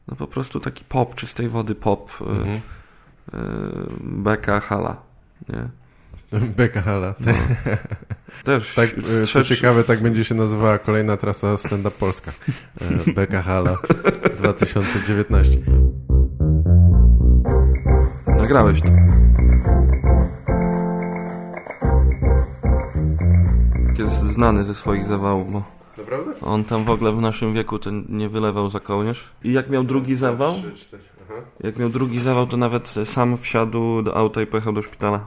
No po prostu taki pop, czystej wody pop. Beka Hala, nie? Beka Hala. No. Też tak, co ciekawe, tak będzie się nazywała kolejna trasa Stand Up Polska. Beka Hala 2019. Nagrałeś to. Jest znany ze swoich zawałów, bo naprawdę? on tam w ogóle w naszym wieku to nie wylewał za kołnierz. I jak miał drugi zawał, to nawet sam wsiadł do auta i pojechał do szpitala.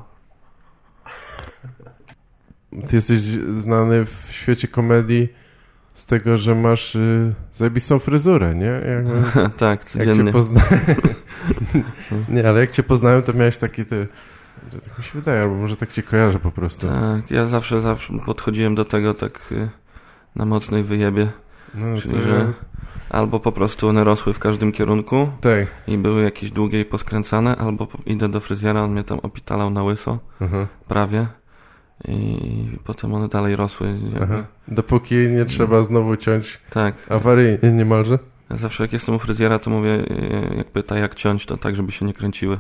Ty jesteś znany w świecie komedii z tego, że masz zajebistą fryzurę, nie? Tak, codziennie. Jak cię poznałem... nie, ale jak cię poznałem, to miałeś taki tak mi się wydaje, albo może tak cię kojarzę po prostu. Tak, ja zawsze podchodziłem do tego tak na mocnej wyjebie. No, czyli, że albo po prostu one rosły w każdym kierunku i były jakieś długie i poskręcane, albo idę do fryzjera, on mnie tam opitalał na łyso, prawie. I potem one dalej rosły. Dopóki nie trzeba znowu ciąć tak. Awaryjnie niemalże. Ja zawsze jak jestem u fryzjera, to mówię, jak pyta jak ciąć, to tak, żeby się nie kręciły.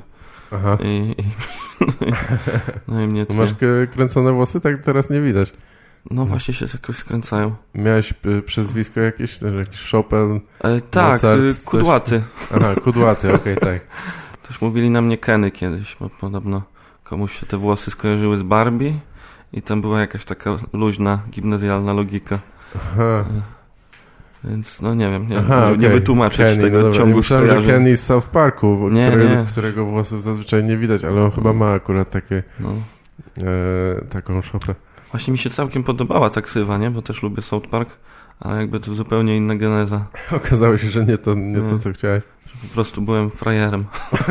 No i mnie masz kręcone włosy? Tak teraz nie widać. No właśnie się jakoś skręcają. Miałeś przezwisko jakieś Chopin? Tak, Mozart, Kudłaty. Aha, Kudłaty, okej, tak. Też mówili na mnie Kenny kiedyś, bo podobno komuś się te włosy skojarzyły z Barbie i tam była jakaś taka luźna, gimnazjalna logika. Aha. Więc no nie wiem, nie wytłumaczę tego ciągu myślałem, że Kenny z South Parku, którego włosów zazwyczaj nie widać, ale on chyba ma akurat takie taką szopę. Właśnie mi się całkiem podobała ta ksywa, nie? Bo też lubię South Park, ale jakby to zupełnie inna geneza. Okazało się, że nie to, co chciałeś. Po prostu byłem frajerem.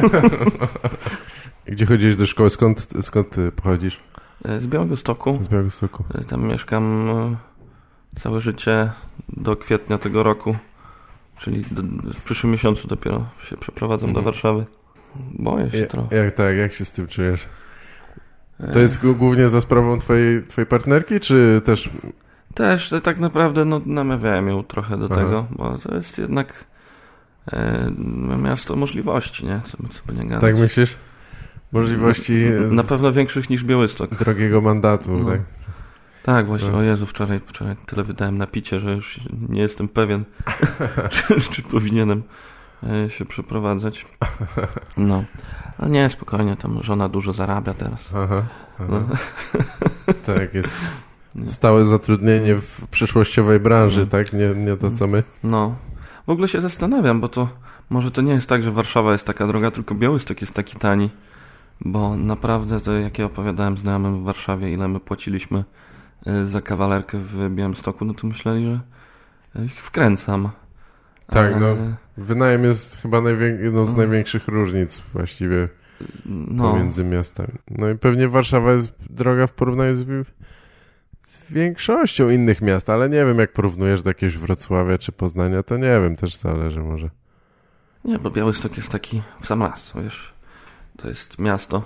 Gdzie chodzisz do szkoły? Skąd ty pochodzisz? Z Białegostoku. Z Białegostoku. Tam mieszkam całe życie do kwietnia tego roku. Czyli w przyszłym miesiącu dopiero się przeprowadzam do Warszawy. Boję się trochę. Jak się z tym czujesz? To jest głównie za sprawą twojej partnerki, czy też... Też tak naprawdę namawiałem ją trochę do tego, bo to jest jednak miasto możliwości, nie? Co by nie gadać. Tak myślisz? Możliwości... Na pewno większych niż Białystok. Drogiego mandatu, tak? Tak, właśnie. O Jezu, wczoraj tyle wydałem na picie, że już nie jestem pewien, czy powinienem się przeprowadzać. No. A nie, spokojnie, tam żona dużo zarabia teraz. Aha. No. Tak, jest stałe zatrudnienie w przyszłościowej branży, tak? Nie to, co my. No. W ogóle się zastanawiam, bo to może to nie jest tak, że Warszawa jest taka droga, tylko Białystok jest taki tani. Bo naprawdę, to jak ja opowiadałem znajomym w Warszawie, ile my płaciliśmy za kawalerkę w Białymstoku, no to myśleli, że ich wkręcam. Tak, wynajem jest chyba jedną z największych różnic właściwie pomiędzy miastami. No i pewnie Warszawa jest droga w porównaniu z większością innych miast, ale nie wiem, jak porównujesz do jakiegoś Wrocławia czy Poznania, to nie wiem, też zależy może. Nie, bo Białystok jest taki w sam raz, wiesz, to jest miasto.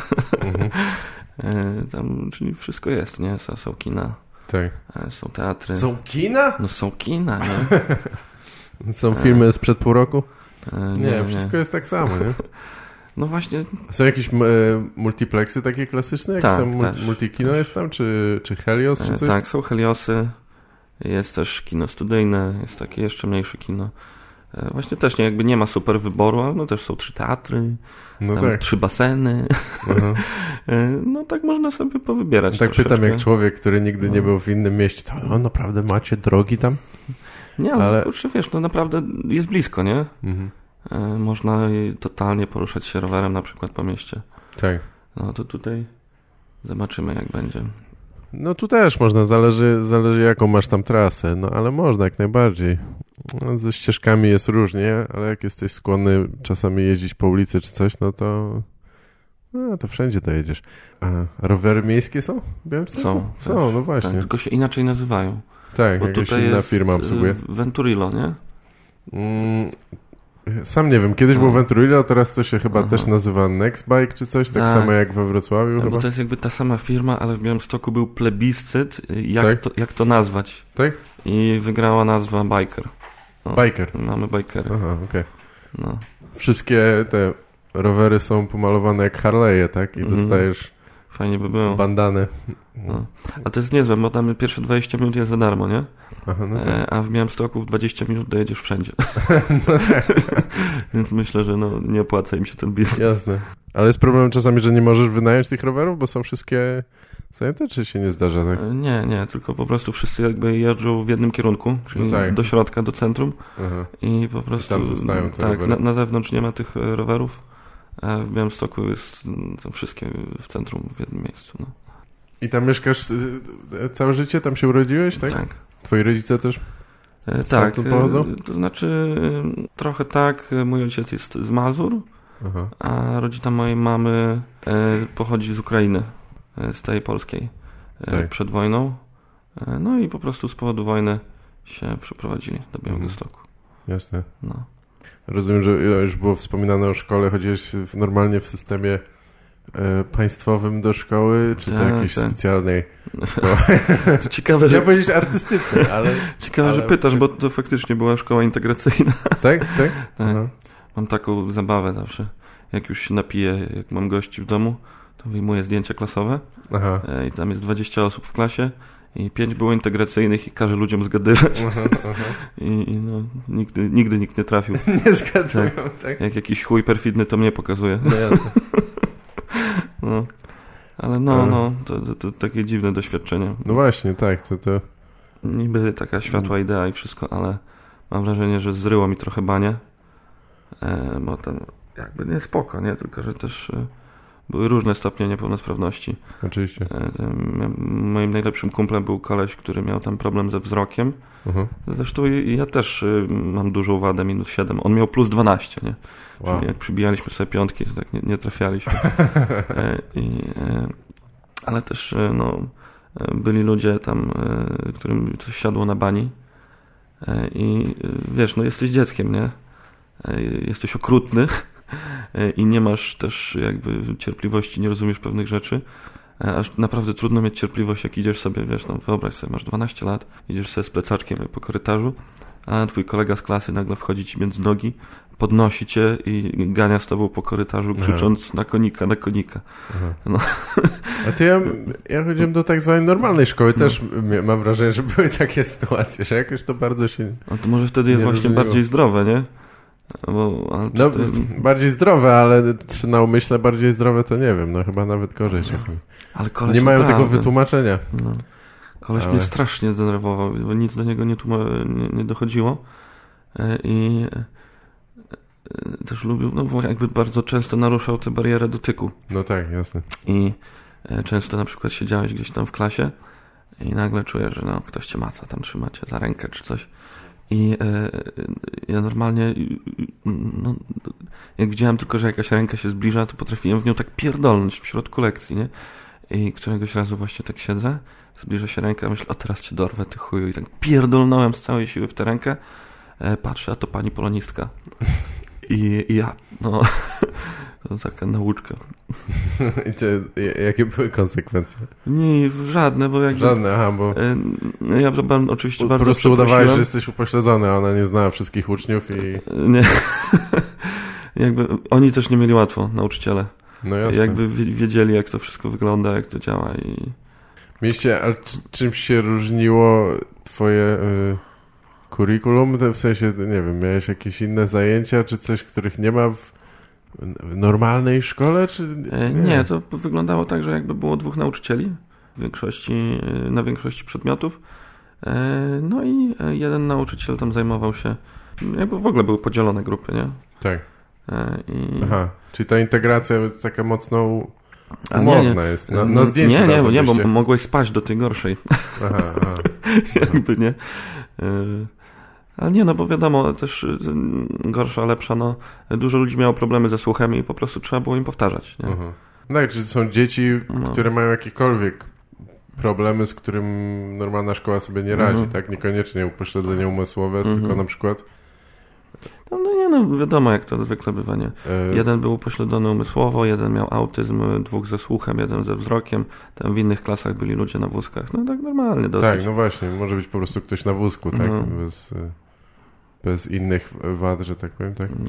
Tam, czyli wszystko jest, nie? Są kina, tak. Są teatry. Są kina? No są kina, nie? Są filmy sprzed pół roku? Nie, wszystko jest tak samo, nie? No właśnie. Są jakieś multiplexy takie klasyczne? Jak są multikino jest tam? Czy Helios? Czy coś? Tak, są Heliosy. Jest też kino studyjne. Jest takie jeszcze mniejsze kino. Właśnie też nie ma super wyboru, ale też są 3 teatry. No tak. 3 baseny. No tak można sobie powybierać. Tak troszeczkę. Pytam jak człowiek, który nigdy nie był w innym mieście, to naprawdę macie drogi tam? Nie, ale kurczę, wiesz, naprawdę jest blisko, nie? Można totalnie poruszać się rowerem na przykład po mieście. Tak. No to tutaj zobaczymy jak będzie. No tu też można, zależy jaką masz tam trasę, no ale można jak najbardziej. No, ze ścieżkami jest różnie, ale jak jesteś skłonny czasami jeździć po ulicy czy coś, no to wszędzie dojedziesz. A rowery miejskie są? Są, no właśnie. Tak, tylko się inaczej nazywają. Tak, bo jakaś inna firma obsługuje. Venturillo, nie? Sam nie wiem, kiedyś było Venturillo, teraz to się chyba też nazywa Nextbike czy coś, tak samo jak we Wrocławiu chyba. Bo to jest jakby ta sama firma, ale w Białymstoku był plebiscyt, jak to nazwać. Tak? I wygrała nazwa Biker. Biker? Mamy Bikery. Aha, okej. No. Wszystkie te rowery są pomalowane jak Harley'e, tak? I dostajesz fajnie by było. Bandanę. No. A to jest niezłe, bo tam pierwsze 20 minut jest za darmo, nie? Aha, no tak. A w Białymstoku w 20 minut dojedziesz wszędzie. No tak. Więc myślę, że nie opłaca im się ten biznes. Jasne. Ale jest problem czasami, że nie możesz wynająć tych rowerów, bo są wszystkie zajęte, czy się nie zdarza, tak? Nie, tylko po prostu wszyscy jakby jeżdżą w jednym kierunku, czyli do środka, do centrum. Aha. I po prostu tam zostają te tak, rowery. na zewnątrz nie ma tych rowerów, a w Białymstoku są wszystkie w centrum w jednym miejscu. No. I tam mieszkasz całe życie? Tam się urodziłeś, tak? Tak. Twoi rodzice też tak, pochodzą? To znaczy trochę tak. Mój ojciec jest z Mazur, a rodzina mojej mamy pochodzi z Ukrainy, z tej polskiej, przed wojną. No i po prostu z powodu wojny się przeprowadzili do Białegostoku. Jasne. No. Rozumiem, że już było wspominane o szkole. Chodziłeś normalnie w systemie państwowym do szkoły, czy to jakiejś specjalnej? To ciekawe, chciałem powiedzieć artystycznej, ale... Ciekawe, że pytasz, bo to faktycznie była szkoła integracyjna. Tak? Mam taką zabawę zawsze. Jak już się napiję, jak mam gości w domu, to wyjmuję zdjęcia klasowe. I tam jest 20 osób w klasie i 5 było integracyjnych i każę ludziom zgadywać. I nigdy nikt nie trafił. Nie zgadują, tak? Jak jakiś chuj perfidny to mnie pokazuje. No jasne. No. Ale to takie dziwne doświadczenie. No właśnie, tak. To... Niby taka światła idea i wszystko, ale mam wrażenie, że zryło mi trochę banie. Bo tam jakby nie spoko, nie? Tylko, że też były różne stopnie niepełnosprawności. Oczywiście. Moim najlepszym kumplem był koleś, który miał tam problem ze wzrokiem. Zresztą ja też mam dużą wadę, -7. On miał +12, nie? Wow. Czyli jak przybijaliśmy sobie piątki, to tak nie trafialiśmy. Ale też byli ludzie tam, którym coś siadło na bani. I wiesz, jesteś dzieckiem, nie? Jesteś okrutny i nie masz też jakby cierpliwości, nie rozumiesz pewnych rzeczy. Aż naprawdę trudno mieć cierpliwość, jak idziesz sobie, wiesz, wyobraź sobie, masz 12 lat, idziesz sobie z plecaczkiem po korytarzu, a twój kolega z klasy nagle wchodzi ci między nogi, podnosi cię i gania z tobą po korytarzu, krzycząc na konika, na konika. No. A to ja chodziłem do tak zwanej normalnej szkoły, też mam wrażenie, że były takie sytuacje, że jakoś to bardzo się... A to może wtedy jest właśnie bardziej zdrowe, nie? Bardziej zdrowe, ale czy na umyśle bardziej zdrowe, to nie wiem, chyba nawet gorzej czasami. Ale koleś nie mają tego wytłumaczenia. No. Koleś mnie strasznie denerwował, bo nic do niego nie dochodziło i też lubił, jakby bardzo często naruszał tę barierę dotyku. No tak, jasne. I często na przykład siedziałeś gdzieś tam w klasie i nagle czujesz, że ktoś cię maca, tam trzyma cię za rękę czy coś. I ja normalnie, jak widziałem tylko, że jakaś ręka się zbliża, to potrafiłem w nią tak pierdolnąć w środku lekcji, nie? I któregoś razu właśnie tak siedzę, zbliża się ręka, myślę, a teraz cię dorwę, ty chuju. I tak pierdolnąłem z całej siły w tę rękę, patrzę, a to pani polonistka. I ja, to taka nauczka. I jakie były konsekwencje? Nie, żadne, bo jakby... Żadne, bo... Ja oczywiście bardzo po prostu udawałeś, że jesteś upośledzony, a ona nie znała wszystkich uczniów i... Nie. Jakby oni też nie mieli łatwo, nauczyciele. No jasne. Jakby wiedzieli, jak to wszystko wygląda, jak to działa i... Mieliście, ale czymś się różniło twoje curriculum? W sensie, nie wiem, miałeś jakieś inne zajęcia, czy coś, których nie ma w normalnej szkole, czy... Nie, to wyglądało tak, że jakby było 2 nauczycieli na większości przedmiotów. No i jeden nauczyciel tam zajmował się... Jakby w ogóle były podzielone grupy, nie? Tak. Aha, czyli ta integracja taka mocno umowna jest. Na zdjęciu nie, bo mogłeś spaść do tej gorszej. Aha. Jakby nie. Ale nie, bo wiadomo, też gorsza, lepsza, dużo ludzi miało problemy ze słuchem i po prostu trzeba było im powtarzać. Nie? No i czy są dzieci, które mają jakiekolwiek problemy, z którym normalna szkoła sobie nie radzi, tak? Niekoniecznie upośledzenie umysłowe, tylko na przykład... Wiadomo, jak to zwykle bywa, nie? Jeden był upośledzony umysłowo, jeden miał autyzm, 2 ze słuchem, 1 ze wzrokiem. Tam w innych klasach byli ludzie na wózkach. Tak normalnie dosyć. Tak, właśnie. Może być po prostu ktoś na wózku, tak? Bez innych wad, że tak powiem, tak?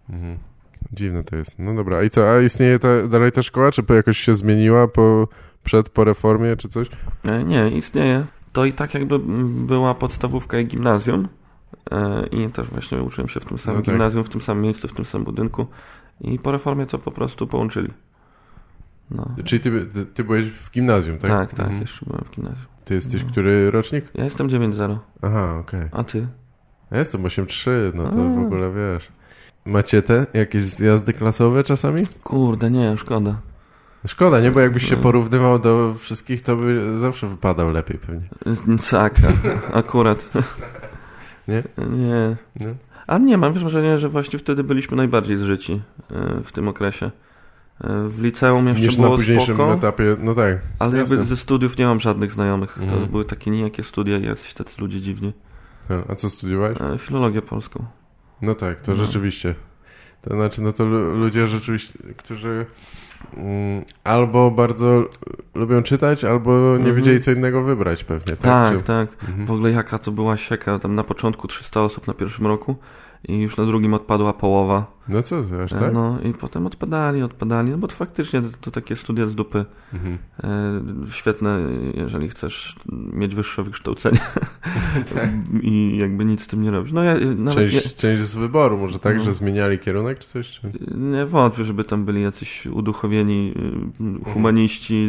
Dziwne to jest. No dobra, i co? A istnieje dalej ta szkoła? Czy jakoś się zmieniła po reformie, czy coś? Nie, istnieje. To i tak jakby była podstawówka i gimnazjum. I też właśnie uczyłem się w tym samym gimnazjum, w tym samym miejscu, w tym samym budynku. I po reformie to po prostu połączyli. No. Czyli ty byłeś w gimnazjum, tak? Tak, jeszcze byłem w gimnazjum. Ty jesteś który rocznik? Ja jestem 9-0. Aha, okej. A ty? Ja jestem 8-3, no to w ogóle wiesz. Macie jakieś zjazdy klasowe czasami? Kurde, nie, szkoda. Szkoda, nie? Bo jakbyś się porównywał do wszystkich, to by zawsze wypadał lepiej pewnie. Tak, akurat. Nie? Nie. Ale nie, mam wrażenie, że właśnie wtedy byliśmy najbardziej zżyci w tym okresie. W liceum jeszcze niż było na późniejszym spoko, etapie, no tak. ale jakby ze studiów nie mam żadnych znajomych. To były takie nijakie studia i jacyś tacy ludzie dziwni. A co studiowałeś? Filologię polską. No tak, to rzeczywiście. To znaczy, no to ludzie rzeczywiście, którzy albo bardzo lubią czytać, albo nie wiedzieli co innego wybrać pewnie. Tak. W ogóle jaka to była sieka. Tam na początku 300 osób na pierwszym roku i już na drugim odpadła połowa. No co, aż tak? No i potem odpadali, no bo to faktycznie to takie studia z dupy. Świetne, jeżeli chcesz mieć wyższe wykształcenie i jakby nic z tym nie robić. No część z wyboru, może tak, że zmieniali kierunek czy coś? Czy? Nie wątpię, żeby tam byli jacyś uduchowieni humaniści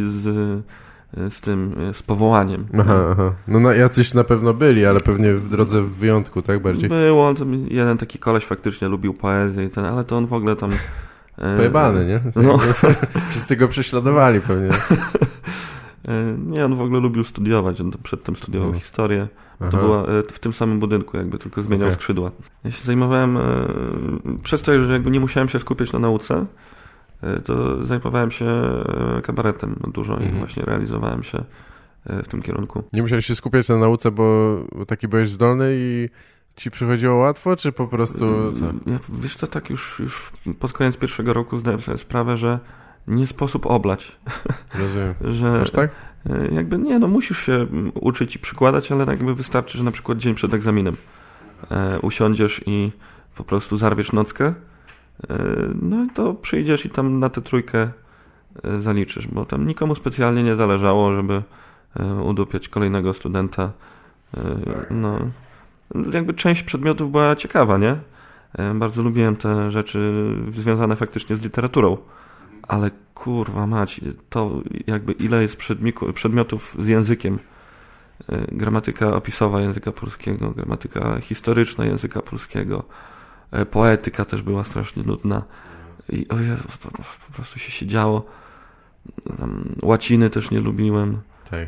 z powołaniem. Aha. No jacyś na pewno byli, ale pewnie w drodze w wyjątku, tak bardziej? Było, jeden taki koleś faktycznie lubił poezję ale to on w ogóle tam... Pojebany, nie? No. Wszyscy go prześladowali pewnie. Nie, on w ogóle lubił studiować, on przedtem studiował historię. To była w tym samym budynku, jakby tylko zmieniał skrzydła. Ja się zajmowałem, przez to, że jakby nie musiałem się skupiać na nauce, to zajmowałem się kabaretem dużo i właśnie realizowałem się w tym kierunku. Nie musiałeś się skupiać na nauce, bo taki byłeś zdolny i ci przychodziło łatwo, czy po prostu co? Wiesz co, tak już pod koniec pierwszego roku zdałem sobie sprawę, że nie sposób oblać. Rozumiem. Że aż tak? Jakby nie, no musisz się uczyć i przykładać, ale jakby wystarczy, że na przykład dzień przed egzaminem usiądziesz i po prostu zarwiesz nockę, no i to przyjdziesz i tam na tę trójkę zaliczysz, bo tam nikomu specjalnie nie zależało, żeby udupiać kolejnego studenta. No, jakby część przedmiotów była ciekawa, nie? Bardzo lubiłem te rzeczy związane faktycznie z literaturą, ale kurwa mać, to jakby ile jest przedmiotów z językiem. Gramatyka opisowa języka polskiego, gramatyka historyczna języka polskiego, poetyka też była strasznie nudna i o Jezu, to po prostu się siedziało. Tam łaciny też nie lubiłem. Tak.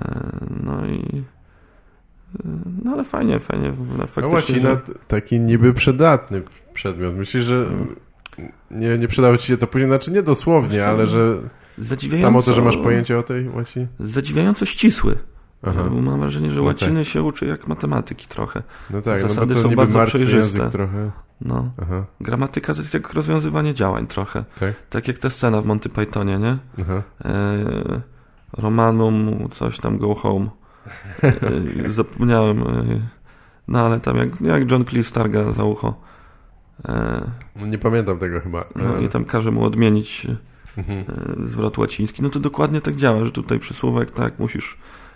No ale fajnie faktycznie. No łacina taki niby przydatny przedmiot. Myślisz, że nie przydało ci się to później? Znaczy nie dosłownie, ale że samo to, że masz pojęcie o tej łacinie? Zadziwiająco ścisły. Mam wrażenie, że łaciny się uczy jak matematyki trochę. No tak, zasady bo to są bardzo przejrzyste. Język trochę. No. Gramatyka to jest jak rozwiązywanie działań trochę. Tak jak ta scena w Monty Pythonie, nie? Romanum, coś tam, go home. Zapomniałem. No ale tam jak John Cleese targa za ucho. No nie pamiętam tego chyba. No i tam każe mu odmienić zwrot łaciński. No to dokładnie tak działa, że tutaj przysłówek tak musisz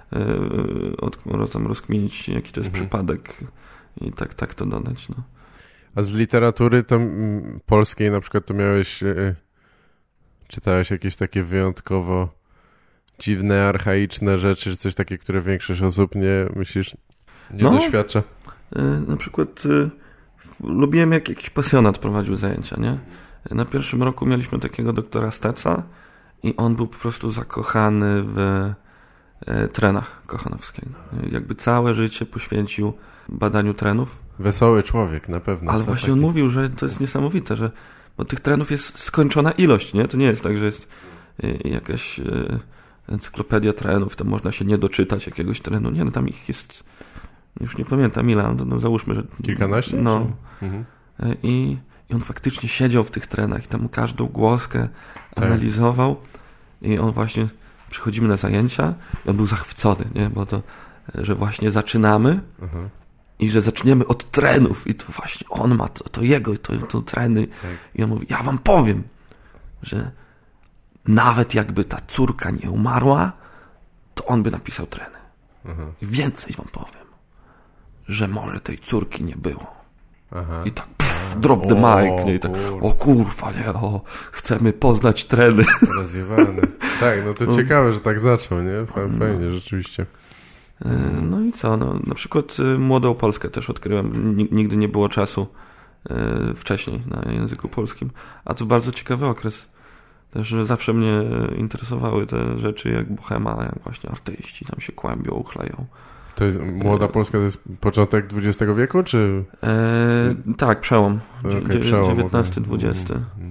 rozkminić, jaki to jest przypadek i tak to dodać. No. A z literatury tam polskiej na przykład to czytałeś jakieś takie wyjątkowo dziwne, archaiczne rzeczy, czy coś takie, które większość osób nie doświadcza? Na przykład lubiłem, jak jakiś pasjonat prowadził zajęcia, nie? Na pierwszym roku mieliśmy takiego doktora Steca i on był po prostu zakochany w trenach Kochanowskiego. Jakby całe życie poświęcił badaniu trenów. Wesoły człowiek, na pewno. Ale właśnie on mówił, że to jest niesamowite, że bo tych trenów jest skończona ilość, nie? To nie jest tak, że jest jakaś encyklopedia trenów, tam można się nie doczytać jakiegoś trenu. Nie, no tam ich jest, już nie pamiętam ile, ale no załóżmy, że... Kilkanaście? No. I on faktycznie siedział w tych trenach i tam każdą głoskę analizował i on właśnie, przychodzimy na zajęcia i on był zachwycony, nie? Bo to, że właśnie zaczynamy i że zaczniemy od trenów i to właśnie on ma to jego, to treny. Tak. I on mówi, ja wam powiem, że nawet jakby ta córka nie umarła, to on by napisał treny. I więcej wam powiem, że może tej córki nie było. I tak drop the mic, nie? I tak, o kurwa, nie, chcemy poznać treny. Rozjewany. Tak, no to ciekawe, że tak zaczął, nie? Fajnie, rzeczywiście. No i co, no, na przykład Młodą Polskę też odkryłem, nigdy nie było czasu wcześniej na języku polskim, a to bardzo ciekawy okres. Też zawsze mnie interesowały te rzeczy jak bohema, jak właśnie artyści tam się kłębią, uchleją. To jest Młoda Polska, to jest początek XX wieku, czy? Tak, przełom. Przełom, XIX-XX.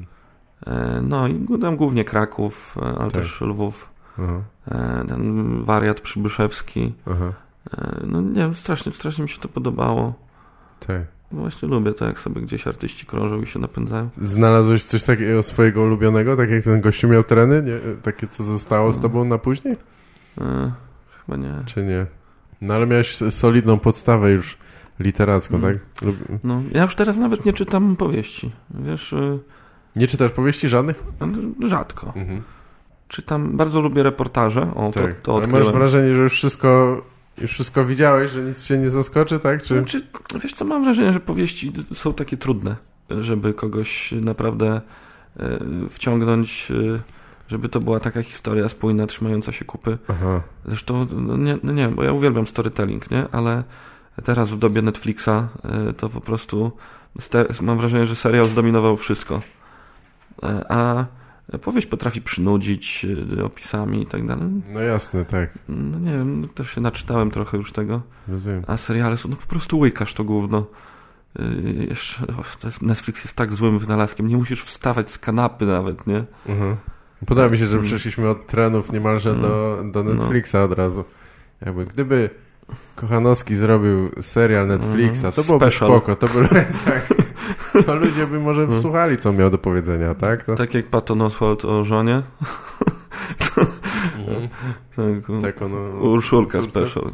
No i tam głównie Kraków, ale też Lwów. Ten wariat Przybyszewski. No nie wiem, strasznie mi się to podobało. Tak. Właśnie lubię to, jak sobie gdzieś artyści krążą i się napędzają. Znalazłeś coś takiego swojego ulubionego? Tak jak ten gościu miał treny? Nie? Takie, co zostało z tobą na później? Chyba nie. Czy nie? No ale miałeś solidną podstawę już literacką, tak? No, ja już teraz nawet nie czytam powieści. Wiesz... Nie czytasz powieści żadnych? Rzadko. Czytam, bardzo lubię reportaże. Tak. To ale masz wrażenie, że już wszystko widziałeś, że nic cię nie zaskoczy, tak? Czy... Wiesz co, mam wrażenie, że powieści są takie trudne, żeby kogoś naprawdę wciągnąć, żeby to była taka historia spójna, trzymająca się kupy. Zresztą, nie wiem, bo ja uwielbiam storytelling, nie? Ale teraz w dobie Netflixa to po prostu mam wrażenie, że serial zdominował wszystko. A powieść potrafi przynudzić opisami i tak dalej. No jasne, tak. No nie wiem, też się naczytałem trochę już tego. Rozumiem. A seriale są, no po prostu łykasz to gówno. Jeszcze, Netflix jest tak złym wynalazkiem, nie musisz wstawać z kanapy nawet, nie? Podoba mi się, że przeszliśmy od trenów niemalże do Netflixa od razu. Jakby gdyby Kochanowski zrobił serial Netflixa, to byłoby spoko. To tak. To ludzie by może wsłuchali, co miał do powiedzenia, tak? To... Tak jak Patton Oswalt o żonie. Tak ono... Urszulka special.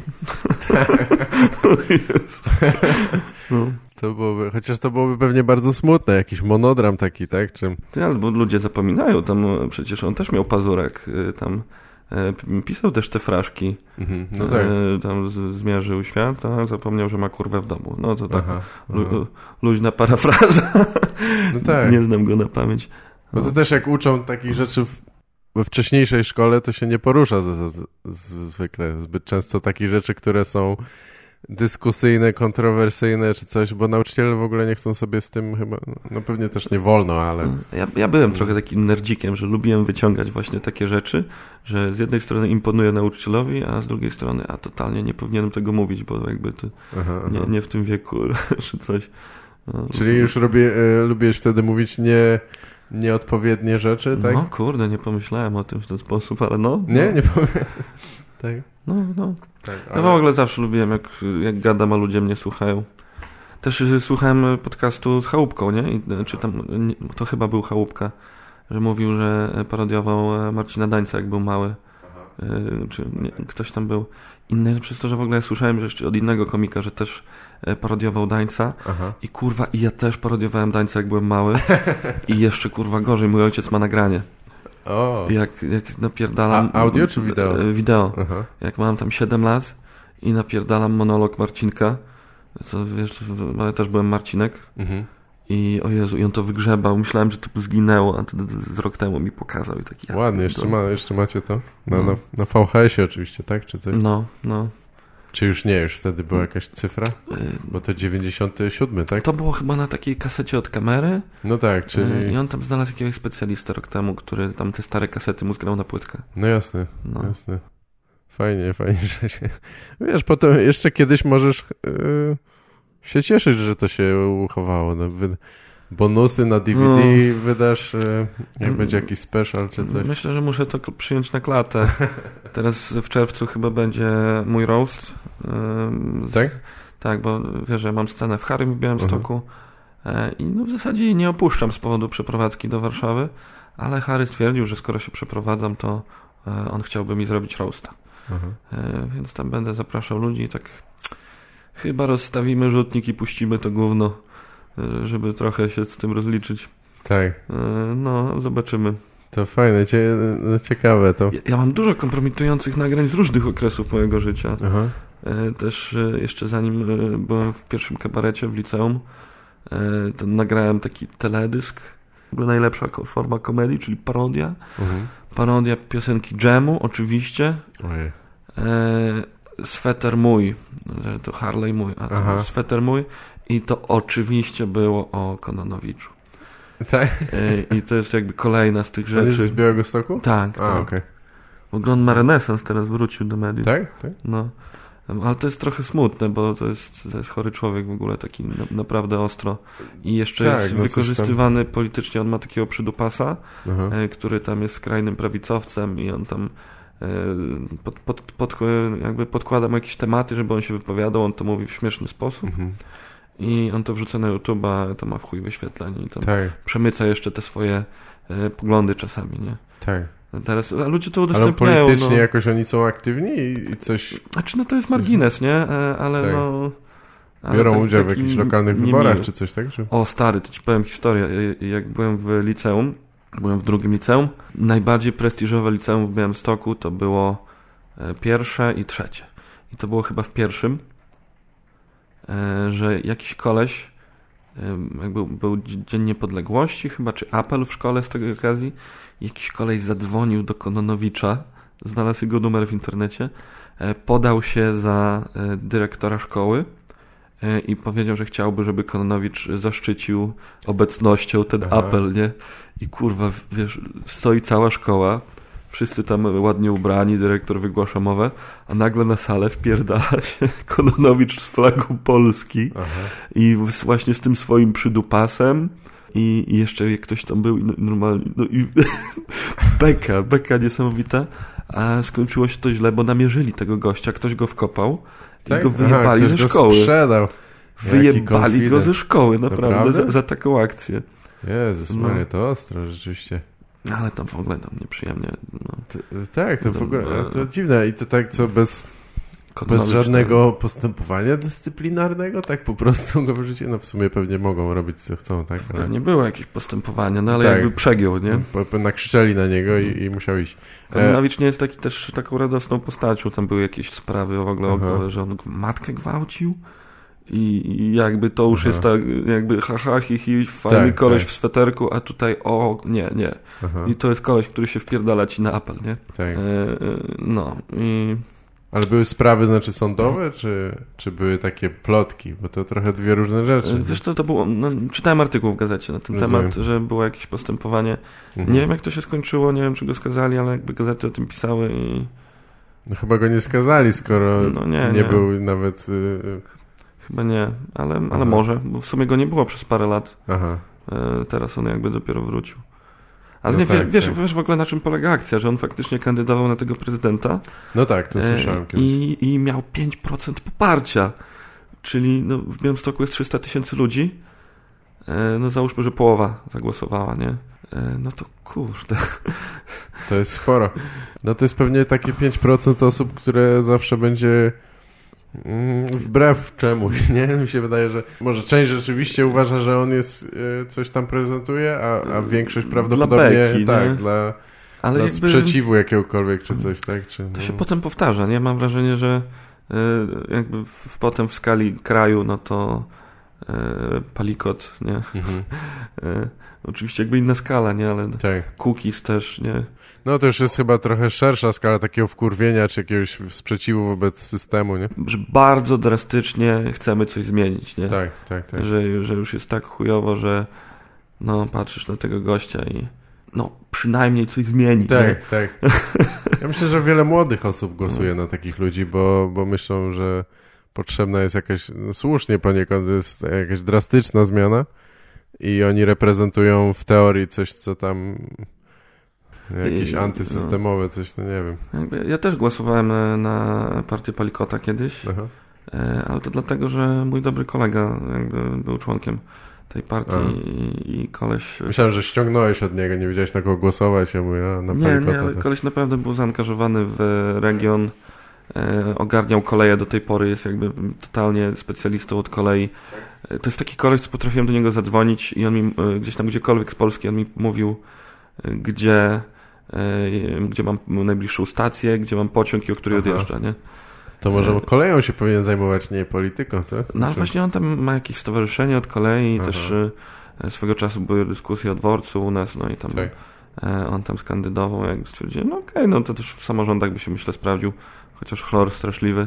To byłoby, chociaż to byłoby pewnie bardzo smutne, jakiś monodram taki, tak? Bo ludzie zapominają, tam przecież on też miał pazurek, tam pisał też te fraszki. No tak. Tam zmierzył świat, a zapomniał, że ma kurwę w domu. No to tak. Luźna parafraza. No tak. Nie znam go na pamięć. Bo to też jak uczą takich rzeczy we wcześniejszej szkole, to się nie porusza zwykle zbyt często takich rzeczy, które są dyskusyjne, kontrowersyjne czy coś, bo nauczyciele w ogóle nie chcą sobie z tym chyba, no pewnie też nie wolno, ale... Ja byłem trochę takim nerdzikiem, że lubiłem wyciągać właśnie takie rzeczy, że z jednej strony imponuję nauczycielowi, a z drugiej strony, totalnie nie powinienem tego mówić, bo jakby to nie w tym wieku czy coś. Czyli już lubiłeś wtedy mówić nieodpowiednie rzeczy, tak? No kurde, nie pomyślałem o tym w ten sposób, ale no. Nie powiem. Tak. No. Tak, ale... Ja w ogóle zawsze lubiłem, jak gadam, a ludzie mnie słuchają. Też słuchałem podcastu z Chałupką, nie? To chyba był Chałupka, że mówił, że parodiował Marcina Dańca, jak był mały. Ktoś tam był inny, przez to, że w ogóle słyszałem że jeszcze od innego komika, że też parodiował Dańca. I kurwa, i ja też parodiowałem Dańca, jak byłem mały. I jeszcze kurwa gorzej, mój ojciec ma nagranie. Jak napierdalam... Audio czy wideo? Wideo. Jak mam tam 7 lat i napierdalam monolog Marcinka, co wiesz, ale też byłem Marcinek i o Jezu, i on to wygrzebał. Myślałem, że to zginęło, a to z rok temu mi pokazał i taki... Ładnie, jeszcze macie to? Na VHS-ie oczywiście, tak? Czy coś? No. Czy już nie? Już wtedy była jakaś cyfra? Bo to 97, tak? To było chyba na takiej kasecie od kamery. No tak, czyli... I on tam znalazł jakiegoś specjalistę rok temu, który tam te stare kasety mu zgrał na płytkę. No jasne. Fajnie, że się... Wiesz, potem jeszcze kiedyś możesz się cieszyć, że to się uchowało. No, bonusy na DVD wydasz, jak będzie jakiś special czy coś. Myślę, że muszę to przyjąć na klatę. Teraz w czerwcu chyba będzie mój roast. Tak? Tak, bo wiesz, że ja mam scenę w Harrym w Białymstoku i w zasadzie jej nie opuszczam z powodu przeprowadzki do Warszawy, ale Harry stwierdził, że skoro się przeprowadzam, to on chciałby mi zrobić roasta. Więc tam będę zapraszał ludzi i tak Chyba rozstawimy rzutnik i puścimy to gówno, żeby trochę się z tym rozliczyć. Tak. No, zobaczymy. To fajne, ciekawe to. Ja mam dużo kompromitujących nagrań z różnych okresów mojego życia. Aha. Też jeszcze zanim byłem w pierwszym kabarecie w liceum, to nagrałem taki teledysk. W ogóle najlepsza forma komedii, czyli parodia. Parodia piosenki Dżemu, oczywiście. Ojej. Sweter mój. To Harley mój, a to sweter mój. I to oczywiście było o Kononowiczu. Tak? I to jest jakby kolejna z tych rzeczy. On jest z Białegostoku? Tak, tak. Okay. W ogóle on ma renesans, teraz wrócił do mediów. Tak? Tak? No. Ale to jest trochę smutne, bo to jest chory człowiek w ogóle, taki naprawdę ostro. I jeszcze jest wykorzystywany politycznie. On ma takiego przydupasa, który tam jest skrajnym prawicowcem i on tam jakby podkłada mu jakieś tematy, żeby on się wypowiadał. On to mówi w śmieszny sposób. I on to wrzuca na YouTube'a, to ma w chuj wyświetleń i tam przemyca jeszcze te swoje poglądy czasami, nie? Tak. Teraz ludzie to udostępniają. Ale politycznie jakoś oni są aktywni i coś... Znaczy, to jest margines, nie? Ale biorą udział w jakichś lokalnych wyborach czy coś, tak? Czy... O, stary, to ci powiem historię. Jak byłem w liceum, byłem w drugim liceum, najbardziej prestiżowe liceum w Białymstoku to było pierwsze i trzecie. I to było chyba w pierwszym, że jakiś koleś, jakby był Dzień Niepodległości chyba, czy apel w szkole z tej okazji, jakiś koleś zadzwonił do Kononowicza, znalazł jego numer w internecie, podał się za dyrektora szkoły i powiedział, że chciałby, żeby Kononowicz zaszczycił obecnością ten apel, nie? I kurwa, wiesz, stoi cała szkoła, wszyscy tam ładnie ubrani, dyrektor wygłasza mowę, a nagle na salę wpierdala się Kononowicz z flagą Polski i właśnie z tym swoim przydupasem i jeszcze jak ktoś tam był normalnie, no i beka niesamowita, a skończyło się to źle, bo namierzyli tego gościa, ktoś go wkopał i go wyjebali ze szkoły. Sprzedał. Wyjebali go ze szkoły, naprawdę? Za taką akcję. Jezus Maria, to ostro rzeczywiście. Ale tam w ogóle tam nieprzyjemnie. No. Tak, to w ogóle to dziwne i to tak co bez żadnego postępowania dyscyplinarnego, tak po prostu go wyrzucić. No w sumie pewnie mogą robić co chcą, tak? Ale... Pewnie było jakieś postępowanie, no ale jakby przegiął, nie? Nakrzyczeli na niego i musiał iść. Kononowicz nie jest też taką radosną postacią. Tam były jakieś sprawy w ogóle, że on matkę gwałcił. I jakby to już jest tak, jakby haha, hi, fajny koleś w sweterku, a tutaj nie. I to jest koleś, który się wpierdala ci na apel, nie? Tak. I... Ale były sprawy, znaczy sądowe, czy były takie plotki? Bo to trochę dwie różne rzeczy. Wiesz co, to było, czytałem artykuł w gazecie na ten temat, że było jakieś postępowanie. Nie wiem, jak to się skończyło, nie wiem, czy go skazali, ale jakby gazety o tym pisały i... No chyba go nie skazali, skoro nie był nawet... Chyba nie, ale może, bo w sumie go nie było przez parę lat. Teraz on jakby dopiero wrócił. Ale no nie, wiesz w ogóle na czym polega akcja, że on faktycznie kandydował na tego prezydenta. No tak, to słyszałem kiedyś. I miał 5% poparcia. Czyli w Białymstoku jest 300 000 ludzi. Załóżmy, że połowa zagłosowała, nie? No to kurde. To jest sporo. No to jest pewnie takie 5% osób, które zawsze będzie... wbrew czemuś, nie? Mi się wydaje, że może część rzeczywiście uważa, że on jest coś tam prezentuje, a większość prawdopodobnie dla beki, dla jakby, sprzeciwu jakiegokolwiek czy coś, tak? To się potem powtarza, nie? Mam wrażenie, że jakby potem w skali kraju, no to Palikot, nie? Oczywiście jakby inna skala, nie? Ale Kukiz też, nie? No to już jest chyba trochę szersza skala takiego wkurwienia, czy jakiegoś sprzeciwu wobec systemu, nie? Że bardzo drastycznie chcemy coś zmienić, nie? Tak. Że już jest tak chujowo, że patrzysz na tego gościa i przynajmniej coś zmieni. Tak. Ja myślę, że wiele młodych osób głosuje na takich ludzi, bo myślą, że potrzebna jest jakaś, słusznie poniekąd jest jakaś drastyczna zmiana i oni reprezentują w teorii coś, co tam... Jakieś antysystemowe, coś, nie wiem. Ja też głosowałem na partię Palikota kiedyś, ale to dlatego, że mój dobry kolega jakby był członkiem tej partii i koleś... Myślałem, że ściągnąłeś od niego, nie wiedziałeś na kogo głosować, ja mówię, na Palikota. Nie, ale koleś naprawdę był zaangażowany w region ogarniał koleje do tej pory, jest jakby totalnie specjalistą od kolei. To jest taki koleś, co potrafiłem do niego zadzwonić i on mi gdzieś tam gdziekolwiek z Polski, on mi mówił, gdzie mam najbliższą stację, gdzie mam pociąg i o której odjeżdża, nie? To może koleją się powinien zajmować, nie polityką, co? No ale właśnie on tam ma jakieś stowarzyszenie od kolei, też swego czasu były dyskusje o dworcu u nas, no i tam on tam skandydował, jakby stwierdziłem, no okej, no to też w samorządach by się, myślę, sprawdził, chociaż chlor straszliwy.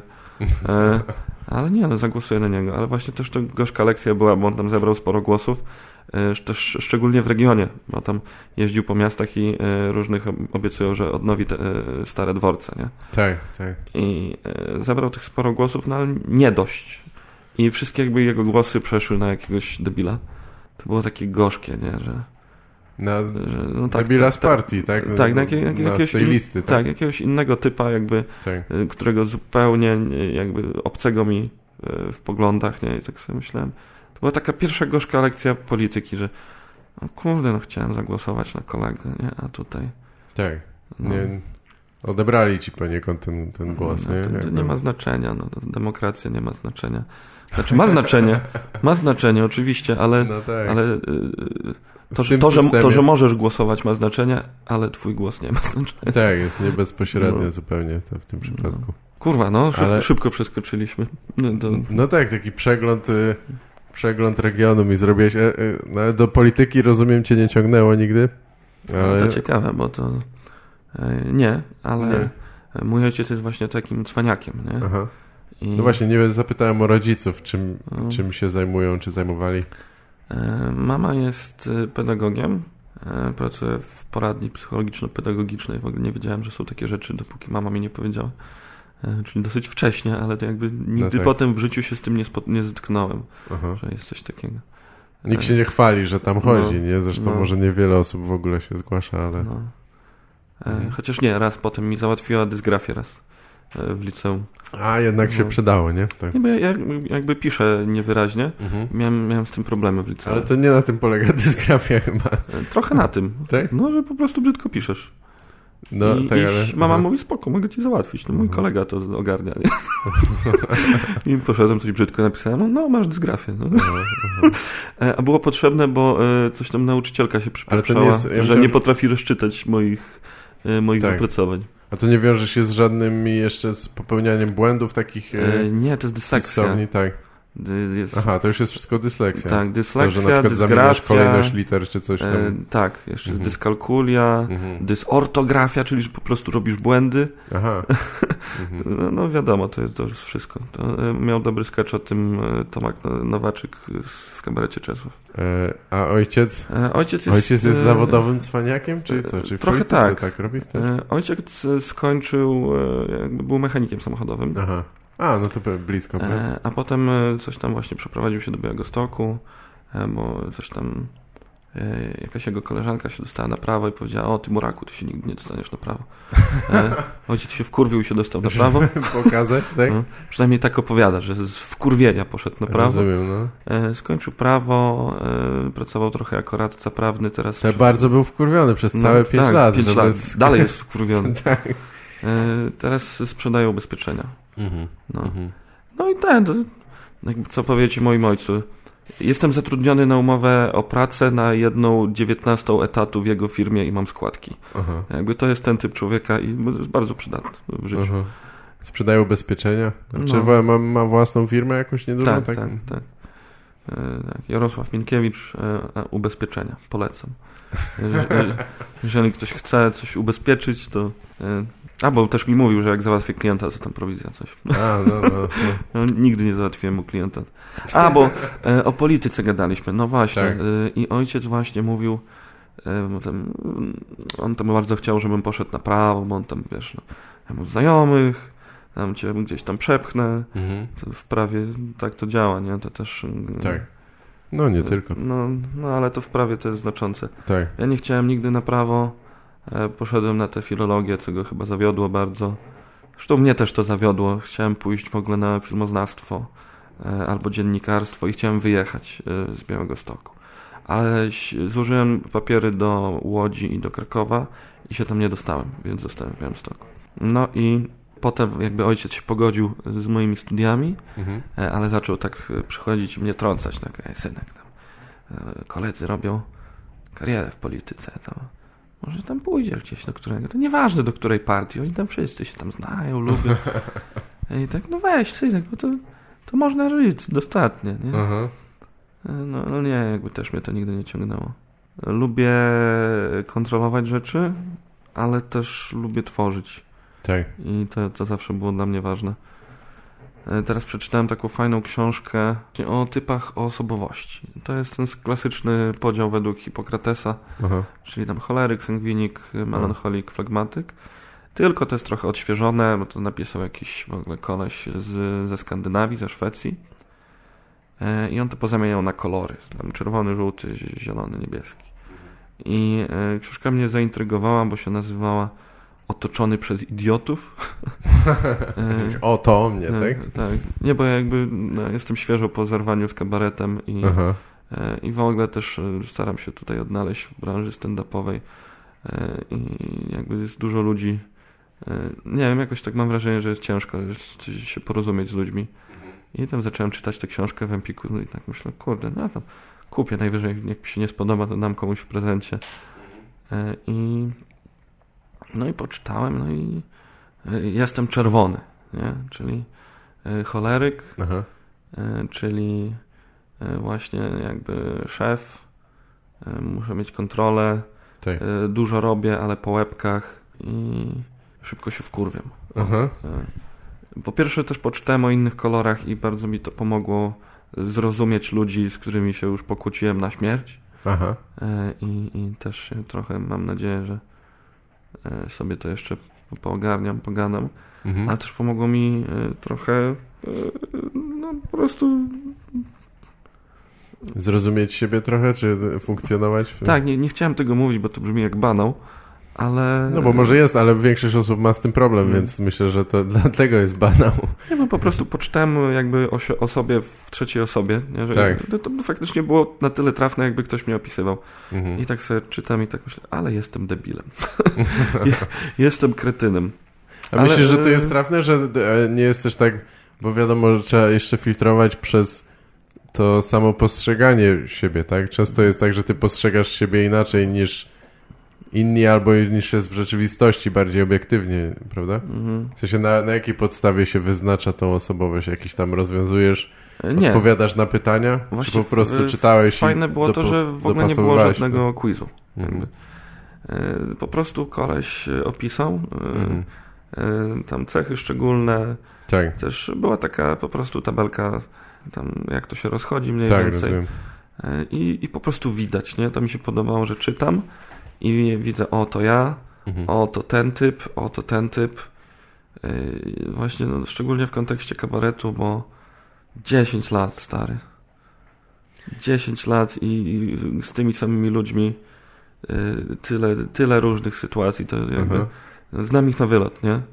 Ale nie, no zagłosuję na niego. Ale właśnie też to gorzka lekcja była, bo on tam zebrał sporo głosów, też szczególnie w regionie, bo tam jeździł po miastach i różnych obiecują, że odnowi te stare dworce, nie? Tak. I zebrał tych sporo głosów, no ale nie dość. I wszystkie jakby jego głosy przeszły na jakiegoś debila. To było takie gorzkie, nie? Że debila z partii, tak? Tak, jakiegoś, z tej listy, tak? Tak, jakiegoś innego typa jakby, którego zupełnie jakby obcego mi w poglądach, nie? I tak sobie myślałem. To była taka pierwsza gorzka lekcja polityki, że no kurde, no chciałem zagłosować na kolegę, nie? A tutaj... Tak, nie, odebrali ci poniekąd ten głos, nie? To nie ma znaczenia, no, demokracja nie ma znaczenia. Znaczy ma znaczenie oczywiście, ale... No tak. Ale to, że możesz głosować, ma znaczenie, ale twój głos nie ma znaczenia. Tak, jest niebezpośrednie zupełnie to w tym przypadku. Kurwa, szybko przeskoczyliśmy. No tak, taki przegląd regionu mi zrobiłeś. No, do polityki, rozumiem, cię nie ciągnęło nigdy? Ale... No to ciekawe, bo to... Nie, ale mój ojciec jest właśnie takim cwaniakiem, nie? Aha. No właśnie, nie wiem, zapytałem o rodziców, czym się zajmują, czy zajmowali. Mama jest pedagogiem, pracuje w poradni psychologiczno-pedagogicznej. W ogóle nie wiedziałem, że są takie rzeczy, dopóki mama mi nie powiedziała. Czyli dosyć wcześnie, ale to jakby nigdy potem w życiu się z tym nie zetknąłem, że jest coś takiego. Nikt się nie chwali, że tam chodzi, nie? Zresztą może niewiele osób w ogóle się zgłasza, ale... Chociaż nie, raz potem mi załatwiła dysgrafię w liceum. A, jednak się przydało, nie? Tak. Nie, bo ja jakby piszę niewyraźnie. Miałem z tym problemy w liceum. Ale to nie na tym polega dysgrafia chyba. Trochę na tym. Tak? No, że po prostu brzydko piszesz. No, tak, ale... Mama mówi, spoko, mogę ci załatwić. No, mój kolega to ogarnia, nie? I poszedłem, coś brzydko napisałem. No, masz dysgrafię. No. A było potrzebne, bo coś tam nauczycielka się przypatrzała, że nie potrafi rozczytać moich wypracowań. A to nie wiąże się z żadnymi jeszcze z popełnianiem błędów takich? Nie, to jest dyslekcja. Tak. Aha, to już jest wszystko dysleksja. Tak, dyslekcja, to, że na przykład zamieniasz kolejność liter czy coś tam. Tak, jeszcze jest dyskalkulia, dysortografia, czyli że po prostu robisz błędy. Aha. No wiadomo, to jest wszystko. Miał dobry sketch o tym Tomek Nowaczyk w kabarecie Czesław. A ojciec? Ojciec jest zawodowym cwaniakiem, czy co? Czy trochę tak robi? Ojciec skończył, jakby był mechanikiem samochodowym. Aha. A, no to blisko. A potem coś tam właśnie przeprowadził się do Białegostoku, bo coś tam jakaś jego koleżanka się dostała na prawo i powiedziała, o ty buraku, ty się nigdy nie dostaniesz na prawo. Ojciec się wkurwił i się dostał na prawo. Pokazać, tak? Przynajmniej tak opowiada, że z wkurwienia poszedł na prawo. Rozumiem, no. Skończył prawo, pracował trochę jako radca prawny. Teraz bardzo był wkurwiony przez całe 5 lat. 5 lat. Dalej jest wkurwiony. Tak. Teraz sprzedaje ubezpieczenia. No i co powiecie moim ojcu? Jestem zatrudniony na umowę o pracę na 1/19 etatu w jego firmie i mam składki. Jakby to jest ten typ człowieka i jest bardzo przydatny w życiu. Sprzedaje ubezpieczenia? Czy ma własną firmę jakąś niedużą? Tak. Jarosław Minkiewicz, ubezpieczenia. Polecam. Jeżeli ktoś chce coś ubezpieczyć, to... bo też mi mówił, że jak załatwię klienta, to tam prowizja coś. No, nigdy nie załatwiłem mu klienta. Bo o polityce gadaliśmy. No właśnie. Tak. I ojciec właśnie mówił, on tam bardzo chciał, żebym poszedł na prawo, bo on tam, wiesz, ja mam znajomych, tam cię gdzieś tam przepchnę. W prawie tak to działa, nie? To też... Tak. No nie tylko. No ale to w prawie to jest znaczące. Tak. Ja nie chciałem nigdy na prawo. Poszedłem na tę filologię, co go chyba zawiodło bardzo. Zresztą mnie też to zawiodło. Chciałem pójść w ogóle na filmoznawstwo albo dziennikarstwo i chciałem wyjechać z Białegostoku. Ale złożyłem papiery do Łodzi i do Krakowa i się tam nie dostałem, więc zostałem w Białymstoku. No i potem jakby ojciec się pogodził z moimi studiami, ale zaczął tak przychodzić i mnie trącać, tak, synek, tam, koledzy robią karierę w polityce, to może tam pójdziesz gdzieś do którego, to nieważne do której partii, oni tam wszyscy się tam znają, lubią. I tak, no weź, synek, bo to można żyć dostatnie, nie? No nie, jakby też mnie to nigdy nie ciągnęło. Lubię kontrolować rzeczy, ale też lubię tworzyć. Tak. I to zawsze było dla mnie ważne. Teraz przeczytałem taką fajną książkę o typach osobowości. To jest ten klasyczny podział według Hipokratesa, czyli tam choleryk, sangwinik, melancholik, flegmatyk. Tylko to jest trochę odświeżone, bo to napisał jakiś w ogóle koleś ze Skandynawii, ze Szwecji. I on to pozamieniał na kolory. Tam czerwony, żółty, zielony, niebieski. I książka mnie zaintrygowała, bo się nazywała Otoczony przez idiotów. O, to mnie, tak? Tak. Nie, bo ja jakby jestem świeżo po zerwaniu z kabaretem i w ogóle też staram się tutaj odnaleźć w branży stand-upowej. I jakby jest dużo ludzi. Nie wiem, jakoś tak mam wrażenie, że jest ciężko się porozumieć z ludźmi. I tam zacząłem czytać tę książkę w Empiku, no i tak myślę, kurde, no tam kupię najwyżej, jak mi się nie spodoba, to dam komuś w prezencie. No i poczytałem, no i jestem czerwony, nie? Czyli choleryk, czyli właśnie jakby szef, muszę mieć kontrolę, tak. Dużo robię, ale po łebkach i szybko się wkurwiam. Po pierwsze też poczytałem o innych kolorach i bardzo mi to pomogło zrozumieć ludzi, z którymi się już pokłóciłem na śmierć. I też trochę mam nadzieję, że sobie to jeszcze poogarniam, pogadam. Ale też pomogło mi trochę no po prostu zrozumieć siebie trochę, czy funkcjonować? Tak, nie chciałem tego mówić, bo to brzmi jak banał, ale... No bo może jest, ale większość osób ma z tym problem, więc myślę, że to dlatego jest banał. Nie, bo po prostu poczytałem jakby o sobie w trzeciej osobie, nie? Że tak. to faktycznie było na tyle trafne, jakby ktoś mnie opisywał. I tak sobie czytam i tak myślę, ale jestem debilem. Jestem kretynem. A myślisz, że to jest trafne, że nie jest też tak, bo wiadomo, że trzeba jeszcze filtrować przez to samo postrzeganie siebie, tak? Często jest tak, że ty postrzegasz siebie inaczej niż inni, albo niż jest w rzeczywistości, bardziej obiektywnie, prawda? W sensie na jakiej podstawie się wyznacza tą osobowość? Jakiś tam rozwiązujesz? Nie. Odpowiadasz na pytania? Właśnie czy po prostu czytałeś fajne było to, że w ogóle nie było żadnego quizu. Po prostu koleś opisał tam cechy szczególne. Tak. Też była taka po prostu tabelka tam jak to się rozchodzi mniej więcej. I po prostu widać, nie? To mi się podobało, że czytam i widzę, o to ja, o to ten typ, o to ten typ. Właśnie no, szczególnie w kontekście kabaretu, bo 10 lat, stary. 10 lat i z tymi samymi ludźmi tyle różnych sytuacji, to jakby znam ich na wylot, nie?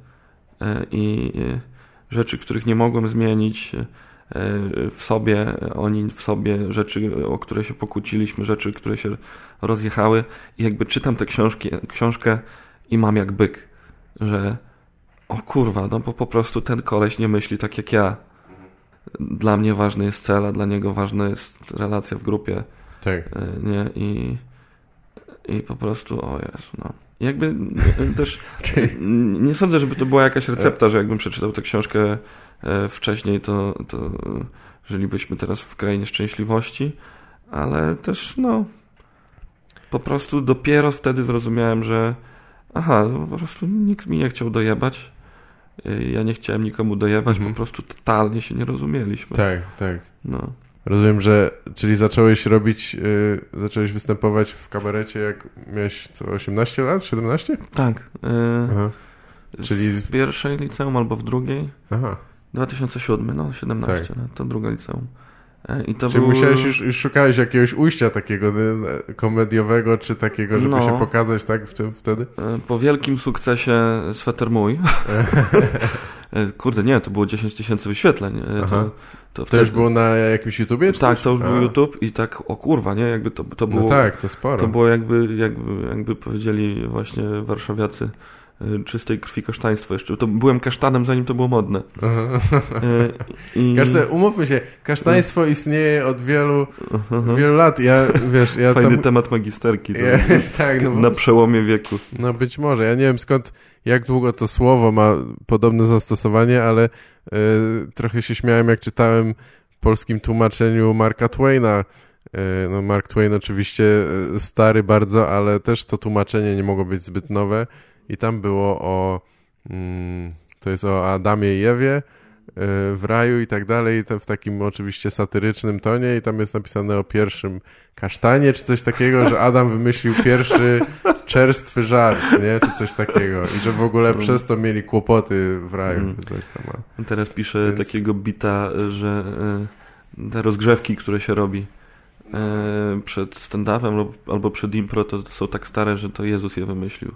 I rzeczy, których nie mogłem zmienić w sobie, oni w sobie, rzeczy, o które się pokłóciliśmy, rzeczy, które się rozjechały i jakby czytam tę książkę i mam jak byk, że o kurwa, no bo po prostu ten koleś nie myśli tak jak ja. Dla mnie ważny jest cel, a dla niego ważna jest relacja w grupie. Tak. Nie? I po prostu, o Jezu, no. Jakby też nie sądzę, żeby to była jakaś recepta, że jakbym przeczytał tę książkę wcześniej, to żylibyśmy teraz w krainie szczęśliwości, ale też no po prostu dopiero wtedy zrozumiałem, że no, po prostu nikt mi nie chciał dojebać, ja nie chciałem nikomu dojebać, po prostu totalnie się nie rozumieliśmy. Tak. No. Rozumiem, czyli zacząłeś występować w kabarecie jak miałeś 18 lat, 17? Tak. Czyli w pierwszej liceum albo w drugiej. 2007, no 17 lat, to druga liceum. Czyli musiałeś już szukałeś jakiegoś ujścia takiego komediowego, czy takiego, żeby się pokazać tak wtedy? Po wielkim sukcesie Sweter mój. Kurde, nie, to było 10 000 wyświetleń. To wtedy... już było na jakimś YouTubie? Czy tak, coś? To już był YouTube i tak, o kurwa, nie, jakby to było... No tak, to sporo. To było jakby powiedzieli właśnie warszawiacy, czystej krwi kasztaństwo jeszcze. To byłem kasztanem, zanim to było modne. Umówmy się, kasztaństwo istnieje od wielu lat. Fajny temat magisterki. Tak, na przełomie wieków. No być może. Ja nie wiem skąd, jak długo to słowo ma podobne zastosowanie, ale trochę się śmiałem, jak czytałem w polskim tłumaczeniu Marka Twaina. No Mark Twain oczywiście stary bardzo, ale też to tłumaczenie nie mogło być zbyt nowe i tam było to jest o Adamie i Ewie w raju i tak dalej, to w takim oczywiście satyrycznym tonie i tam jest napisane o pierwszym kasztanie, czy coś takiego, że Adam wymyślił pierwszy czerstwy żart, nie? Czy coś takiego i że w ogóle przez to mieli kłopoty w raju. Coś tam. Teraz piszę takiego bita, że te rozgrzewki, które się robi przed stand-upem albo przed impro, to są tak stare, że to Jezus je wymyślił.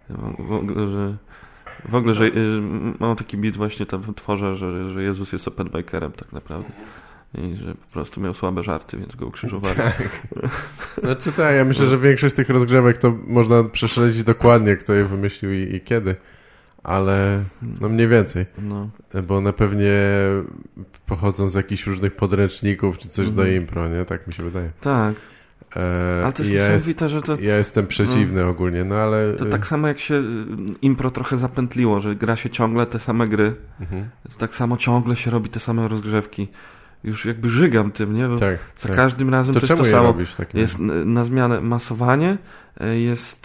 W ogóle, że mam taki beat właśnie tam tworzę, że Jezus jest openbikerem tak naprawdę. I że po prostu miał słabe żarty, więc go ukrzyżowali. Tak. Znaczy tak, ja myślę, że większość tych rozgrzewek to można prześledzić dokładnie, kto je wymyślił i kiedy. Ale no mniej więcej. No. Bo one pewnie pochodzą z jakichś różnych podręczników czy coś do impro, nie? Tak mi się wydaje. Tak. Ale to jest niesamowite, że to... Ja jestem przeciwny ogólnie, no ale... To tak samo jak się impro trochę zapętliło, że gra się ciągle te same gry. To tak samo ciągle się robi te same rozgrzewki. Już jakby żygam tym, nie? Bo tak, za każdym razem to jest to samo. Robisz, tak jest na zmianę masowanie, jest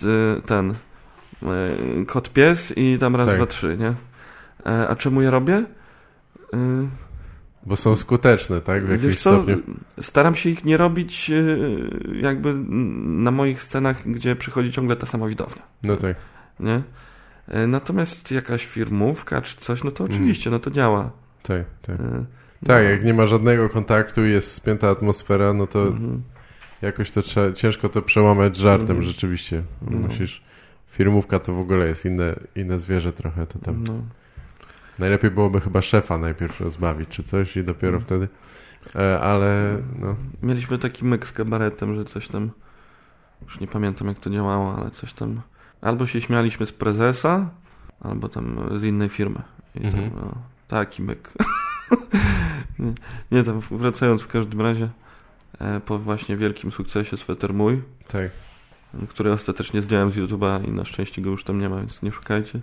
kot pies i tam raz, dwa, trzy, nie? A czemu je robię? Bo są skuteczne, tak? W jakimś stopniu. Staram się ich nie robić jakby na moich scenach, gdzie przychodzi ciągle ta sama widownia. No tak. Nie? Natomiast jakaś firmówka czy coś, no to oczywiście, no to działa. Tak, tak. Tak, jak nie ma żadnego kontaktu i jest spięta atmosfera, no to jakoś to ciężko to przełamać żartem rzeczywiście. Musisz... Firmówka to w ogóle jest inne zwierzę trochę, to tam... Najlepiej byłoby chyba szefa najpierw rozbawić, czy coś i dopiero wtedy, ale no... Mieliśmy taki myk z kabaretem, że coś tam, już nie pamiętam jak to działało, ale coś tam, albo się śmialiśmy z prezesa, albo tam z innej firmy. I tam, taki myk. nie, tam wracając w każdym razie, po właśnie wielkim sukcesie Sweter Mój, tak. który ostatecznie zdjąłem z YouTube'a i na szczęście go już tam nie ma, więc nie szukajcie.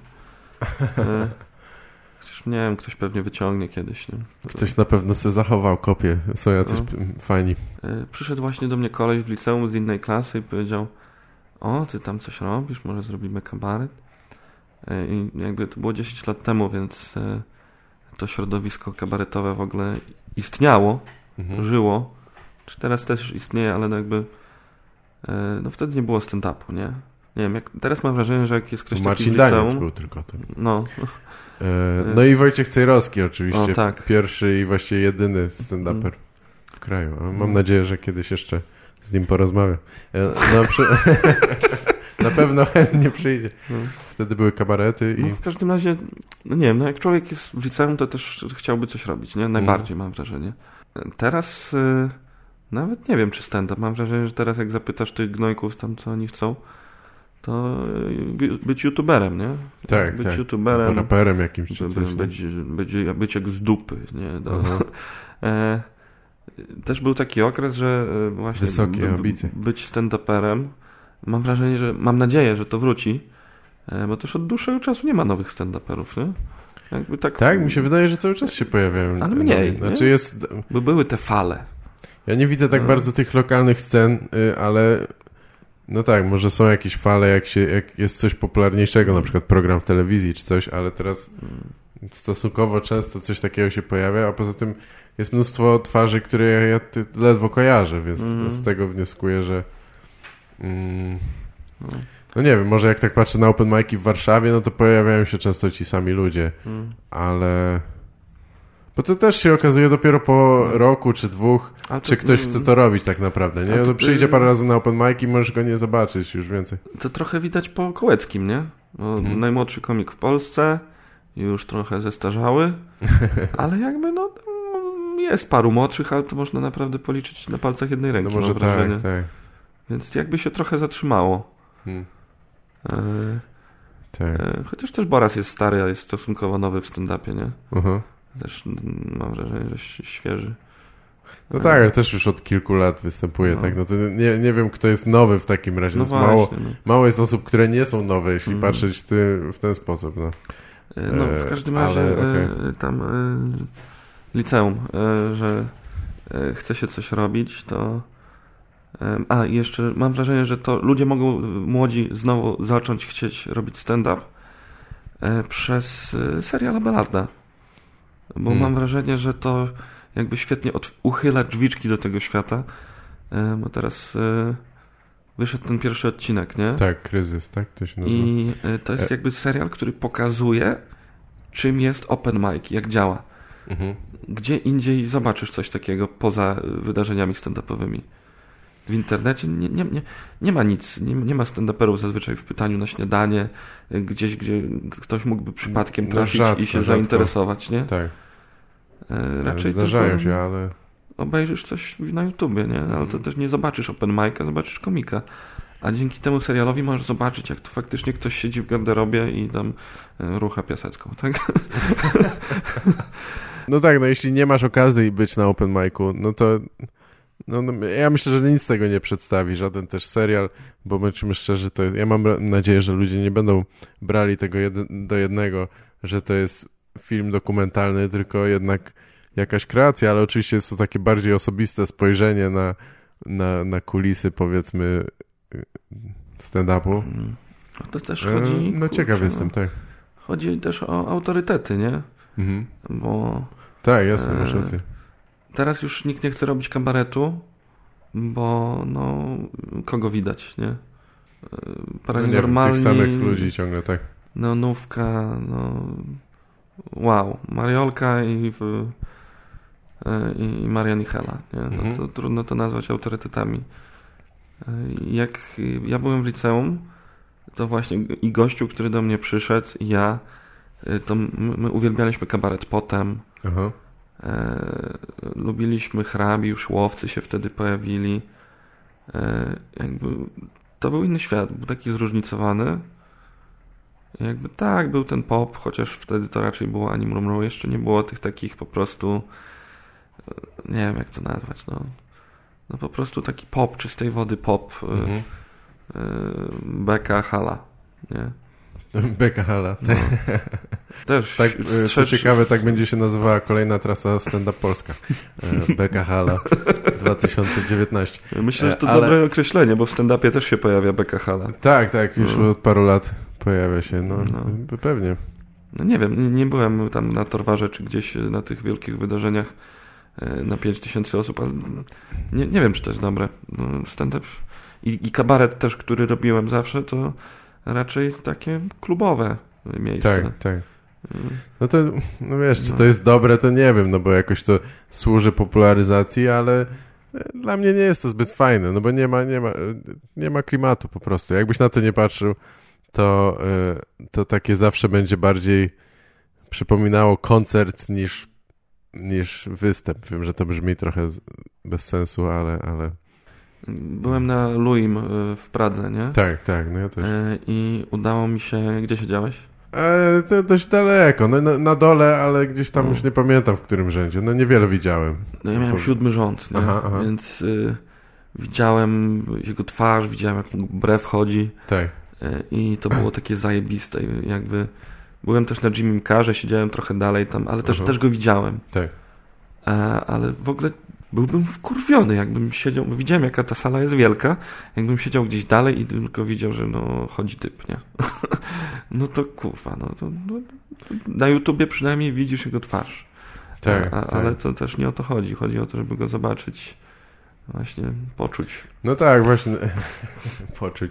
Chociaż nie wiem, ktoś pewnie wyciągnie kiedyś. Nie? Ktoś na pewno sobie zachował kopię. Są jacyś fajni. Przyszedł właśnie do mnie koleś w liceum z innej klasy i powiedział: o, ty tam coś robisz, może zrobimy kabaret? I jakby to było 10 lat temu, więc to środowisko kabaretowe w ogóle istniało, żyło. Czy teraz też istnieje, ale no jakby no wtedy nie było stand-upu, nie? Nie wiem, teraz mam wrażenie, że jak jest ktoś taki w liceum... Marcin Daniec był tylko tym. No. No i Wojciech Cejrowski oczywiście. O, tak. Pierwszy i właściwie jedyny stand-uper w kraju. Mam nadzieję, że kiedyś jeszcze z nim porozmawiam. Na pewno chętnie przyjdzie. Wtedy były kabarety i... No w każdym razie, no nie wiem, no jak człowiek jest w liceum, to też chciałby coś robić, nie? Najbardziej mam wrażenie. Teraz... Nawet nie wiem, czy stand-up. Mam wrażenie, że teraz jak zapytasz tych gnojków tam, co oni chcą, to być youtuberem, nie? Tak, być tak. youtuberem. Albo raperem jakimś czy coś. Być jak z dupy, nie? Też był taki okres, że właśnie wysokie ambicje. Być stand-uperem. Mam nadzieję, że to wróci, bo też od dłuższego czasu nie ma nowych stand-uperów, nie? Jakby tak, mi się wydaje, że cały czas się pojawiają. Ale mniej, znaczy jest... Bo były te fale. Ja nie widzę tak bardzo tych lokalnych scen, ale no tak, może są jakieś fale, jak jest coś popularniejszego, na przykład program w telewizji czy coś, ale teraz stosunkowo często coś takiego się pojawia, a poza tym jest mnóstwo twarzy, które ja ledwo kojarzę, więc z tego wnioskuję, że no nie wiem, może jak tak patrzę na open mic'i w Warszawie, no to pojawiają się często ci sami ludzie, ale... Bo to też się okazuje dopiero po roku czy dwóch, czy ktoś chce to robić tak naprawdę, nie? To przyjdzie parę razy na open mic i możesz go nie zobaczyć już więcej. To trochę widać po Kołeckim, nie? Najmłodszy komik w Polsce, już trochę zestarzały, ale jakby no jest paru młodszych, ale to można naprawdę policzyć na palcach jednej ręki. No może tak. Więc jakby się trochę zatrzymało. Tak. Chociaż też Boras jest stary, a jest stosunkowo nowy w stand-upie, nie? Też mam wrażenie, że świeży. No tak, ale też już od kilku lat występuje, tak? No to nie wiem, kto jest nowy w takim razie. No właśnie, mało jest osób, które nie są nowe, jeśli patrzeć w ten sposób, no. No, w każdym razie tam liceum, że chce się coś robić, to i jeszcze mam wrażenie, że to ludzie mogą, młodzi, znowu zacząć chcieć robić stand-up przez serial Abelarda. Bo mam wrażenie, że to jakby świetnie uchyla drzwiczki do tego świata, bo teraz wyszedł ten pierwszy odcinek, nie? Tak, Kryzys, tak to się nazywa. I to jest jakby serial, który pokazuje, czym jest open mic, jak działa. Gdzie indziej zobaczysz coś takiego poza wydarzeniami stand-upowymi. W internecie nie ma nic, nie ma stand-uperów zazwyczaj w pytaniu na śniadanie, gdzieś, gdzie ktoś mógłby przypadkiem trafić i się zainteresować, nie? Tak. Raczej zdarzają się, ale... Obejrzysz coś na YouTubie, nie? Ale to też nie zobaczysz open mic'a, zobaczysz komika. A dzięki temu serialowi możesz zobaczyć, jak to faktycznie ktoś siedzi w garderobie i tam rucha piasecką, tak? No tak, no jeśli nie masz okazji być na open mic'u, no to ja myślę, że nic tego nie przedstawi, żaden też serial, bo bądźmy szczerzy, to jest, ja mam nadzieję, że ludzie nie będą brali tego do jednego, że to jest film dokumentalny, tylko jednak jakaś kreacja, ale oczywiście jest to takie bardziej osobiste spojrzenie na kulisy, powiedzmy, stand-upu. To też chodzi... No ciekaw jestem, tak. Chodzi też o autorytety, nie? Bo... Tak, jasne, masz rację. Teraz już nikt nie chce robić kabaretu, bo kogo widać, nie? Paranormalni... Tych samych ludzi ciągle, tak. Nówka, wow. Mariolka i Maria Nichela, nie? To trudno to nazwać autorytetami. Jak ja byłem w liceum, to właśnie i gościu, który do mnie przyszedł, i ja, to my uwielbialiśmy kabaret potem. Lubiliśmy hrabi, już łowcy się wtedy pojawili. Jakby to był inny świat, był taki zróżnicowany. Jakby tak, był ten pop, chociaż wtedy to raczej było Anim Rumru, jeszcze nie było tych takich po prostu, nie wiem jak to nazwać, no po prostu taki pop, czystej wody pop, Beka Hala, nie? Beka Hala. No. Też tak, co ciekawe, tak będzie się nazywała kolejna trasa Stand Up Polska. Beka Hala 2019. Myślę, że to dobre określenie, bo w stand-upie też się pojawia Beka Hala. Tak, już od paru lat pojawia się, pewnie. No nie wiem, nie byłem tam na Torwarze, czy gdzieś na tych wielkich wydarzeniach na 5000 osób, ale nie wiem, czy to jest dobre. Stand-up i kabaret też, który robiłem zawsze, to raczej takie klubowe miejsce. Tak. No to, wiesz, czy to jest dobre, to nie wiem, bo jakoś to służy popularyzacji, ale dla mnie nie jest to zbyt fajne, bo nie ma klimatu po prostu. Jakbyś na to nie patrzył, to takie zawsze będzie bardziej przypominało koncert niż występ. Wiem, że to brzmi trochę bez sensu, ale... Byłem na Luim w Pradze, nie? Tak, no ja też. I udało mi się... Gdzie siedziałeś? To dość daleko, na dole, ale gdzieś tam już nie pamiętam w którym rzędzie. Niewiele widziałem. Ja miałem 7 rząd, nie? Więc widziałem jego twarz, widziałem jak mu brew chodzi. Tak. I to było takie zajebiste. Jakby byłem też na Jimmy Carrze, siedziałem trochę dalej tam, ale też go widziałem. Tak. Ale w ogóle byłbym wkurwiony, jakbym siedział, bo widziałem jaka ta sala jest wielka, jakbym siedział gdzieś dalej i tylko widział, że chodzi typ, nie? No to kurwa, to na YouTubie przynajmniej widzisz jego twarz. Tak, ale to też nie o to chodzi. Chodzi o to, żeby go zobaczyć, właśnie poczuć. No tak, właśnie poczuć.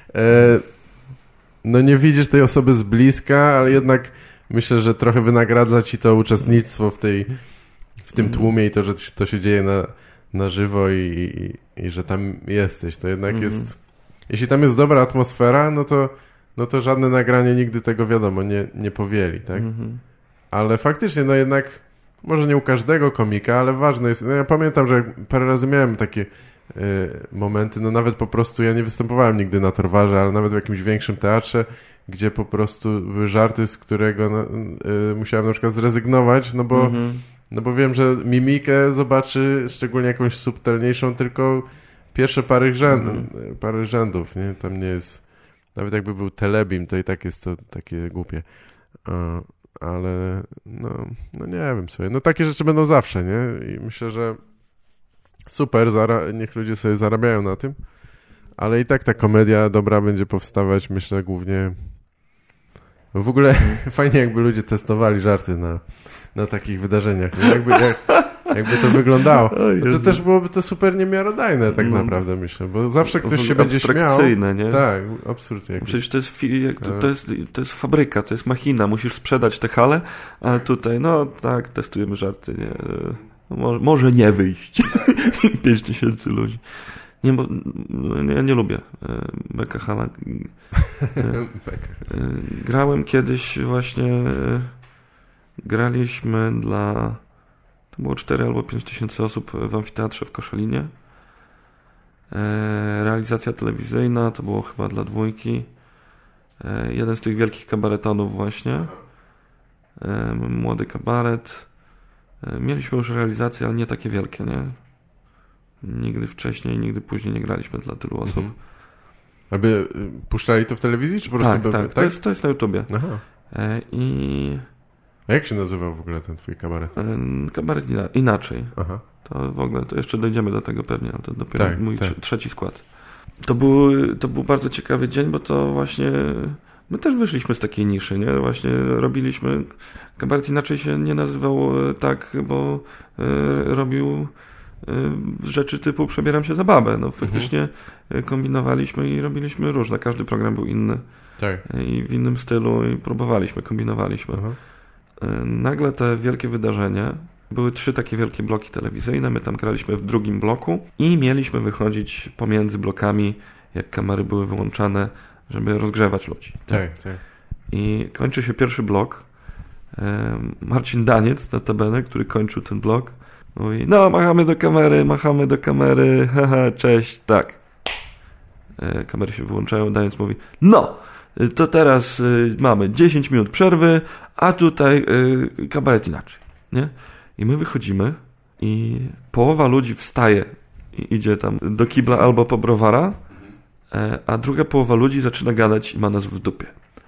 Nie widzisz tej osoby z bliska, ale jednak myślę, że trochę wynagradza ci to uczestnictwo w tym tłumie i to, że to się dzieje na żywo i że tam jesteś. To jednak jest... Jeśli tam jest dobra atmosfera, no to żadne nagranie nigdy tego, wiadomo, nie powieli, tak? Ale faktycznie, jednak może nie u każdego komika, ale ważne jest... ja pamiętam, że parę razy miałem takie momenty, nawet po prostu ja nie występowałem nigdy na Torwarze, ale nawet w jakimś większym teatrze gdzie po prostu były żarty, z którego musiałem na przykład zrezygnować, no bo wiem, że mimikę zobaczy, szczególnie jakąś subtelniejszą, tylko pierwsze parę rzędów, nie? Tam nie jest, nawet jakby był Telebim, to i tak jest to takie głupie. Ale no nie wiem sobie. No takie rzeczy będą zawsze, nie? I myślę, że super, niech ludzie sobie zarabiają na tym, ale i tak ta komedia dobra będzie powstawać, myślę, głównie... W ogóle fajnie, jakby ludzie testowali żarty na takich wydarzeniach. Nie? Jakby to wyglądało. No to też byłoby to super niemiarodajne, tak naprawdę, myślę, bo zawsze ktoś się będzie śmiał. Nie? Tak, absurdnie. Przecież to jest fabryka, to jest machina, musisz sprzedać te hale, a tutaj, no tak, testujemy żarty, nie? Może nie wyjść. 5000 ludzi. Nie, bo ja nie lubię Beka Hala. Grałem kiedyś właśnie, graliśmy to było 4 albo 5 tysięcy osób w amfiteatrze w Koszalinie. Realizacja telewizyjna, to było chyba dla 2. Jeden z tych wielkich kabaretonów właśnie. Młody kabaret. Mieliśmy już realizacje, ale nie takie wielkie, nie? Nigdy wcześniej, nigdy później nie graliśmy dla tylu osób. Aby puszczali to w telewizji, czy po prostu... Tak? To jest na YouTubie. Aha. A jak się nazywał w ogóle ten twój kabaret? Kabaret inaczej. Aha. To w ogóle, to jeszcze dojdziemy do tego pewnie, ale to dopiero mój trzeci skład. To był bardzo ciekawy dzień, bo to właśnie... My też wyszliśmy z takiej niszy, nie? Właśnie robiliśmy... Kabaret inaczej się nie nazywał tak, bo robił rzeczy typu przebieram się za babę. No faktycznie kombinowaliśmy i robiliśmy różne. Każdy program był inny. Tak. I w innym stylu i próbowaliśmy, kombinowaliśmy. Nagle te wielkie wydarzenia, były 3 takie wielkie bloki telewizyjne, my tam graliśmy w drugim bloku i mieliśmy wychodzić pomiędzy blokami, jak kamery były wyłączane, żeby rozgrzewać ludzi. Tak. I kończy się pierwszy blok. Marcin Daniec, notabene, który kończył ten blok, mówi, no machamy do kamery, haha, cześć, tak. Kamery się wyłączają, Daniec mówi, no, to teraz mamy 10 minut przerwy, a tutaj kabaret inaczej, nie? I my wychodzimy i połowa ludzi wstaje i idzie tam do kibla albo po browara, a druga połowa ludzi zaczyna gadać i ma nas w dupie.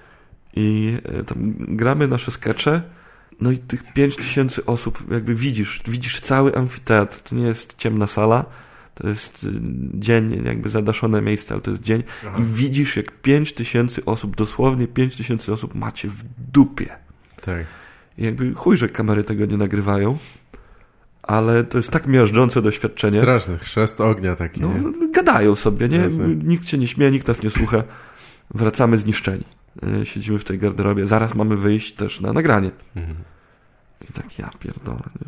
I tam gramy nasze skecze, no i tych 5000 osób jakby widzisz cały amfiteatr, to nie jest ciemna sala, to jest dzień, jakby zadaszone miejsce, ale to jest dzień. Aha. I widzisz, jak 5000 osób, dosłownie 5000 osób macie w dupie. Tak. I jakby chuj, że kamery tego nie nagrywają, ale to jest tak miażdżące doświadczenie. Straszny chrzest ognia taki, no, nie? Gadają sobie, nie? Jasne. Nikt się nie śmieje, nikt nas nie słucha. Wracamy zniszczeni. Siedzimy w tej garderobie. Zaraz mamy wyjść też na nagranie. I tak ja pierdolę, nie?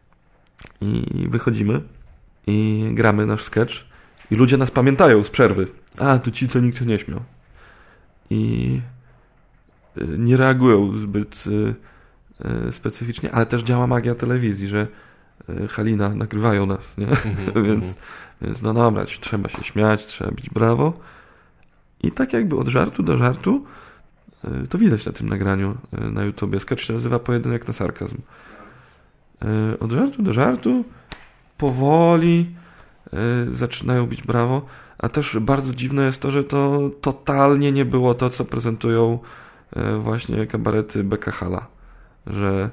I wychodzimy i gramy nasz sketch i ludzie nas pamiętają z przerwy. A, to ci, co nikt się nie śmiał. I nie reagują zbyt specyficznie, ale też działa magia telewizji, że Halina nagrywają nas, nie? Więc no dobra, trzeba się śmiać, trzeba bić brawo. I tak jakby od żartu do żartu to widać na tym nagraniu na YouTubie. Sketch się nazywa Pojedynek na sarkazm. Od żartu do żartu powoli zaczynają bić brawo, a też bardzo dziwne jest to, że to totalnie nie było to, co prezentują właśnie kabarety Beka Hala. Że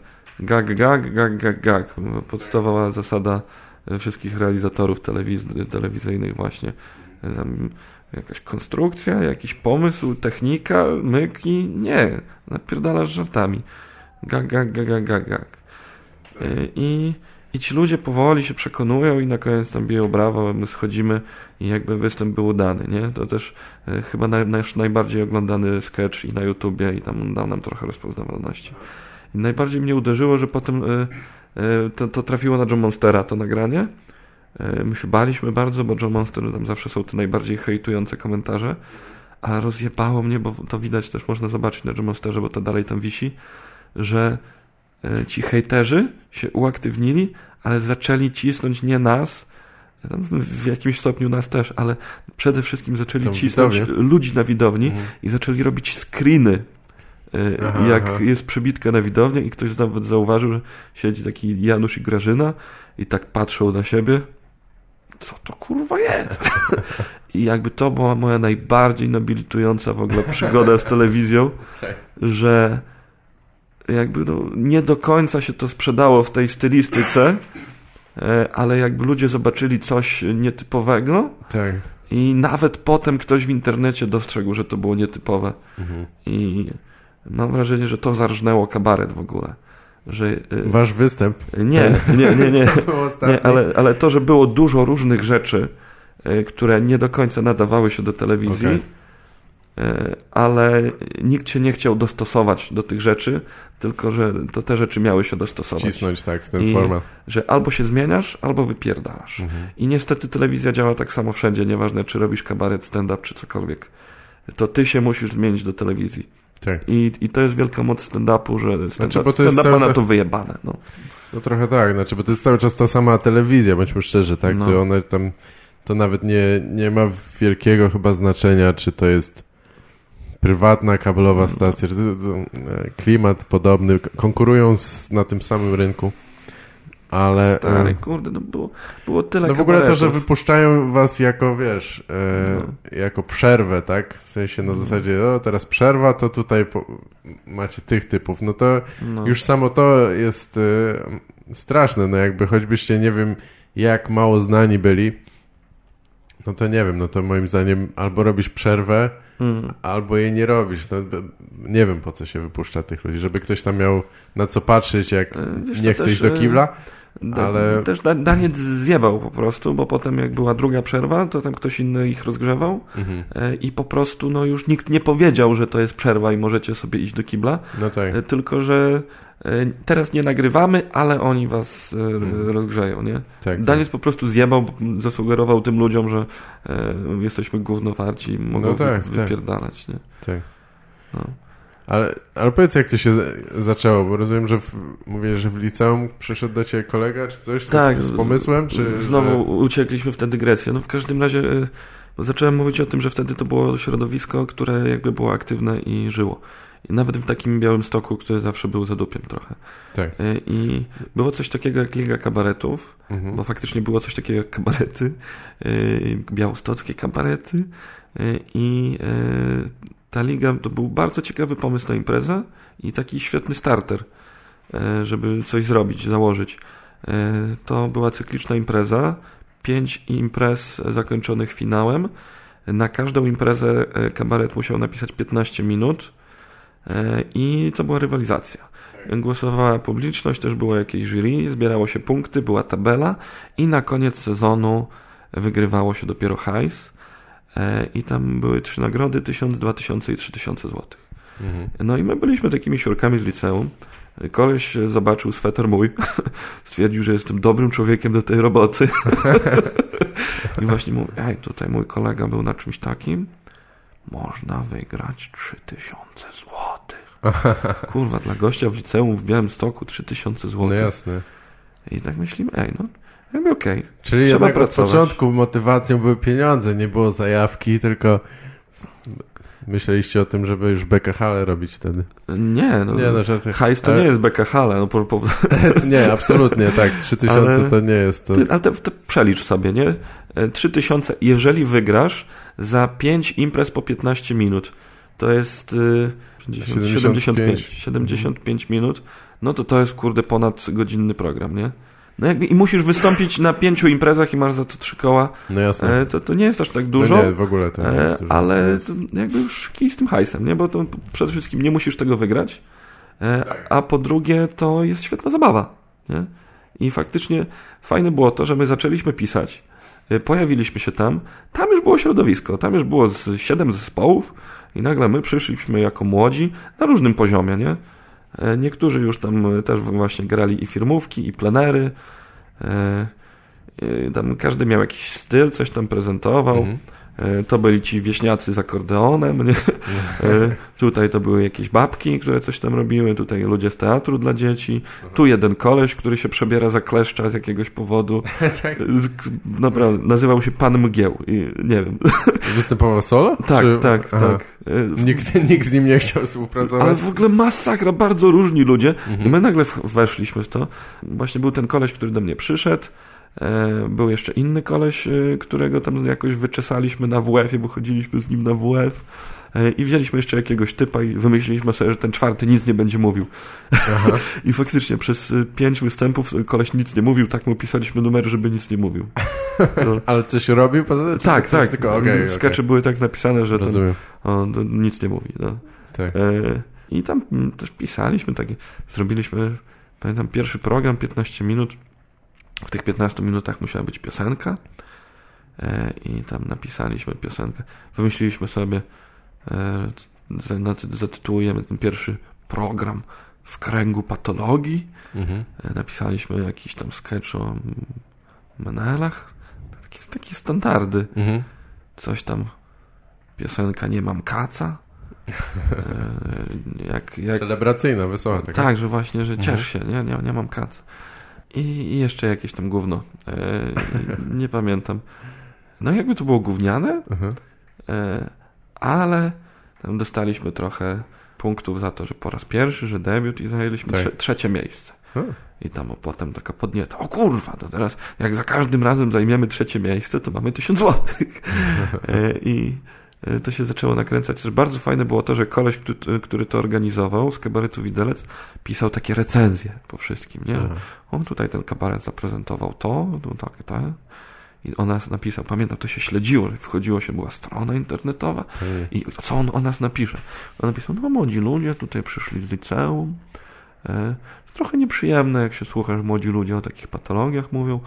gag. Podstawowa zasada wszystkich realizatorów telewizyjnych właśnie. Tam jakaś konstrukcja, jakiś pomysł, technika, myki. Nie. Napierdalasz żartami. Gag. I ci ludzie powoli się przekonują i na koniec tam biją brawo, my schodzimy i jakby występ był udany, nie? To też chyba nasz najbardziej oglądany sketch i na YouTubie i tam dał nam trochę rozpoznawalności. I najbardziej mnie uderzyło, że potem to trafiło na John Monstera, to nagranie. My się baliśmy bardzo, bo John Monster tam zawsze są te najbardziej hejtujące komentarze, a rozjebało mnie, bo to widać też, można zobaczyć na John Monsterze, bo to dalej tam wisi, że ci hejterzy się uaktywnili, ale zaczęli cisnąć nie nas, w jakimś stopniu nas też, ale przede wszystkim zaczęli cisnąć ludzi na widowni i zaczęli robić screeny, jak jest przebitka na widownię i ktoś nawet zauważył, że siedzi taki Janusz i Grażyna i tak patrzą na siebie. Co to kurwa jest? I jakby to była moja najbardziej nobilitująca w ogóle przygoda z telewizją, że jakby nie do końca się to sprzedało w tej stylistyce, ale jakby ludzie zobaczyli coś nietypowego i nawet potem ktoś w internecie dostrzegł, że to było nietypowe. I mam wrażenie, że to zarżnęło kabaret w ogóle. Że, wasz występ? Nie. Ale to, że było dużo różnych rzeczy, które nie do końca nadawały się do telewizji, ale nikt się nie chciał dostosować do tych rzeczy, tylko że to te rzeczy miały się dostosować. Cisnąć w ten format. Że albo się zmieniasz, albo wypierdalasz. I niestety telewizja działa tak samo wszędzie, nieważne czy robisz kabaret, stand-up, czy cokolwiek. To ty się musisz zmienić do telewizji. Tak. I to jest wielka moc stand-upu, że stand-up ma na to wyjebane. No trochę tak, bo to jest cały czas ta sama telewizja, bądźmy szczerzy, tak? To one tam, to nawet nie ma wielkiego chyba znaczenia, czy to jest prywatna, kablowa stacja, klimat podobny, konkurują na tym samym rynku. Ale stary, kurde, było tyle w ogóle to, że wypuszczają was jako, jako przerwę, tak? W sensie na zasadzie, teraz przerwa, to tutaj macie tych typów. No to już samo to jest straszne. No jakby choćbyście nie wiem jak mało znani byli, no to nie wiem, no to moim zdaniem albo robisz przerwę, albo jej nie robisz. No, nie wiem po co się wypuszcza tych ludzi, żeby ktoś tam miał na co patrzeć, jak nie chce iść do kibla. Ale też Daniec zjebał po prostu, bo potem jak była druga przerwa, to tam ktoś inny ich rozgrzewał i po prostu już nikt nie powiedział, że to jest przerwa i możecie sobie iść do kibla, tylko że teraz nie nagrywamy, ale oni was rozgrzeją, nie? Daniec po prostu zjebał, zasugerował tym ludziom, że jesteśmy gównowarci i mogą wypierdalać, nie? Tak. Ale powiedz, jak to się zaczęło, bo rozumiem, że mówisz, że w liceum przyszedł do ciebie kolega, czy coś z pomysłem? Czy znowu uciekliśmy w tę dygresję. W każdym razie zacząłem mówić o tym, że wtedy to było środowisko, które jakby było aktywne i żyło. I nawet w takim Białymstoku, który zawsze był zadupiem trochę. Tak. I było coś takiego jak Liga Kabaretów, bo faktycznie było coś takiego jak kabarety, białostockie kabarety i ta liga to był bardzo ciekawy pomysł na imprezę i taki świetny starter, żeby coś zrobić, założyć. To była cykliczna impreza, 5 imprez zakończonych finałem. Na każdą imprezę kabaret musiał napisać 15 minut i to była rywalizacja. Głosowała publiczność, też było jakieś jury, zbierało się punkty, była tabela i na koniec sezonu wygrywało się dopiero hajs. I tam były 3 nagrody, 1000, 2000 i 3000 złotych. No i my byliśmy takimi siurkami z liceum. Koleś zobaczył sweter mój, stwierdził, że jestem dobrym człowiekiem do tej roboty. I właśnie mówił, tutaj mój kolega był na czymś takim, można wygrać 3000 złotych. Kurwa, dla gościa w liceum w Białymstoku 3000 złotych. No jasne. I tak myślimy, jakby okej. Czyli jednak od początku motywacją były pieniądze, nie było zajawki, tylko myśleliście o tym, żeby już Becka Halle robić wtedy. Nie, hajs to nie jest Becka Halle. Nie, absolutnie, tak. 3000 to nie jest to. Ale to przelicz sobie, nie? 3000, jeżeli wygrasz za 5 imprez po 15 minut, to jest 75 minut, no to jest ponad godzinny program, nie? No jakby i musisz wystąpić na 5 imprezach i masz za to 3 koła. No jasne. To nie jest aż tak dużo. No nie, w ogóle to nie jest dużo. Ale to jakby już kij z tym hajsem, nie? Bo to przede wszystkim nie musisz tego wygrać, a po drugie to jest świetna zabawa, nie? I faktycznie fajne było to, że my zaczęliśmy pisać, pojawiliśmy się tam już było środowisko, tam już było 7 zespołów i nagle my przyszliśmy jako młodzi na różnym poziomie, nie? Niektórzy już tam też właśnie grali i firmówki, i plenery. Tam każdy miał jakiś styl, coś tam prezentował. To byli ci wieśniacy z akordeonem, nie? Tutaj to były jakieś babki, które coś tam robiły, tutaj ludzie z teatru dla dzieci, tu jeden koleś, który się przebiera za kleszcza z jakiegoś powodu. Tak. Naprawdę, nazywał się Pan Mgieł i nie wiem. Występował solo? Tak, czy... tak. Nikt z nim nie chciał współpracować? Ale w ogóle masakra, bardzo różni ludzie. I my nagle weszliśmy w to. Właśnie był ten koleś, który do mnie przyszedł. Był jeszcze inny koleś, którego tam jakoś wyczesaliśmy na WF-ie, bo chodziliśmy z nim na WF i wzięliśmy jeszcze jakiegoś typa i wymyśliliśmy sobie, że ten czwarty nic nie będzie mówił. I faktycznie przez 5 występów koleś nic nie mówił, tak mu pisaliśmy numery, żeby nic nie mówił. No. Ale coś robił poza tym? Tak. Tylko, skacze były tak napisane, że on nic nie mówi. No. Tak. I tam też pisaliśmy, zrobiliśmy, pamiętam, pierwszy program, 15 minut. W tych 15 minutach musiała być piosenka i tam napisaliśmy piosenkę. Wymyśliliśmy sobie, zatytułujemy ten pierwszy program W kręgu patologii. Napisaliśmy jakiś tam sketch o Menelach. Takie standardy. Coś tam, piosenka Nie mam kaca. Celebracyjna, wesoła. Tak, że właśnie, że ciesz się, nie mam kaca. I jeszcze jakieś tam gówno. Nie pamiętam. No jakby to było gówniane, ale tam dostaliśmy trochę punktów za to, że po raz pierwszy, że debiut i zajęliśmy trzecie miejsce. I tam potem taka podnieta. O kurwa, to teraz jak za każdym razem zajmiemy trzecie miejsce, to mamy 1000 złotych. I to się zaczęło nakręcać. Też bardzo fajne było to, że koleś, który to organizował z kabaretu Widelec, pisał takie recenzje po wszystkim, nie? Że on tutaj ten kabaret zaprezentował takie. I on nas napisał, pamiętam, to się śledziło, wchodziło się, była strona internetowa i co on o nas napisze? On napisał, młodzi ludzie tutaj przyszli z liceum, trochę nieprzyjemne, jak się słuchasz, młodzi ludzie o takich patologiach mówią,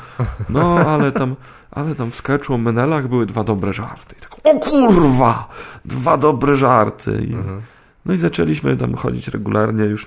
ale tam w sketchu o Menelach były 2 dobre żarty. I tak, o kurwa! 2 dobre żarty. No i zaczęliśmy tam chodzić regularnie, już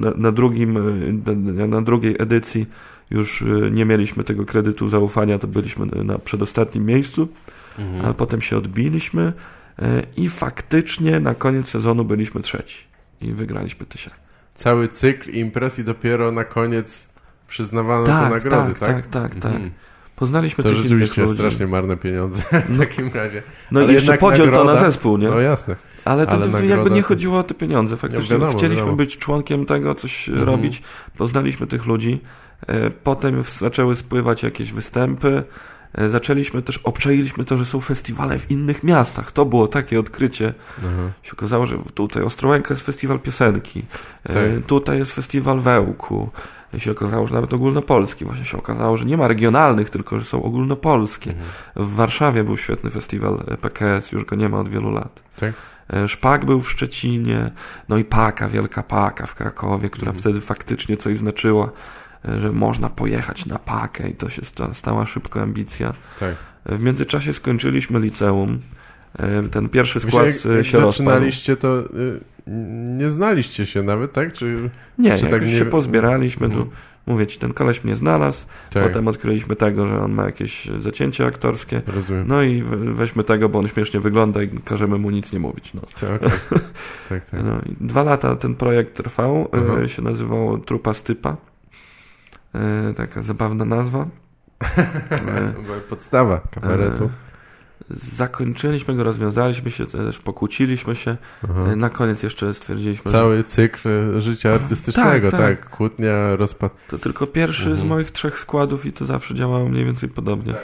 na drugiej edycji już nie mieliśmy tego kredytu zaufania, to byliśmy na przedostatnim miejscu, ale potem się odbiliśmy i faktycznie na koniec sezonu byliśmy 3 i wygraliśmy tysiak. Cały cykl imprez i dopiero na koniec przyznawano te nagrody, tak? Tak. Poznaliśmy to rzeczywiście strasznie marne pieniądze w takim razie. No i jeszcze podziel nagroda, to na zespół, nie? No jasne. Ale to nagroda, jakby nie chodziło o te pieniądze. Faktycznie chcieliśmy być członkiem tego, coś robić. Poznaliśmy tych ludzi. Potem zaczęły spływać jakieś występy. Obczailiśmy to, że są festiwale w innych miastach. To było takie odkrycie. Się okazało, że tutaj Ostrołęka jest festiwal piosenki. Tutaj jest festiwal Wełku. I się okazało, że nawet ogólnopolski. Właśnie się okazało, że nie ma regionalnych, tylko że są ogólnopolskie. W Warszawie był świetny festiwal PKS, już go nie ma od wielu lat. Szpak był w Szczecinie, no i Paka, Wielka Paka w Krakowie, która wtedy faktycznie coś znaczyła, że można pojechać na Pakę i to się stała szybko ambicja. W międzyczasie skończyliśmy liceum. Ten pierwszy skład jak się rozpadł. Zaczynaliście to... Nie znaliście się nawet, tak? Nie, jakoś się pozbieraliśmy. Tu, mówię ci, ten koleś mnie znalazł, potem odkryliśmy tego, że on ma jakieś zacięcie aktorskie. Rozumiem. No i weźmy tego, bo on śmiesznie wygląda i każemy mu nic nie mówić. Tak. No, i 2 lata ten projekt trwał, się nazywało Trupa Stypa. Taka zabawna nazwa. Podstawa kabaretu. Zakończyliśmy go, rozwiązaliśmy się, też pokłóciliśmy się. Na koniec jeszcze stwierdziliśmy... Cały cykl życia artystycznego, tak. Kłótnia, rozpad. To tylko pierwszy z moich 3 składów i to zawsze działało mniej więcej podobnie.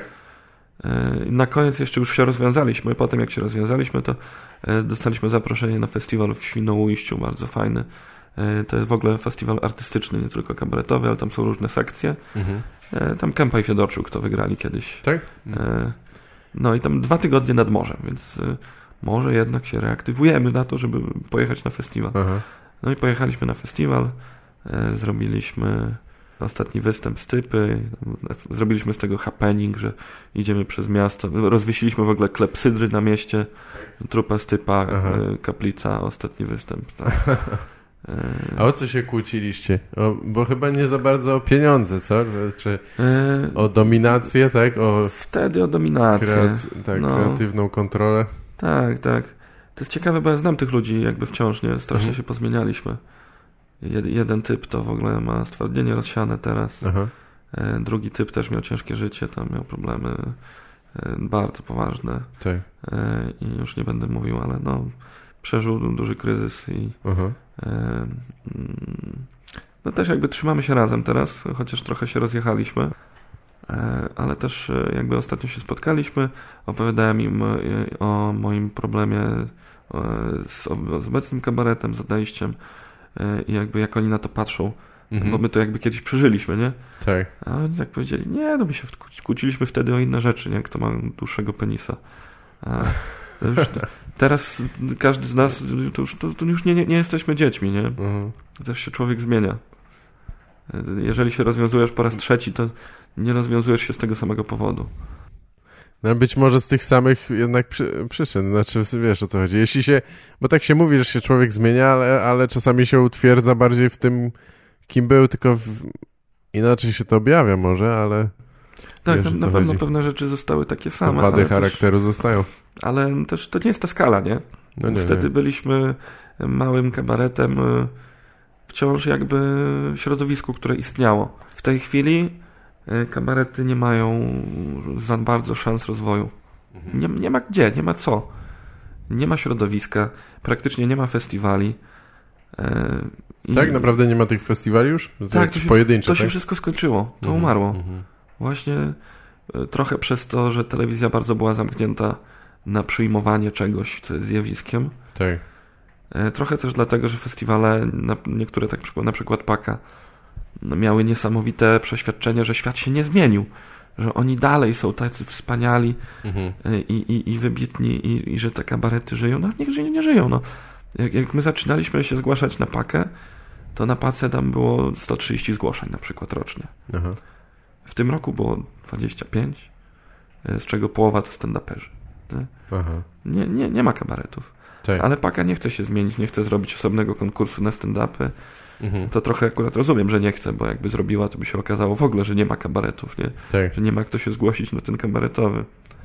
Na koniec jeszcze już się rozwiązaliśmy. Potem jak się rozwiązaliśmy, to dostaliśmy zaproszenie na festiwal w Świnoujściu, bardzo fajny. To jest w ogóle festiwal artystyczny, nie tylko kabaretowy, ale tam są różne sekcje. Tam Kępa i Fiedorczuk to wygrali kiedyś. Tak? No i tam 2 tygodnie nad morzem, więc może jednak się reaktywujemy na to, żeby pojechać na festiwal. No i pojechaliśmy na festiwal, zrobiliśmy ostatni występ Stypy, zrobiliśmy z tego happening, że idziemy przez miasto, rozwiesiliśmy w ogóle klepsydry na mieście, Trupa Stypa, kaplica, ostatni występ. Tak. A o co się kłóciliście? Bo chyba nie za bardzo o pieniądze, co? Czy o dominację, tak? Wtedy o dominację. Kreatywną kontrolę. Tak. To jest ciekawe, bo ja znam tych ludzi jakby wciąż, nie? Strasznie się pozmienialiśmy. Jeden typ to w ogóle ma stwardnienie rozsiane teraz. Drugi typ też miał ciężkie życie, tam miał problemy bardzo poważne. Tak. I już nie będę mówił, ale no przeżył duży kryzys i no też jakby trzymamy się razem teraz, chociaż trochę się rozjechaliśmy, ale też jakby ostatnio się spotkaliśmy, opowiadałem im o moim problemie z obecnym kabaretem, z odejściem i jakby jak oni na to patrzą, bo my to jakby kiedyś przeżyliśmy, nie? Tak. A oni tak powiedzieli, nie, no my się kłóciliśmy wtedy o inne rzeczy, nie? Kto ma dłuższego penisa. Teraz każdy z nas, to już nie jesteśmy dziećmi, nie? Też się człowiek zmienia. Jeżeli się rozwiązujesz po raz trzeci, to nie rozwiązujesz się z tego samego powodu. No być może z tych samych jednak przyczyn. Znaczy, wiesz o co chodzi. Jeśli się, bo tak się mówi, że się człowiek zmienia, ale czasami się utwierdza bardziej w tym, kim był, tylko inaczej się to objawia może, ale... Tak, wiesz, na pewno pewne rzeczy zostały takie same. Wady charakteru zostają. Ale też to nie jest ta skala, nie? No nie, Wtedy byliśmy małym kabaretem wciąż jakby środowisku, które istniało. W tej chwili kabarety nie mają za bardzo szans rozwoju. Nie ma gdzie, nie ma co. Nie ma środowiska, praktycznie nie ma festiwali. Tak? Naprawdę nie ma tych festiwali już? Tak, pojedyncze, to się wszystko skończyło. To umarło. Właśnie trochę przez to, że telewizja bardzo była zamknięta na przyjmowanie czegoś, co jest zjawiskiem. Tak. Trochę też dlatego, że festiwale, niektóre tak na przykład Paka, miały niesamowite przeświadczenie, że świat się nie zmienił, że oni dalej są tacy wspaniali i wybitni i że te kabarety żyją. No niech nie żyją. No. Jak my zaczynaliśmy się zgłaszać na Pakę, to na Pace tam było 130 zgłoszeń na przykład rocznie. Aha. W tym roku było 25, z czego połowa to stand-uperzy. Nie ma kabaretów. Tak. Ale Paka nie chce się zmienić, nie chce zrobić osobnego konkursu na stand-upy. To trochę akurat rozumiem, że nie chce, bo jakby zrobiła, to by się okazało w ogóle, że nie ma kabaretów, nie? Tak. Że nie ma kto się zgłosić na ten kabaretowy.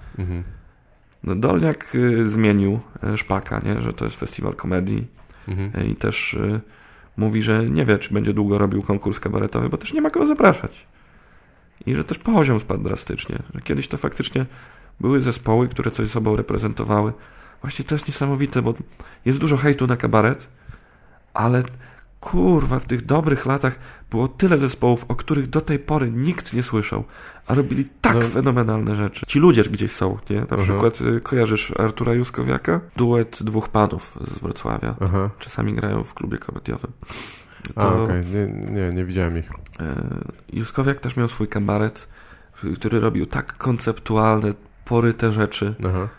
No, Dolniak zmienił Szpaka, nie? Że to jest festiwal komedii i też mówi, że nie wie, czy będzie długo robił konkurs kabaretowy, bo też nie ma kogo zapraszać. I że też poziom spadł drastycznie. Że kiedyś to faktycznie były zespoły, które coś sobą reprezentowały. Właśnie to jest niesamowite, bo jest dużo hejtu na kabaret, ale kurwa, w tych dobrych latach było tyle zespołów, o których do tej pory nikt nie słyszał, a robili tak fenomenalne rzeczy. Ci ludzie gdzieś są, nie? Na przykład kojarzysz Artura Juskowiaka? Duet dwóch panów z Wrocławia. Czasami grają w klubie komediowym. Okej. Nie widziałem ich. Juskowiak też miał swój kabaret, który robił tak konceptualne, poryte rzeczy.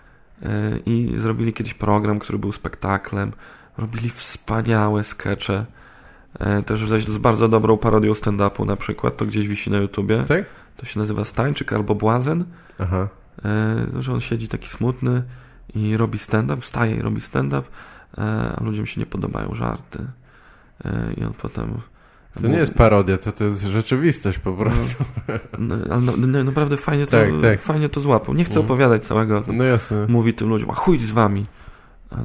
I zrobili kiedyś program, który był spektaklem. Robili wspaniałe skecze. Też z bardzo dobrą parodią stand-upu na przykład. To gdzieś wisi na YouTubie. Tak? To się nazywa Stańczyk albo Błazen. Że on siedzi taki smutny i robi stand-up, wstaje i robi stand-up, a ludziom się nie podobają żarty. I on potem... To nie jest parodia, to jest rzeczywistość po prostu. Ale naprawdę fajnie fajnie to złapał. Nie chcę opowiadać całego. No jasne. Mówi tym ludziom, a chuj z wami. A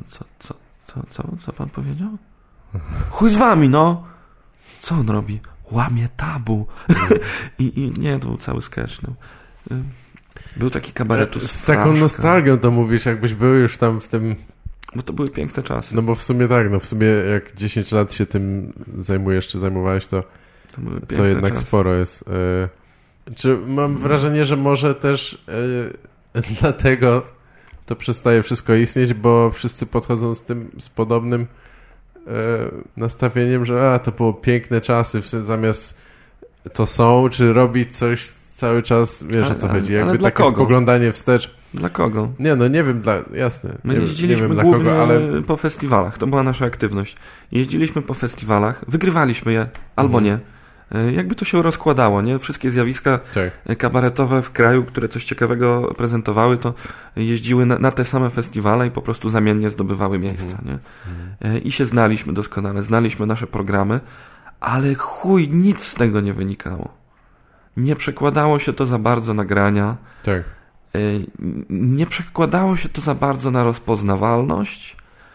co pan powiedział? Chuj z wami, no! Co on robi? Łamie tabu. I nie, to był cały sketch. No. Był taki kabaretu z taką nostalgią to mówisz, jakbyś był już tam w tym... Bo to były piękne czasy. No bo w sumie tak, w sumie jak 10 lat się tym zajmujesz, czy zajmowałeś, to jednak czasy. Sporo jest. Czy mam wrażenie, że może też dlatego to przestaje wszystko istnieć, bo wszyscy podchodzą z podobnym nastawieniem, że to było piękne czasy, zamiast to są, czy robić coś cały czas, wiesz o co chodzi, jakby takie kogo? Spoglądanie wstecz. Dla kogo? Nie wiem, jasne. My jeździliśmy nie wiem, głównie dla kogo, ale... po festiwalach, to była nasza aktywność. Jeździliśmy po festiwalach, wygrywaliśmy je, albo nie. Jakby to się rozkładało, nie? Wszystkie zjawiska kabaretowe w kraju, które coś ciekawego prezentowały, to jeździły na te same festiwale i po prostu zamiennie zdobywały miejsca, nie? I się znaliśmy doskonale, znaliśmy nasze programy, ale chuj, nic z tego nie wynikało. Nie przekładało się to za bardzo na grania. Tak. nie przekładało się to za bardzo na rozpoznawalność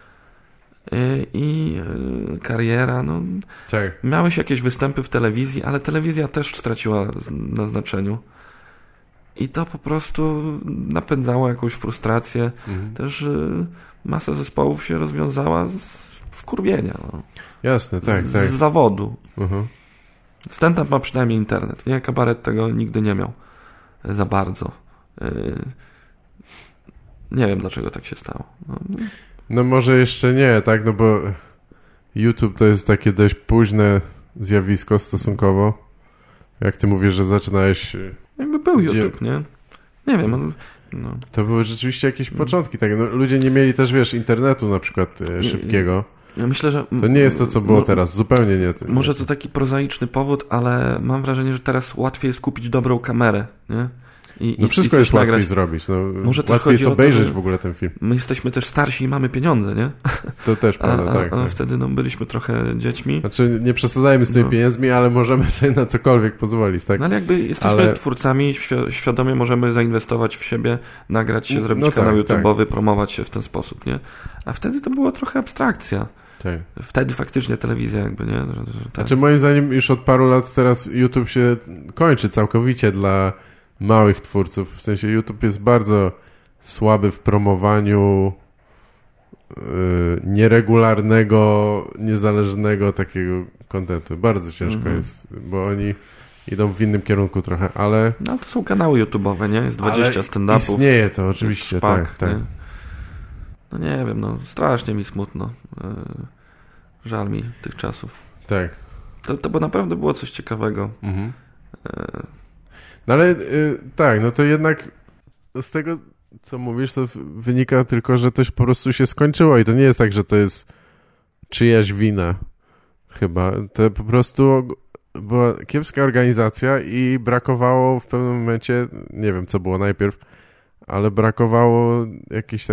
i kariera. No, tak. Miałeś jakieś występy w telewizji, ale telewizja też straciła na znaczeniu. I to po prostu napędzało jakąś frustrację. Też masa zespołów się rozwiązała z wkurwienia. No. Jasne, tak. Z zawodu. Stand-up ma przynajmniej internet. Nie? Kabaret tego nigdy nie miał za bardzo. Nie wiem, dlaczego tak się stało. No może jeszcze nie, tak? No bo YouTube to jest takie dość późne zjawisko stosunkowo. Jak ty mówisz, że zaczynałeś... Jakby był YouTube, nie? Nie wiem. No. To były rzeczywiście jakieś początki. Tak? No, ludzie nie mieli też, wiesz, internetu na przykład szybkiego. Ja myślę, że... To nie jest to, co było teraz. Zupełnie nie. Może to taki prozaiczny powód, ale mam wrażenie, że teraz łatwiej jest kupić dobrą kamerę, nie? Wszystko jest łatwiej zrobić. No, może łatwiej jest obejrzeć w ogóle ten film. My jesteśmy też starsi i mamy pieniądze, nie? To też prawda, tak. A wtedy byliśmy trochę dziećmi. Znaczy nie przesadzajmy z tymi pieniędzmi, ale możemy sobie na cokolwiek pozwolić, tak? No ale jakby jesteśmy twórcami, świadomie możemy zainwestować w siebie, nagrać się, zrobić kanał YouTube'owy, promować się w ten sposób, nie? A wtedy to była trochę abstrakcja. Tak. Wtedy faktycznie telewizja jakby, nie? Tak. Znaczy moim zdaniem już od paru lat teraz YouTube się kończy całkowicie dla małych twórców. W sensie YouTube jest bardzo słaby w promowaniu nieregularnego, niezależnego takiego kontentu. Bardzo ciężko jest, bo oni idą w innym kierunku trochę, ale... No to są kanały YouTube'owe, nie? Jest 20 stand-upów. Istnieje to oczywiście, tak. No nie wiem, strasznie mi smutno. Żal mi tych czasów. Tak. To bo naprawdę było coś ciekawego. No ale tak, no to jednak z tego, co mówisz, to wynika tylko, że to po prostu się skończyło i to nie jest tak, że to jest czyjaś wina chyba. To po prostu była kiepska organizacja i brakowało w pewnym momencie, nie wiem co było najpierw, ale brakowało jakiejś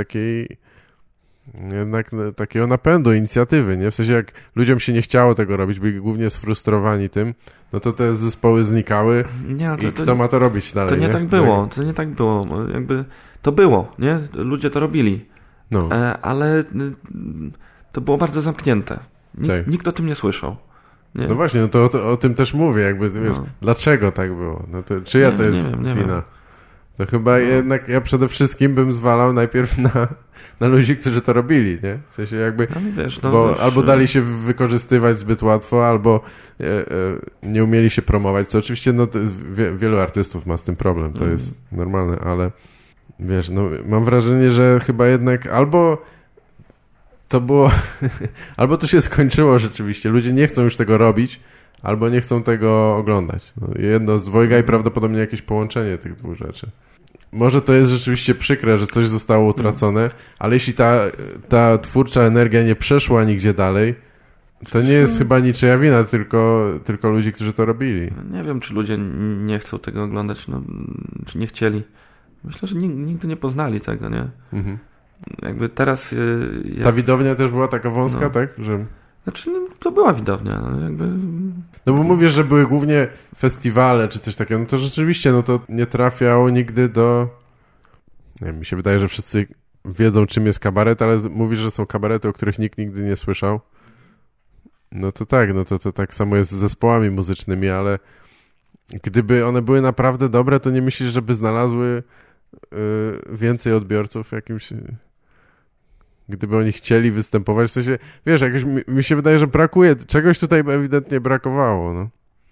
takiego napędu, inicjatywy, nie? W sensie jak ludziom się nie chciało tego robić, byli głównie sfrustrowani tym, no to te zespoły znikały i kto ma to robić dalej, to nie? Tak było, to nie tak było. Jakby to było, nie? Ludzie to robili. No. Ale to było bardzo zamknięte. Nikt o tym nie słyszał. Nie? No właśnie, no to o tym też mówię, jakby, wiesz, dlaczego tak było? No to, czyja to jest wina? To chyba jednak ja przede wszystkim bym zwalał najpierw na ludzi, którzy to robili, nie? W sensie jakby, albo dali się wykorzystywać zbyt łatwo, albo nie umieli się promować, co oczywiście wielu artystów ma z tym problem, to jest normalne, ale wiesz, mam wrażenie, że chyba jednak albo to było, albo to się skończyło rzeczywiście, ludzie nie chcą już tego robić, albo nie chcą tego oglądać. Jedno z dwojga i prawdopodobnie jakieś połączenie tych dwóch rzeczy. Może to jest rzeczywiście przykre, że coś zostało utracone, ale jeśli ta twórcza energia nie przeszła nigdzie dalej, to nie jest chyba niczyja wina, tylko ludzi, którzy to robili. Nie wiem, czy ludzie nie chcą tego oglądać, czy nie chcieli. Myślę, że nigdy nie poznali tego, nie? Jakby teraz... Ta widownia też była taka wąska, tak? Że... Znaczy, to była widownia, jakby... No bo mówisz, że były głównie festiwale czy coś takiego, no to rzeczywiście, to nie trafiało nigdy do... Nie wiem, mi się wydaje, że wszyscy wiedzą, czym jest kabaret, ale mówisz, że są kabarety, o których nikt nigdy nie słyszał. No to tak, to tak samo jest z zespołami muzycznymi, ale gdyby one były naprawdę dobre, to nie myślisz, żeby znalazły więcej odbiorców w jakimś... Gdyby oni chcieli występować, w sensie, wiesz, jakoś mi się wydaje, że brakuje, czegoś tutaj ewidentnie brakowało,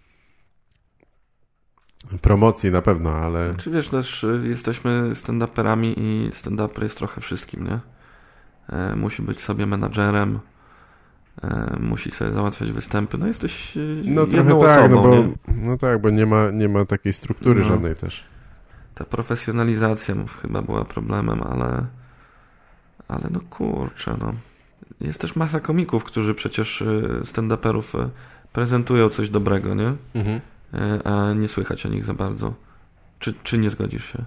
Promocji na pewno, ale... Czy wiesz, też jesteśmy stand-uperami i stand-uper jest trochę wszystkim, nie? Musi być sobie menadżerem, musi sobie załatwiać występy, jesteś jedną osobą, bo nie ma takiej struktury żadnej też. Ta profesjonalizacja chyba była problemem, ale kurczę, Jest też masa komików, którzy przecież stand-uperów prezentują coś dobrego, nie? A nie słychać o nich za bardzo. Czy nie zgodzisz się?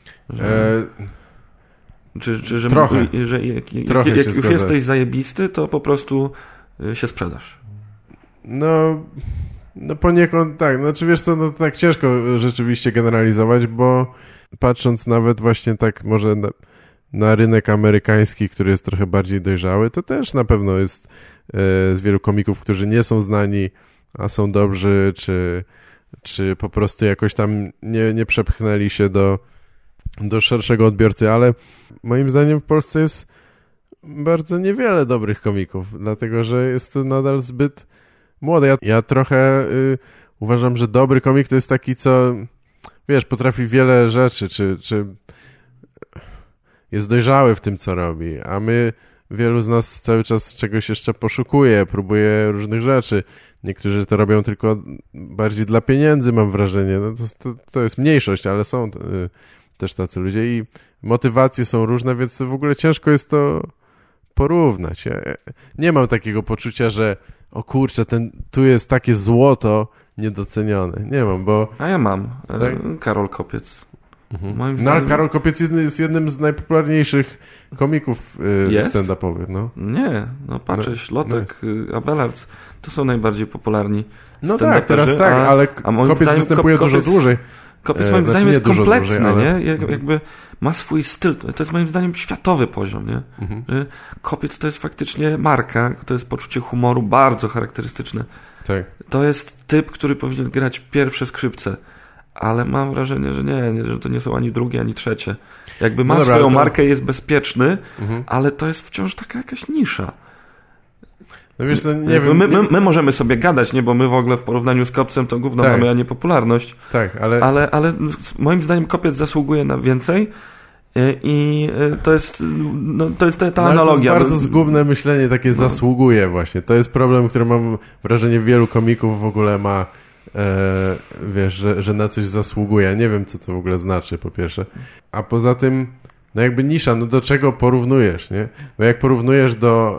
Że trochę. Jak już jesteś zajebisty, to po prostu się sprzedasz. No poniekąd tak. Znaczy wiesz co, tak ciężko rzeczywiście generalizować, bo patrząc nawet właśnie tak może na rynek amerykański, który jest trochę bardziej dojrzały, to też na pewno jest z wielu komików, którzy nie są znani, a są dobrzy, czy po prostu jakoś tam nie przepchnęli się do szerszego odbiorcy, ale moim zdaniem w Polsce jest bardzo niewiele dobrych komików, dlatego że jest to nadal zbyt młode. Ja trochę uważam, że dobry komik to jest taki, co wiesz, potrafi wiele rzeczy, czy jest dojrzały w tym, co robi, a wielu z nas cały czas czegoś jeszcze poszukuje, próbuje różnych rzeczy. Niektórzy to robią tylko bardziej dla pieniędzy, mam wrażenie. No to jest mniejszość, ale są też tacy ludzie i motywacje są różne, więc w ogóle ciężko jest to porównać. Ja nie mam takiego poczucia, że o kurczę, tu jest takie złoto niedocenione. Nie mam, bo... A ja mam. Tak? Karol Kopiec. Mhm. Karol Kopiec jest jednym z najpopularniejszych komików stand-upowych. No. Nie, patrzę, Ślotek, Abelard, to są najbardziej popularni. No tak, teraz tak, ale Kopiec występuje dużo dłużej. Kopiec moim zdaniem jest kompletny, dłużej, nie? Jakby ma swój styl. To jest moim zdaniem światowy poziom, nie? Że Kopiec to jest faktycznie marka, to jest poczucie humoru bardzo charakterystyczne. Tak. To jest typ, który powinien grać pierwsze skrzypce. Ale mam wrażenie, że nie, że to nie są ani drugie, ani trzecie. Jakby ma swoją markę, jest bezpieczny, ale to jest wciąż taka jakaś nisza. No wiesz, nie wiem. My możemy sobie gadać, nie, bo my w ogóle w porównaniu z Kopcem to gówno mamy, a nie popularność. Tak, ale moim zdaniem Kopiec zasługuje na więcej i to jest ta analogia. To jest bardzo zgubne myślenie, takie zasługuje właśnie. To jest problem, który mam wrażenie wielu komików w ogóle ma. Wiesz, że na coś zasługuje. Nie wiem, co to w ogóle znaczy, po pierwsze. A poza tym, jakby nisza, do czego porównujesz, nie? Bo jak porównujesz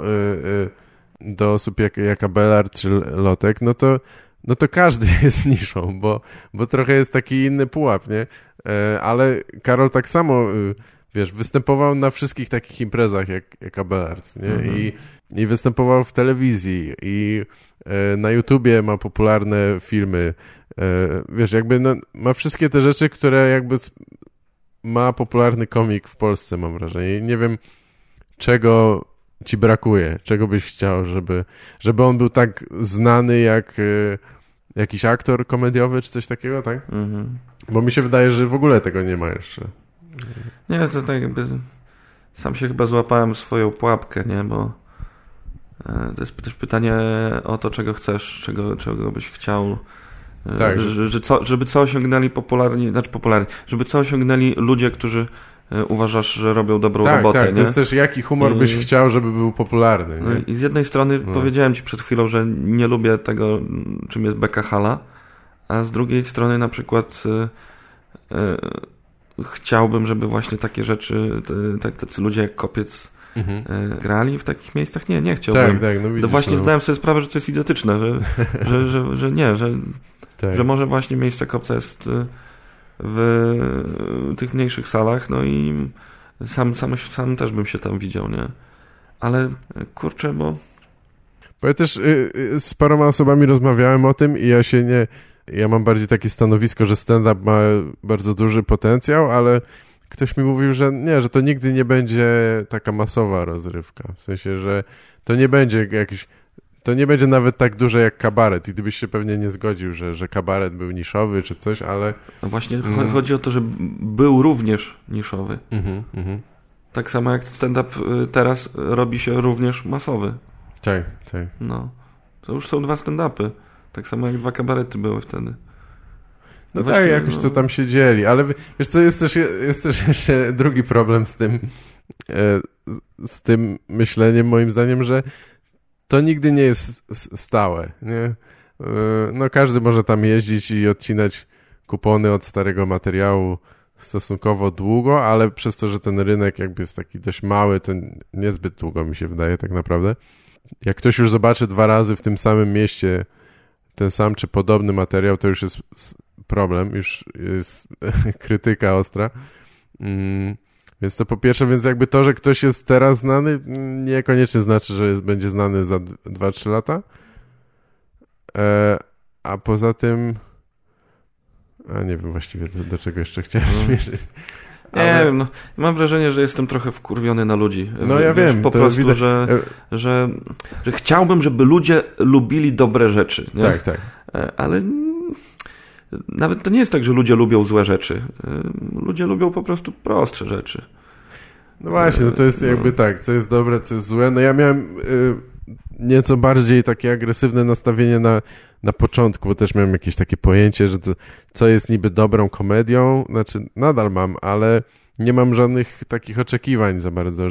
do osób jak Abelard czy Lotek, no to każdy jest niszą, bo trochę jest taki inny pułap, nie? Ale Karol tak samo, wiesz, występował na wszystkich takich imprezach jak Abelard, nie? I występował w telewizji i na YouTubie ma popularne filmy. Wiesz, jakby ma wszystkie te rzeczy, które jakby ma popularny komik w Polsce, mam wrażenie. I nie wiem, czego ci brakuje, czego byś chciał, żeby on był tak znany jak jakiś aktor komediowy, czy coś takiego, tak? Bo mi się wydaje, że w ogóle tego nie ma jeszcze. Nie, to tak jakby sam się chyba złapałem swoją pułapkę, nie, bo to jest też pytanie o to, czego chcesz, czego byś chciał. Tak. Żeby co osiągnęli żeby co osiągnęli ludzie, którzy uważasz, że robią dobrą robotę. Tak, to jest też jaki humor byś chciał, żeby był popularny. Nie? I z jednej strony powiedziałem ci przed chwilą, że nie lubię tego, czym jest Beka Hala, a z drugiej strony na przykład chciałbym, żeby właśnie takie rzeczy, tacy ludzie jak Kopiec grali w takich miejscach. Nie chciałbym. Tak, no widzisz, właśnie zdałem sobie sprawę, że to jest idiotyczne, że może właśnie miejsce Kopca jest w tych mniejszych salach, no i sam też bym się tam widział, nie? Ale kurczę, bo ja też z paroma osobami rozmawiałem o tym i ja mam bardziej takie stanowisko, że stand-up ma bardzo duży potencjał, ale ktoś mi mówił, że nie, że to nigdy nie będzie taka masowa rozrywka. W sensie, że to nie będzie nawet tak duże jak kabaret i gdybyś się pewnie nie zgodził, że kabaret był niszowy czy coś, ale... No właśnie chodzi o to, że był również niszowy. Tak samo jak stand-up teraz robi się również masowy. Tak. No. To już są 2 stand-upy. Tak samo jak 2 kabarety były wtedy. No tak, jakoś to tam się dzieli, ale wiesz co, jest też jeszcze drugi problem z tym myśleniem, moim zdaniem, że to nigdy nie jest stałe, nie? No każdy może tam jeździć i odcinać kupony od starego materiału stosunkowo długo, ale przez to, że ten rynek jakby jest taki dość mały, to niezbyt długo mi się wydaje tak naprawdę. Jak ktoś już zobaczy 2 razy w tym samym mieście ten sam czy podobny materiał, to już jest problem, już jest krytyka ostra. Więc to po pierwsze, więc jakby to, że ktoś jest teraz znany, niekoniecznie znaczy, że będzie znany za 2-3 lata. A poza tym A nie wiem właściwie do czego jeszcze chciałem zmierzyć. Nie wiem, mam wrażenie, że jestem trochę wkurwiony na ludzi. No ja wiem. Po prostu, widać. Że chciałbym, żeby ludzie lubili dobre rzeczy. Nie? Tak. Ale nawet to nie jest tak, że ludzie lubią złe rzeczy. Ludzie lubią po prostu prostsze rzeczy. No właśnie, no to jest jakby tak, co jest dobre, co jest złe. No ja miałem nieco bardziej takie agresywne nastawienie na początku, bo też miałem jakieś takie pojęcie, że co jest niby dobrą komedią, znaczy nadal mam, ale nie mam żadnych takich oczekiwań za bardzo,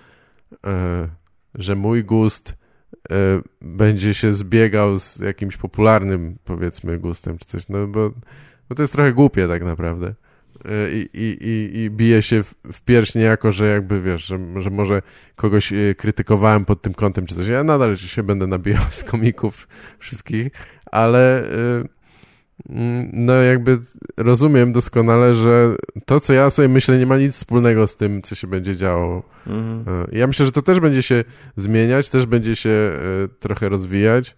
że mój gust będzie się zbiegał z jakimś popularnym, powiedzmy, gustem czy coś, no bo to jest trochę głupie tak naprawdę. I bije się w pierś niejako, że jakby wiesz, że może kogoś krytykowałem pod tym kątem czy coś. Ja nadal się będę nabijał z komików wszystkich, ale no jakby rozumiem doskonale, że to, co ja sobie myślę, nie ma nic wspólnego z tym, co się będzie działo. Ja myślę, że to też będzie się zmieniać, też będzie się trochę rozwijać.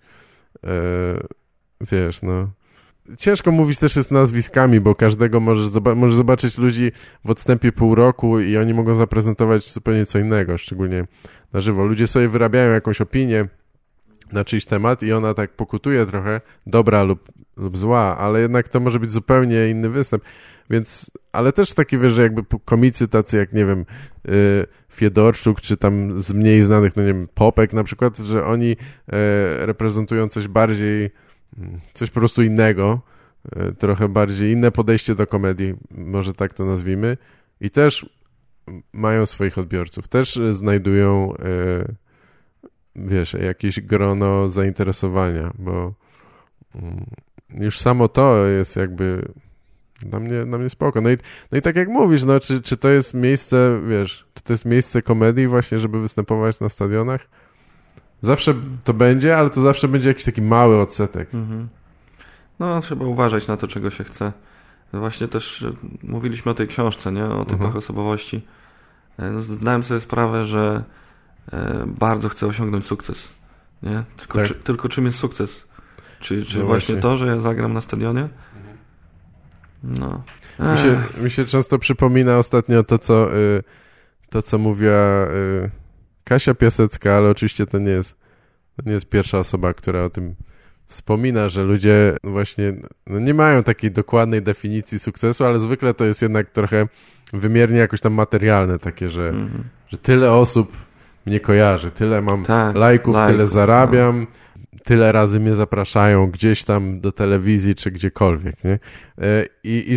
Wiesz, no. Ciężko mówić też z nazwiskami, bo każdego możesz zobaczyć ludzi w odstępie pół roku i oni mogą zaprezentować zupełnie co innego, szczególnie na żywo. Ludzie sobie wyrabiają jakąś opinię na czyjś temat i ona tak pokutuje trochę, dobra lub zła, ale jednak to może być zupełnie inny występ. Więc, ale też taki, wiesz, że jakby komicy tacy jak, nie wiem, Fiedorczuk, czy tam z mniej znanych, no nie wiem, Popek na przykład, że oni reprezentują coś bardziej, coś po prostu innego, trochę bardziej inne podejście do komedii, może tak to nazwijmy, i też mają swoich odbiorców, też znajdują wiesz, jakieś grono zainteresowania, bo już samo to jest jakby dla mnie spoko. No i tak jak mówisz, no czy to jest miejsce, wiesz, czy to jest miejsce komedii właśnie, żeby występować na stadionach? Zawsze to będzie, ale to zawsze będzie jakiś taki mały odsetek. No, trzeba uważać na to, czego się chce. Właśnie też mówiliśmy o tej książce, nie? O typach osobowości. No, zdałem sobie sprawę, że bardzo chcę osiągnąć sukces. Nie? Tylko czym jest sukces? Czy no właśnie to, że ja zagram na stadionie? No. Mi się często przypomina ostatnio to, co mówiła Kasia Piasecka, ale oczywiście to nie jest pierwsza osoba, która o tym wspomina, że ludzie właśnie nie mają takiej dokładnej definicji sukcesu, ale zwykle to jest jednak trochę wymiernie jakoś tam materialne takie, że tyle osób mnie kojarzy, tyle mam lajków, tyle zarabiam, tyle razy mnie zapraszają gdzieś tam do telewizji czy gdziekolwiek, nie? I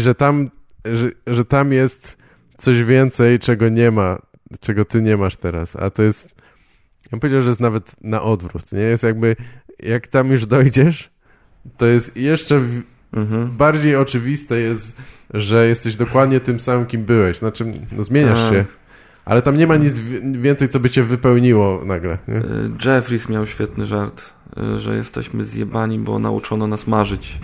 że tam jest coś więcej, czego nie ma, czego ty nie masz teraz, a to jest, ja bym powiedział, że jest nawet na odwrót, nie? Jest jakby, jak tam już dojdziesz, to jest jeszcze bardziej oczywiste jest, że jesteś dokładnie tym samym, kim byłeś, znaczy, no zmieniasz się, ale tam nie ma nic więcej, co by cię wypełniło nagle. Nie? Jeffries miał świetny żart, że jesteśmy zjebani, bo nauczono nas marzyć.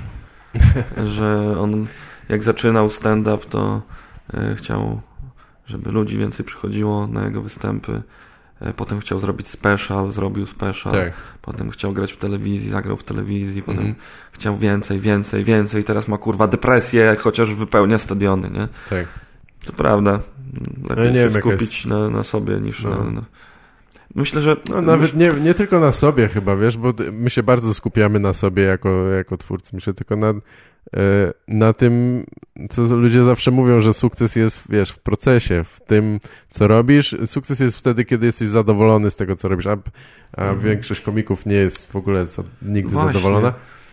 Że on, jak zaczynał stand-up, to chciał, żeby ludzi więcej przychodziło na jego występy. Potem chciał zrobić special, zrobił special. Tak. Potem chciał grać w telewizji, zagrał w telewizji. Potem chciał więcej. Teraz ma kurwa depresję, chociaż wypełnia stadiony, nie? Tak. To prawda. Lepiej się skupić na sobie niż na... Myślę, że... No, nawet nie tylko na sobie chyba, wiesz, bo my się bardzo skupiamy na sobie jako twórcy. Myślę tylko na tym, co ludzie zawsze mówią, że sukces jest, wiesz, w procesie, w tym, co robisz. Sukces jest wtedy, kiedy jesteś zadowolony z tego, co robisz, a większość komików nie jest w ogóle nigdy zadowolona.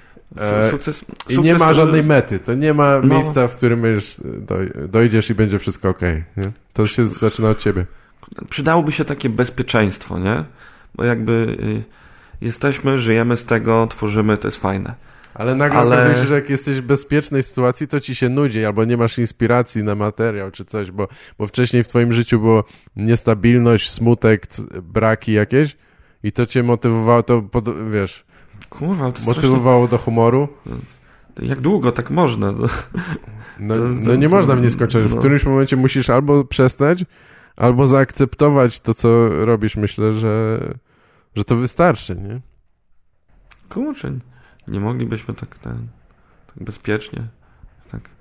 I nie ma żadnej mety. To nie ma miejsca, w którym już dojdziesz i będzie wszystko okej. Nie? To się zaczyna od ciebie. Przydałoby się takie bezpieczeństwo, nie? Bo jakby jesteśmy, żyjemy z tego, tworzymy, to jest fajne. Ale nagle okazuje się, że jak jesteś w bezpiecznej sytuacji, to ci się nudzi, albo nie masz inspiracji na materiał czy coś, bo wcześniej w twoim życiu było niestabilność, smutek, braki jakieś i to cię motywowało, wiesz, kurwa, to motywowało do humoru. Jak długo tak można? No nie można w nieskończoność. W którymś momencie musisz albo przestać, albo zaakceptować to, co robisz. Myślę, że to wystarczy, nie? Kurczę, nie moglibyśmy tak bezpiecznie, tak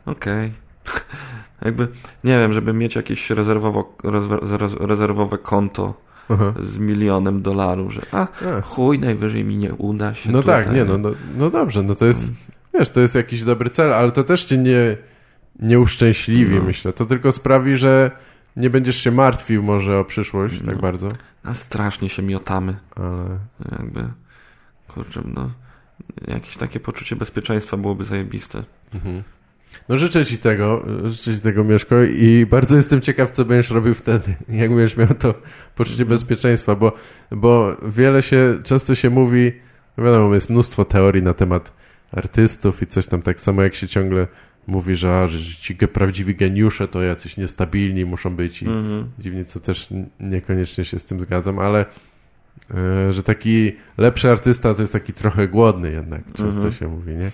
okej. Jakby, nie wiem, żeby mieć jakieś rezerwowe konto z $1 milion, że chuj, najwyżej mi nie uda się. No tutaj. Tak, nie, no dobrze, no to jest, wiesz, to jest jakiś dobry cel, ale to też cię nie uszczęśliwi, myślę. To tylko sprawi, że nie będziesz się martwił może o przyszłość tak bardzo. A strasznie się miotamy. Ale... Jakby, kurczę, jakieś takie poczucie bezpieczeństwa byłoby zajebiste. No życzę ci tego, Mieszko, i bardzo jestem ciekaw, co będziesz robił wtedy, jak będziesz miał to poczucie bezpieczeństwa, bo często się mówi, wiadomo, jest mnóstwo teorii na temat artystów i coś tam, tak samo jak się ciągle mówi, że ci prawdziwi geniusze to jacyś niestabilni muszą być i dziwnie, co też niekoniecznie się z tym zgadzam, ale że taki lepszy artysta to jest taki trochę głodny jednak, często się mówi, nie?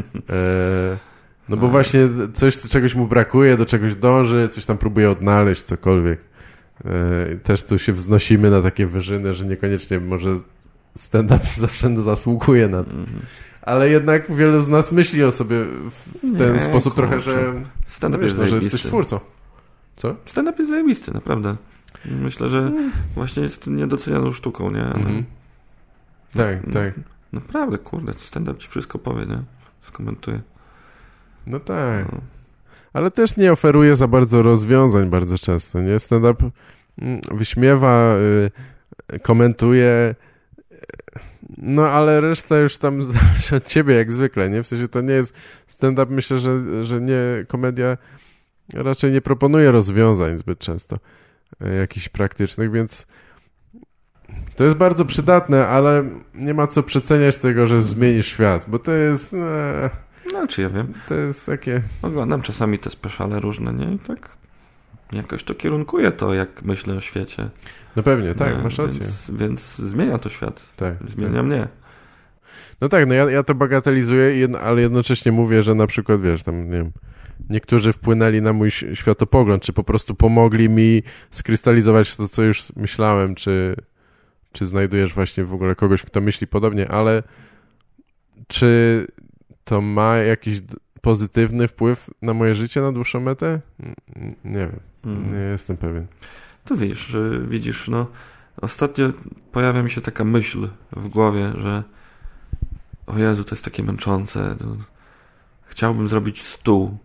No bo właśnie czegoś mu brakuje, do czegoś dąży, coś tam próbuje odnaleźć, cokolwiek. Też tu się wznosimy na takie wyżyny, że niekoniecznie może stand-up zawsze zasługuje na to. Ale jednak wielu z nas myśli o sobie w ten sposób trochę, że że jesteś twórcą. Co? Stand-up jest zajebisty, naprawdę. Myślę, że właśnie jest niedocenianą sztuką, nie? Ale... Tak. Naprawdę, kurde, stand-up ci wszystko powie, nie? Skomentuje. No tak. Ale też nie oferuje za bardzo rozwiązań bardzo często, nie? Stand-up wyśmiewa, komentuje, no ale reszta już tam zależy od ciebie jak zwykle, nie? W sensie to nie jest stand-up, myślę, że nie, komedia raczej nie proponuje rozwiązań zbyt często jakichś praktycznych, więc to jest bardzo przydatne, ale nie ma co przeceniać tego, że zmienisz świat, bo to jest... No, czy ja wiem. To jest takie... Oglądam czasami te speciale różne, nie? I tak jakoś to kierunkuje to, jak myślę o świecie. No pewnie, tak, masz rację. Więc zmienia to świat. Tak, zmienia mnie. No tak, no ja to bagatelizuję, ale jednocześnie mówię, że na przykład, wiesz, tam, nie wiem, niektórzy wpłynęli na mój światopogląd, czy po prostu pomogli mi skrystalizować to, co już myślałem, czy znajdujesz właśnie w ogóle kogoś, kto myśli podobnie, ale czy to ma jakiś pozytywny wpływ na moje życie na dłuższą metę? Nie wiem. Nie jestem pewien. To widzisz, no ostatnio pojawia mi się taka myśl w głowie, że o Jezu, to jest takie męczące. Chciałbym zrobić stół.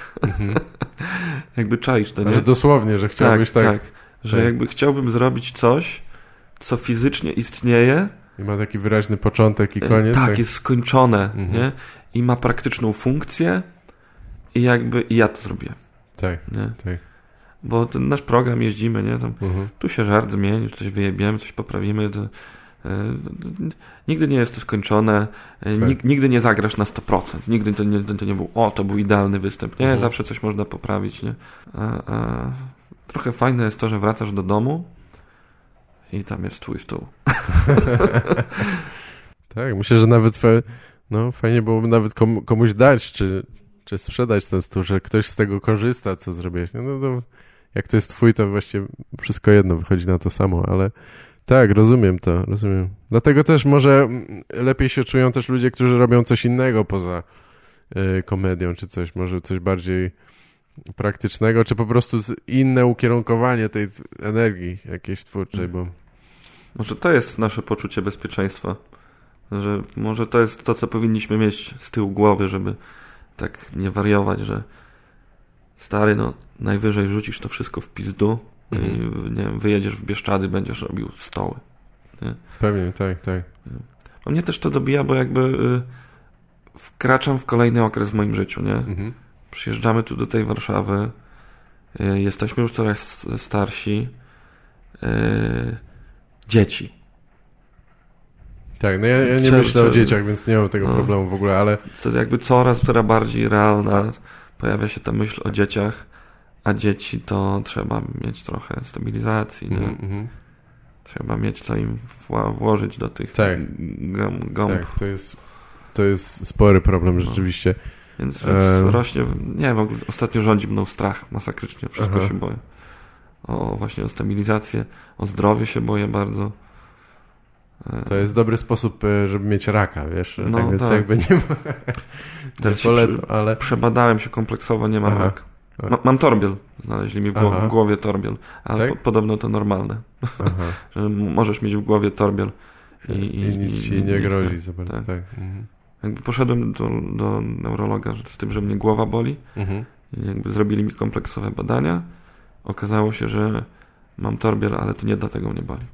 Jakby czaisz to, nie? Że dosłownie, że chciałbyś tak. Że jakby chciałbym zrobić coś, co fizycznie istnieje. I ma taki wyraźny początek i koniec. Tak, jest skończone, nie? I ma praktyczną funkcję i ja to zrobię. Tak, nie? Tak. Bo ten nasz program jeździmy, nie? Tam, tu się żart zmieni, coś wyjebiemy, coś poprawimy. Nigdy nie jest to skończone. Nigdy nie zagrasz na 100%. Nigdy to nie był, to był idealny występ. Nie, zawsze coś można poprawić, nie? Trochę fajne jest to, że wracasz do domu i tam jest twój stół. Tak, myślę, że nawet fajnie byłoby nawet komuś dać, czy sprzedać ten stół, że ktoś z tego korzysta, co zrobiłeś. No to jak to jest twój, to właściwie wszystko jedno wychodzi na to samo, ale tak, rozumiem. Dlatego też może lepiej się czują też ludzie, którzy robią coś innego poza komedią, czy coś, może coś bardziej praktycznego, czy po prostu inne ukierunkowanie tej energii jakiejś twórczej, bo... Może to jest nasze poczucie bezpieczeństwa, że może to jest to, co powinniśmy mieć z tyłu głowy, żeby tak nie wariować, że stary, najwyżej rzucisz to wszystko w pizdu i nie wiem, wyjedziesz w Bieszczady, będziesz robił stoły. Nie? Pewnie, tak. A mnie też to dobija, bo jakby wkraczam w kolejny okres w moim życiu, nie? Przyjeżdżamy tu do tej Warszawy, jesteśmy już coraz starsi, dzieci. Tak, no ja nie myślę o dzieciach, więc nie mam tego problemu w ogóle, ale... To jakby coraz bardziej realna pojawia się ta myśl o dzieciach, a dzieci to trzeba mieć trochę stabilizacji, nie? Trzeba mieć co im włożyć do tych gąb. Tak, to jest spory problem rzeczywiście. Więc rośnie, nie wiem, w ogóle ostatnio rządzi mną strach masakrycznie, wszystko się boję. Właśnie o stabilizację, o zdrowie się boję bardzo. To jest dobry sposób, żeby mieć raka, wiesz? No, tak, więc jakby nie polecam, ale... Przebadałem się kompleksowo, nie mam raka. Mam torbiel. Znaleźli mi w głowie torbiel. Ale tak? podobno to normalne. Że możesz mieć w głowie torbiel. I nic ci nie grozi. Zobacz, tak. Jakby poszedłem do neurologa z tym, że mnie głowa boli. I jakby zrobili mi kompleksowe badania. Okazało się, że mam torbiel, ale to nie dlatego mnie boli.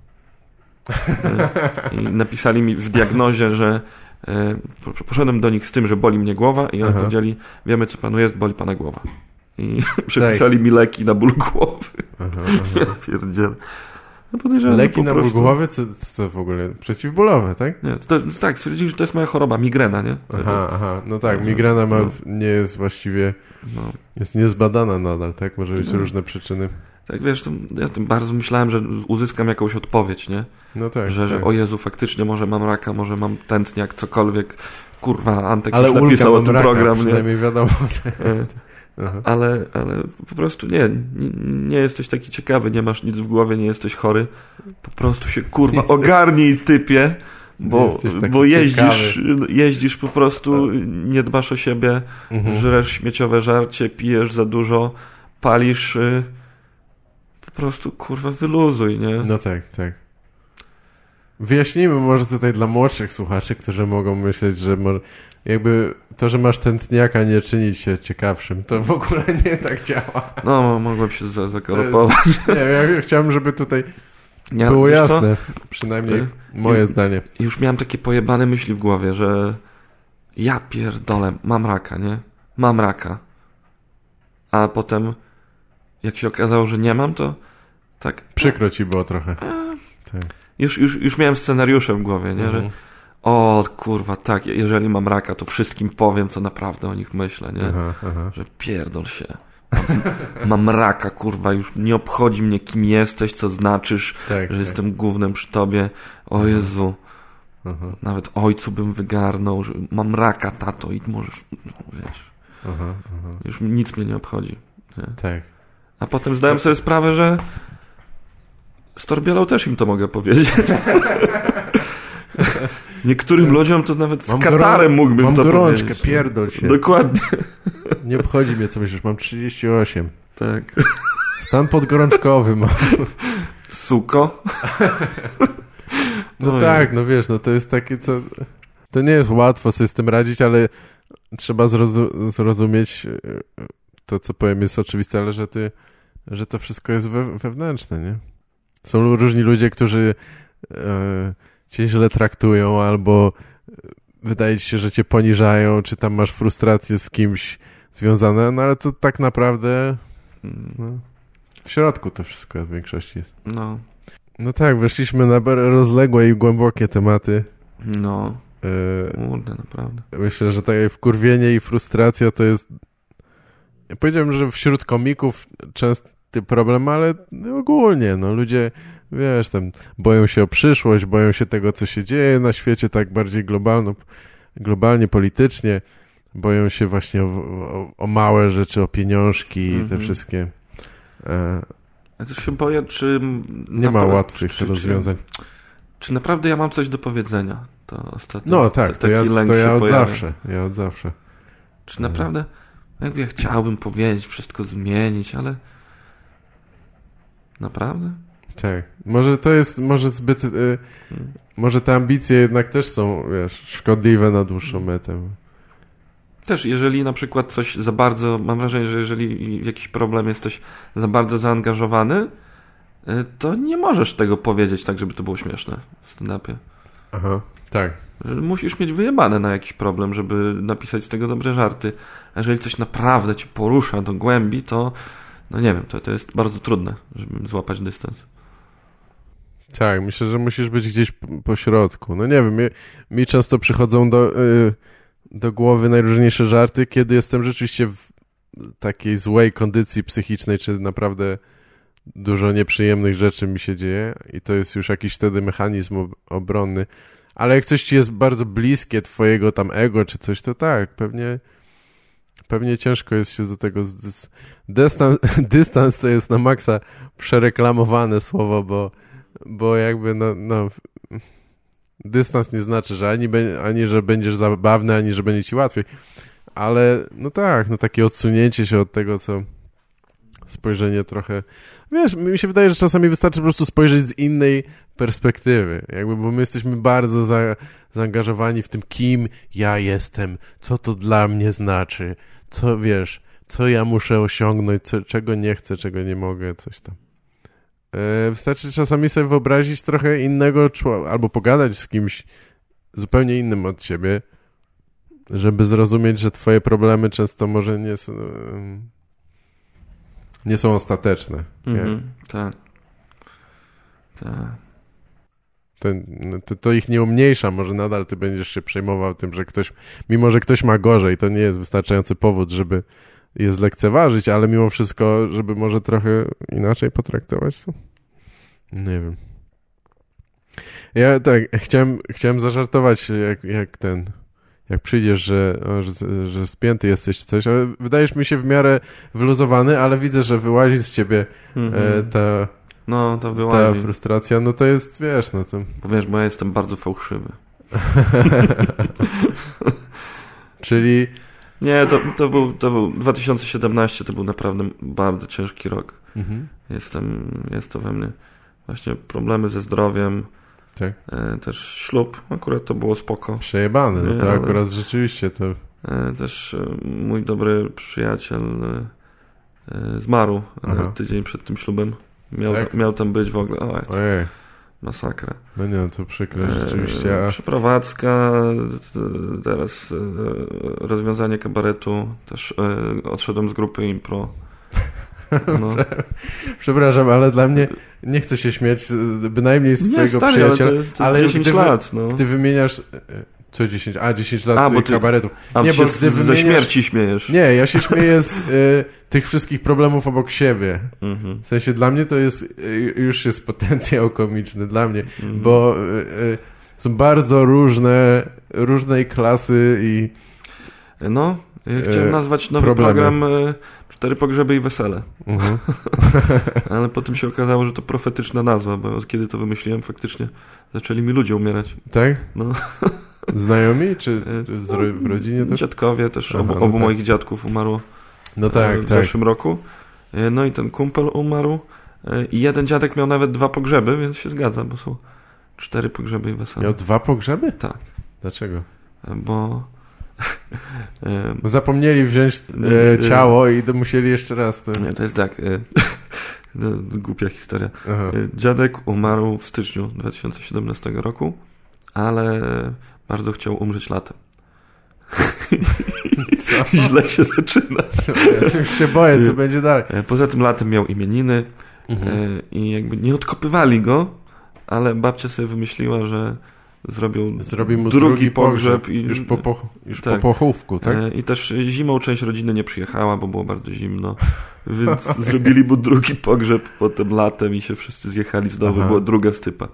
I napisali mi w diagnozie, że poszedłem do nich z tym, że boli mnie głowa i oni powiedzieli, wiemy co panu jest, boli pana głowa. I przepisali mi leki na ból głowy. Ja pierdzielę. No leki na ból głowy? Co w ogóle? Przeciwbólowe, tak? Nie, tak, stwierdzili, że to jest moja choroba, migrena, nie? No tak, migrena nie jest właściwie jest niezbadana nadal, tak? Może być różne przyczyny. Tak, wiesz, ja tym bardzo myślałem, że uzyskam jakąś odpowiedź, nie? No tak. Że o Jezu, faktycznie może mam raka, może mam tętniak, cokolwiek. Kurwa, Antek ale już napisał o tym raka, program, nie? Przynajmniej wiadomo. Ale po prostu nie jesteś taki ciekawy, nie masz nic w głowie, nie jesteś chory. Po prostu się, kurwa, ogarnij, typie, bo jeździsz po prostu, nie dbasz o siebie, żresz śmieciowe żarcie, pijesz za dużo, palisz, po prostu, kurwa, wyluzuj, nie? No tak. Wyjaśnijmy może tutaj dla młodszych słuchaczy, którzy mogą myśleć, że jakby to, że masz tętniaka, nie czyni cię ciekawszym. To w ogóle nie tak działa. No, mogłem się zakalopować. Ja chciałem, żeby tutaj było jasne. Przynajmniej moje zdanie. Już miałem takie pojebane myśli w głowie, że ja pierdolę, mam raka, nie? Mam raka. A potem, jak się okazało, że nie mam, to tak... Przykro ci było trochę. Tak. Już miałem scenariusze w głowie, nie? Że o kurwa, tak, jeżeli mam raka, to wszystkim powiem, co naprawdę o nich myślę, nie? Że pierdol się. Mam raka, kurwa, już nie obchodzi mnie, kim jesteś, co znaczysz, że jestem gównem przy tobie. O Jezu. Nawet ojcu bym wygarnął, że mam raka, tato, i możesz, wiesz. Już nic mnie nie obchodzi. Nie? Tak. A potem zdałem sobie sprawę, że z torbielą też im to mogę powiedzieć. Niektórym ludziom to nawet z katarem mógłbym to powiedzieć. Mam gorączkę, pierdol się. Dokładnie. Nie obchodzi mnie, co myślisz, mam 38. Tak. Stan podgorączkowy mam. Suko. No tak, no wiesz, no to jest takie, co... To nie jest łatwo sobie z tym radzić, ale trzeba zrozumieć, to co powiem jest oczywiste, ale że to wszystko jest wewnętrzne, nie? Są różni ludzie, którzy cię źle traktują albo wydaje ci się, że cię poniżają, czy tam masz frustrację z kimś związane, no ale to tak naprawdę w środku to wszystko w większości jest. No tak, weszliśmy na rozległe i głębokie tematy. No. Kurde, naprawdę. Myślę, że takie wkurwienie i frustracja to jest... Ja powiedziałem, że wśród komików częsty problem, ale ogólnie, no ludzie, wiesz, tam boją się o przyszłość, boją się tego, co się dzieje na świecie, tak bardziej globalnie, politycznie. Boją się właśnie o małe rzeczy, o pieniążki i te wszystkie... Ja też się boję, czy... Nie ma łatwych rozwiązań. Czy naprawdę ja mam coś do powiedzenia? To ostatnio. No tak, to ja od zawsze. Ja od zawsze. Czy naprawdę... Jakby ja chciałbym powiedzieć, wszystko zmienić, ale... Naprawdę? Tak. Może to jest... Może zbyt... Może te ambicje jednak też są, wiesz, szkodliwe na dłuższą metę. Też, jeżeli na przykład coś za bardzo... Mam wrażenie, że jeżeli w jakiś problem jesteś za bardzo zaangażowany, to nie możesz tego powiedzieć tak, żeby to było śmieszne w stand-upie. Aha, tak. Musisz mieć wyjebane na jakiś problem, żeby napisać z tego dobre żarty. A jeżeli coś naprawdę cię porusza do głębi, to no nie wiem, to jest bardzo trudne, żeby złapać dystans. Tak, myślę, że musisz być gdzieś po środku. No nie wiem, mi często przychodzą do głowy najróżniejsze żarty, kiedy jestem rzeczywiście w takiej złej kondycji psychicznej, czy naprawdę dużo nieprzyjemnych rzeczy mi się dzieje i to jest już jakiś wtedy mechanizm obronny. Ale jak coś ci jest bardzo bliskie twojego tam ego czy coś, to tak, pewnie ciężko jest się do tego... Dystans to jest na maksa przereklamowane słowo, bo jakby dystans nie znaczy, że ani że będziesz zabawny, ani że będzie ci łatwiej. Ale no tak, no takie odsunięcie się od tego, co spojrzenie trochę... Wiesz, mi się wydaje, że czasami wystarczy po prostu spojrzeć z innej perspektywy. Jakby, bo my jesteśmy bardzo zaangażowani w tym, kim ja jestem, co to dla mnie znaczy, co wiesz, co ja muszę osiągnąć, czego nie chcę, czego nie mogę, coś tam. Wystarczy czasami sobie wyobrazić trochę innego człowieka, albo pogadać z kimś zupełnie innym od ciebie, żeby zrozumieć, że twoje problemy często może nie są ostateczne. Tak. To ich nie umniejsza, może nadal ty będziesz się przejmował tym, że mimo że ktoś ma gorzej, to nie jest wystarczający powód, żeby je zlekceważyć, ale mimo wszystko, żeby może trochę inaczej potraktować to? Nie wiem. Ja tak, chciałem zażartować, jak przyjdziesz, że spięty jesteś czy coś, ale wydajesz mi się w miarę wyluzowany, ale widzę, że wyłazi z ciebie ta frustracja, no to jest, wiesz, no to... Bo wiesz, bo ja jestem bardzo fałszywy. Czyli... Nie, to był 2017, to był naprawdę bardzo ciężki rok. Jest to we mnie właśnie problemy ze zdrowiem, tak. Też ślub, akurat to było spoko. Przejebane, no to akurat rzeczywiście to... Też mój dobry przyjaciel zmarł tydzień przed tym ślubem. Miał tam być w ogóle. Ojej. Masakra. No nie, to przykre rzeczywiście. Przeprowadzka, teraz rozwiązanie kabaretu, też odszedłem z grupy impro. No. Przepraszam, ale dla mnie nie chcę się śmiać, bynajmniej z twojego przyjaciela. Ale 10 lat. No. Gdy wymieniasz... Co 10? 10 lat tych kabaretów. Nie, bo gdy ze śmierci śmiejesz. Nie, ja się śmieję z tych wszystkich problemów obok siebie. W sensie dla mnie to jest już jest potencjał komiczny dla mnie, bo są bardzo różnej klasy i no, chciałem nazwać nowy program 4 pogrzeby i wesele. Ale potem się okazało, że to profetyczna nazwa, bo kiedy to wymyśliłem, faktycznie zaczęli mi ludzie umierać. Tak? No. Znajomi? Czy w rodzinie też? Dziadkowie też, obu moich dziadków umarło w zeszłym roku. No i ten kumpel umarł i jeden dziadek miał nawet 2 pogrzeby, więc się zgadza, bo są 4 pogrzeby i wesele. Miał 2 pogrzeby? Tak. Dlaczego? Bo zapomnieli wziąć ciało i musieli jeszcze raz. Nie, to jest tak. Głupia historia. Dziadek umarł w styczniu 2017 roku, ale bardzo chciał umrzeć latem. Źle się zaczyna. Ja już się boję, co będzie dalej. Poza tym latem miał imieniny i jakby nie odkopywali go, ale babcia sobie wymyśliła, że zrobi mu drugi pogrzeb. Już po pochówku, tak? I też zimą część rodziny nie przyjechała, bo było bardzo zimno, więc zrobili mu drugi pogrzeb potem latem i się wszyscy zjechali z domu, była druga stypa.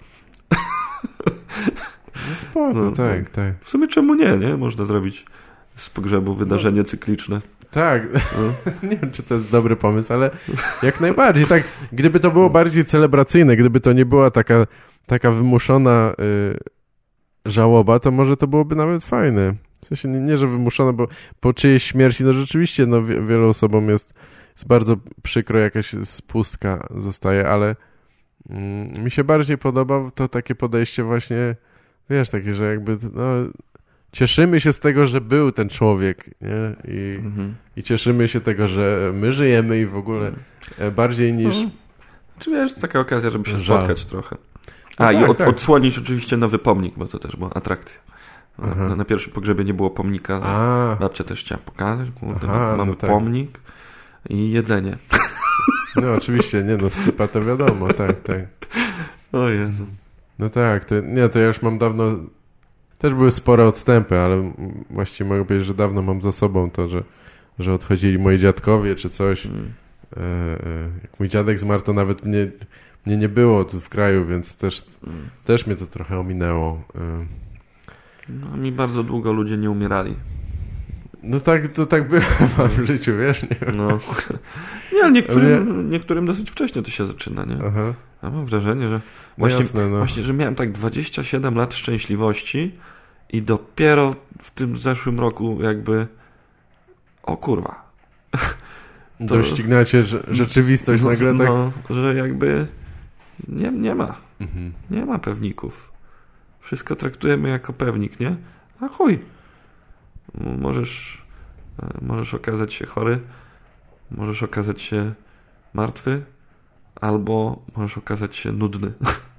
No spoko, tak. W sumie czemu nie? Można zrobić z pogrzebu wydarzenie cykliczne. Tak. Nie wiem, czy to jest dobry pomysł, ale jak najbardziej. Tak, gdyby to było bardziej celebracyjne, gdyby to nie była taka wymuszona żałoba, to może to byłoby nawet fajne. W sensie nie, że wymuszona, bo po czyjejś śmierci, no rzeczywiście wielu osobom jest bardzo przykro, jakaś spustka zostaje, ale mi się bardziej podoba to takie podejście właśnie, wiesz, takie, że jakby cieszymy się z tego, że był ten człowiek, nie? I cieszymy się tego, że my żyjemy i w ogóle bardziej niż... Czy wiesz, taka okazja, żeby się spotkać trochę. Odsłonić oczywiście nowy pomnik, bo to też była atrakcja. Na pierwszym pogrzebie nie było pomnika. Babcia też chciała pokazać. Mamy pomnik i jedzenie. No oczywiście, stypa to wiadomo, tak. O Jezu. No tak, to ja już mam dawno... Też były spore odstępy, ale właściwie mogę powiedzieć, że dawno mam za sobą to, że odchodzili moi dziadkowie czy coś. Jak mój dziadek zmarł, to nawet mnie nie było tu w kraju, więc też mnie to trochę ominęło. No, mi bardzo długo ludzie nie umierali. No tak, to tak było w życiu, wiesz? Nie, no. Nie, ale niektórym dosyć wcześnie to się zaczyna, nie? Ja mam wrażenie, że właśnie, że miałem tak 27 lat szczęśliwości i dopiero w tym zeszłym roku jakby o kurwa. Doścignacie rzeczywistość nagle tak? No, że jakby nie ma. Nie ma pewników. Wszystko traktujemy jako pewnik, nie? A chuj. Możesz okazać się chory, możesz okazać się martwy, albo możesz okazać się nudny.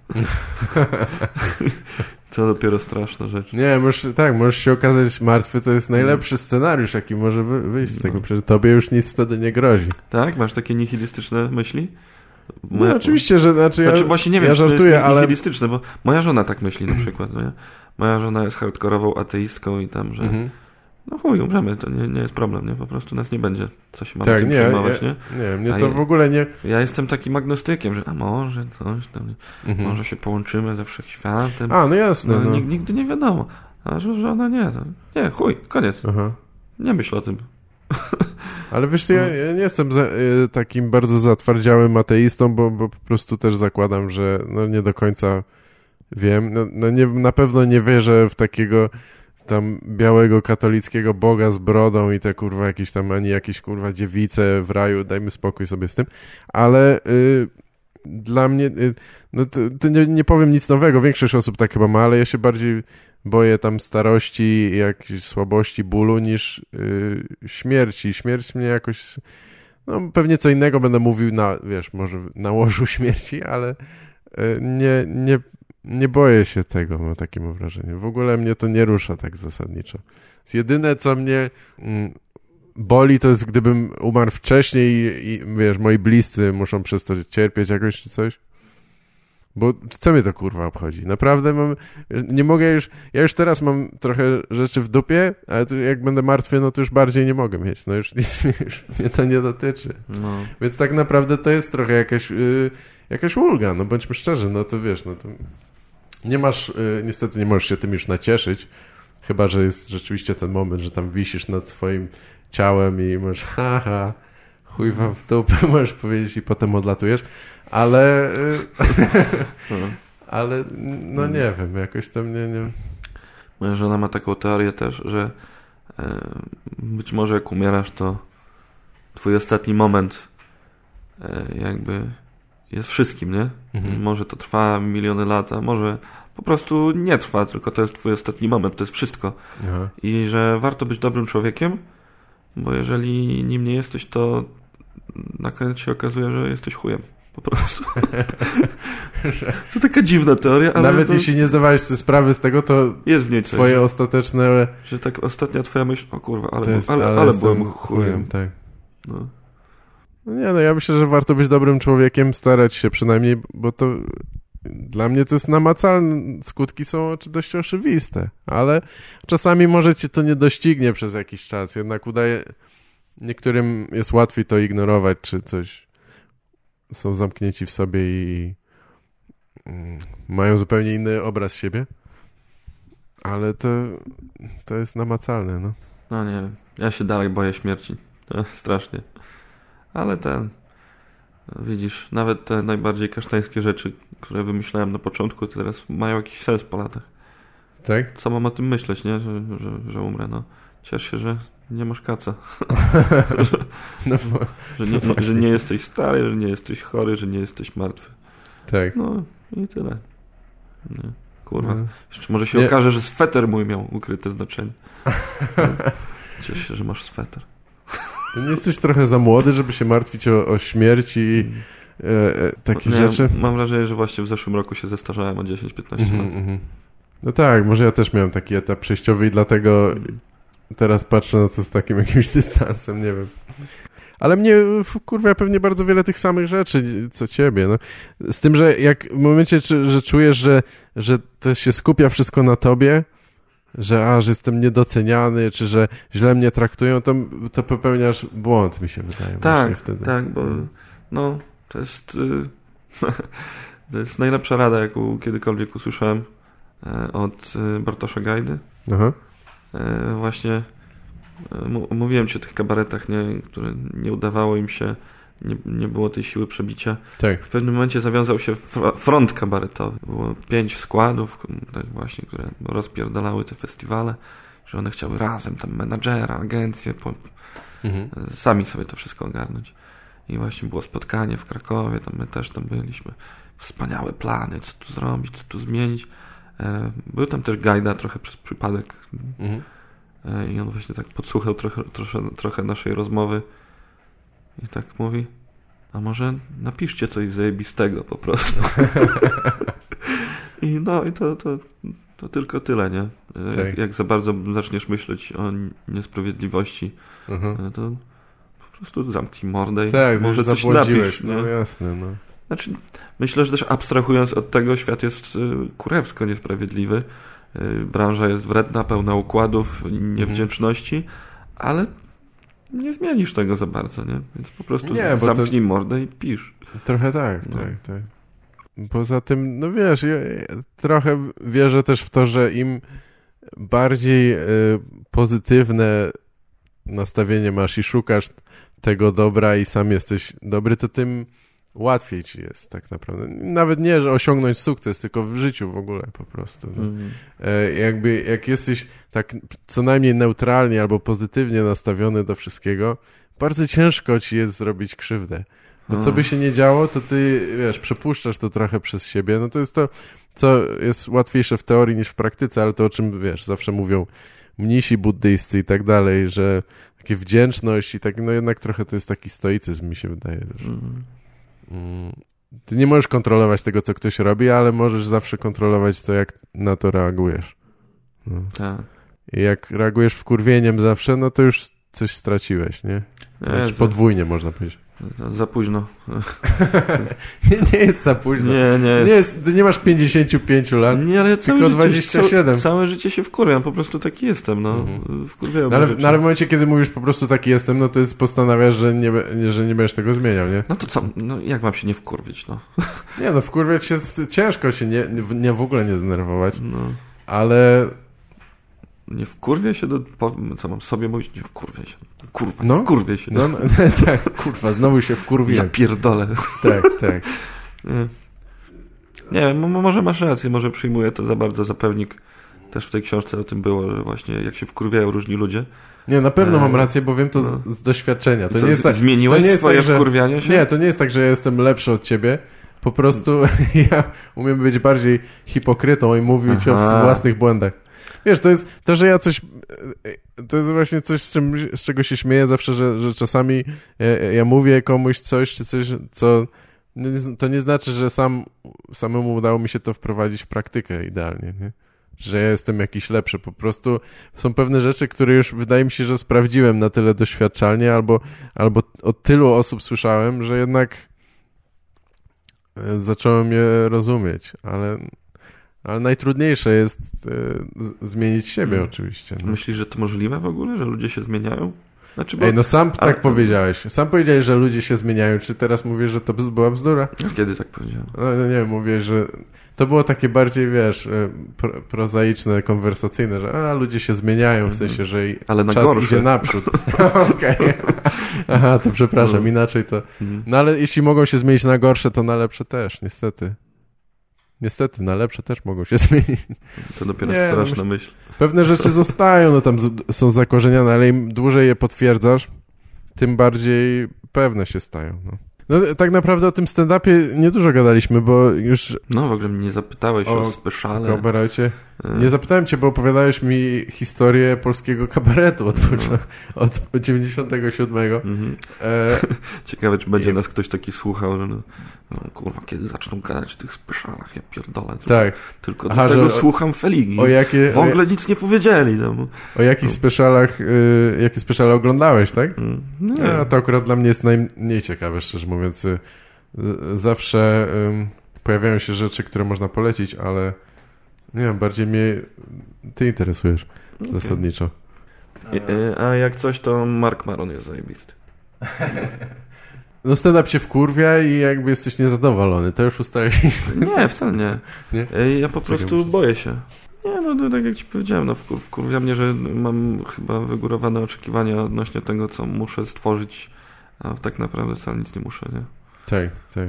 To dopiero straszna rzecz. Nie, możesz się okazać martwy, to jest najlepszy scenariusz, jaki może wyjść z tego. Przecież tobie już nic wtedy nie grozi. Tak? Masz takie nihilistyczne myśli? No oczywiście, że właśnie nie wiem, ja żartuję, czy to jest ale nihilistyczne, bo moja żona tak myśli na przykład. No, moja żona jest hardkorową ateistką i tam, że no chuj, umrzemy, to nie jest problem, nie? Po prostu nas nie będzie. Co się mamy tym przejmować, nie? Nie, mnie to w ogóle nie... Ja jestem takim agnostykiem, że a może coś tam, może się połączymy ze wszechświatem. A, no jasne. No. Nigdy nie wiadomo. A żona nie, nie, chuj, koniec. Aha. Nie myśl o tym. Ale wiesz, ja nie jestem takim bardzo zatwardziałym ateistą, bo po prostu też zakładam, że nie do końca wiem. Na pewno nie wierzę w takiego tam białego katolickiego Boga z brodą i te kurwa jakieś tam, ani jakieś kurwa dziewice w raju, dajmy spokój sobie z tym, ale dla mnie, to nie powiem nic nowego, większość osób tak chyba ma, ale ja się bardziej boję tam starości, jakiejś słabości, bólu niż śmierci. Śmierć mnie jakoś, pewnie co innego będę mówił może na łożu śmierci, ale nie boję się tego, mam takie wrażenie. W ogóle mnie to nie rusza tak zasadniczo. Jedyne, co mnie boli, to jest gdybym umarł wcześniej i wiesz, moi bliscy muszą przez to cierpieć jakoś czy coś. Bo co mnie to kurwa obchodzi? Naprawdę nie mogę ja już teraz mam trochę rzeczy w dupie, ale jak będę martwy, to już bardziej nie mogę mieć. Już nic mnie to nie dotyczy. No. Więc tak naprawdę to jest trochę jakaś ulga, bądźmy szczerzy, to wiesz, to nie masz, niestety nie możesz się tym już nacieszyć, chyba że jest rzeczywiście ten moment, że tam wisisz nad swoim ciałem i możesz chuj wam w dupę, możesz powiedzieć i potem odlatujesz, ale nie wiem, jakoś to mnie nie... Moja żona ma taką teorię też, że być może jak umierasz, to twój ostatni moment jakby jest wszystkim, nie? Może to trwa miliony lat, a może po prostu nie trwa, tylko to jest twój ostatni moment, to jest wszystko. Aha. I że warto być dobrym człowiekiem, bo jeżeli nim nie jesteś, to na koniec się okazuje, że jesteś chujem. Po prostu. To taka dziwna teoria, ale... Nawet jeśli nie zdawałeś sobie sprawy z tego, to jest w niej twoje ostateczne... Że tak ostatnia twoja myśl, o kurwa, ale byłem chujem. Tak. Ja myślę, że warto być dobrym człowiekiem, starać się przynajmniej, bo to dla mnie to jest namacalne, skutki są dość oczywiste, ale czasami może cię to nie doścignie przez jakiś czas, jednak niektórym jest łatwiej to ignorować, czy coś są zamknięci w sobie i mają zupełnie inny obraz siebie, ale to jest namacalne, No nie wiem, ja się dalej boję śmierci, to strasznie. Ale widzisz, nawet te najbardziej kasztańskie rzeczy, które wymyślałem na początku, teraz mają jakiś sens po latach. Tak? Co mam o tym myśleć, nie? Że umrę, Ciesz się, że nie masz kaca. Że nie jesteś stary, że nie jesteś chory, że nie jesteś martwy. Tak. I tyle. Nie. Kurwa. Jeszcze może się okaże, że sweter mój miał ukryte znaczenie. Ciesz się, że masz sweter. Nie jesteś trochę za młody, żeby się martwić o śmierć i takie rzeczy? Mam wrażenie, że właśnie w zeszłym roku się zestarzałem o 10-15 lat. No tak, może ja też miałem taki etap przejściowy i dlatego teraz patrzę na to z takim jakimś dystansem, nie wiem. Ale mnie kurwa pewnie bardzo wiele tych samych rzeczy, co ciebie. Z tym, że jak w momencie, że czujesz, że to się skupia wszystko na tobie, że jestem niedoceniany, czy że źle mnie traktują, to popełniasz błąd, mi się wydaje. Tak, wtedy. Tak, bo to jest najlepsza rada, jaką kiedykolwiek usłyszałem od Bartosza Gajdy. Aha. Właśnie mówiłem ci o tych kabaretach, które nie udawało im się nie było tej siły przebicia. Tak. W pewnym momencie zawiązał się front kabaretowy. Było 5 składów, tak właśnie, które rozpierdalały te festiwale, że one chciały razem, tam menadżera, agencje, sami sobie to wszystko ogarnąć. I właśnie było spotkanie w Krakowie, tam my też tam byliśmy. Wspaniałe plany, co tu zrobić, co tu zmienić. Był tam też Gajda trochę przez przypadek. I on właśnie tak podsłuchał trochę naszej rozmowy i tak mówi, a może napiszcie coś zajebistego po prostu. I to tylko tyle, nie? Jak za bardzo zaczniesz myśleć o niesprawiedliwości, to po prostu zamknij mordę i może coś napisz. No jasne, no. Znaczy, myślę, że też abstrahując od tego, świat jest kurewsko niesprawiedliwy. Branża jest wredna, pełna układów, niewdzięczności, ale nie zmienisz tego za bardzo, nie? Więc po prostu zamknij mordę i pisz. Trochę tak. Poza tym, no wiesz, ja trochę wierzę też w to, że im bardziej pozytywne nastawienie masz i szukasz tego dobra i sam jesteś dobry, to tym łatwiej ci jest tak naprawdę. Nawet nie, że osiągnąć sukces, tylko w życiu w ogóle po prostu. No. Jakby jak jesteś tak co najmniej neutralnie albo pozytywnie nastawiony do wszystkiego, bardzo ciężko ci jest zrobić krzywdę. Bo co by się nie działo, to ty, wiesz, przepuszczasz to trochę przez siebie. No to jest to, co jest łatwiejsze w teorii niż w praktyce, ale to o czym, wiesz, zawsze mówią mnisi buddyjscy i tak dalej, że takie wdzięczność i tak, no jednak trochę to jest taki stoicyzm, mi się wydaje. Wiesz. Ty nie możesz kontrolować tego, co ktoś robi, ale możesz zawsze kontrolować to, jak na to reagujesz. No. Tak. I jak reagujesz wkurwieniem zawsze, no to już coś straciłeś, nie? Podwójnie można powiedzieć. Za późno. nie jest za późno. Nie masz 55 lat, nie, ale tylko 27. Całe życie się wkurwiam, po prostu taki jestem. No. Wkurwiam. No, ale w momencie, kiedy mówisz po prostu taki jestem, no to jest postanawiasz, że nie będziesz tego zmieniał, nie? No to co? No, jak mam się nie wkurwić, no? Nie, no wkurwiać się ciężko się nie w ogóle nie denerwować, ale... Nie wkurwię się co mam sobie mówić? Nie wkurwię się. Kurwa, nie wkurwię się. No, tak, kurwa, znowu się wkurwiłem. Ja pierdolę. Tak. Nie, może masz rację, może przyjmuję to za bardzo za pewnik. Też w tej książce o tym było, że właśnie jak się wkurwiają różni ludzie. Nie, na pewno mam rację, bo wiem to z doświadczenia. To nie jest tak, zmieniłeś swoje wkurwianie się? Nie, to nie jest tak, że ja jestem lepszy od ciebie. Po prostu ja umiem być bardziej hipokrytą i mówić o własnych błędach. Wiesz, to jest to, że ja coś... To jest właśnie coś, z czego się śmieję zawsze, że czasami ja mówię komuś coś, czy coś, co... To nie znaczy, że samemu udało mi się to wprowadzić w praktykę idealnie, nie? Że ja jestem jakiś lepszy. Po prostu są pewne rzeczy, które już wydaje mi się, że sprawdziłem na tyle doświadczalnie, albo od tylu osób słyszałem, że jednak zacząłem je rozumieć, ale najtrudniejsze jest zmienić siebie oczywiście. No. Myślisz, że to możliwe w ogóle, że ludzie się zmieniają? Znaczy, sam tak powiedziałeś. Sam powiedziałeś, że ludzie się zmieniają. Czy teraz mówisz, że to była bzdura? Kiedy tak powiedziałem? No nie, mówię, że to było takie bardziej, wiesz, prozaiczne, konwersacyjne, że ludzie się zmieniają, w sensie, że czas idzie naprzód. Okej. Aha, to przepraszam, inaczej to... No ale jeśli mogą się zmienić na gorsze, to na lepsze też, niestety. Niestety, na lepsze też mogą się zmienić. To dopiero straszna myśl. Pewne rzeczy zostają, no tam są zakorzenione, ale im dłużej je potwierdzasz, tym bardziej pewne się stają. No tak naprawdę o tym stand-upie niedużo gadaliśmy, bo już... No w ogóle mnie nie zapytałeś o speciale. Kabarecie. Nie zapytałem cię, bo opowiadałeś mi historię polskiego kabaretu od 97. Ciekawe, czy będzie nas ktoś taki słuchał, że kurwa, kiedy zaczną gadać o tych specialach, ja pierdolę. Tylko do tego słucham Feligi. W ogóle nic nie powiedzieli. O jakich specialach, jakie speciale oglądałeś, tak? Nie. To akurat dla mnie jest najmniej ciekawe, szczerze mówiąc. Zawsze pojawiają się rzeczy, które można polecić, ale nie wiem, bardziej mnie ty interesujesz zasadniczo. A jak coś, to Mark Maron jest zajebisty. No stand-up się wkurwia i jakby jesteś niezadowolony. To już ustaliliśmy. Nie, wcale nie. Ja po prostu boję się. Nie, no tak jak ci powiedziałem, wkurwia mnie, że mam chyba wygórowane oczekiwania odnośnie tego, co muszę stworzyć a tak naprawdę wcale nic nie muszę, nie? Tak.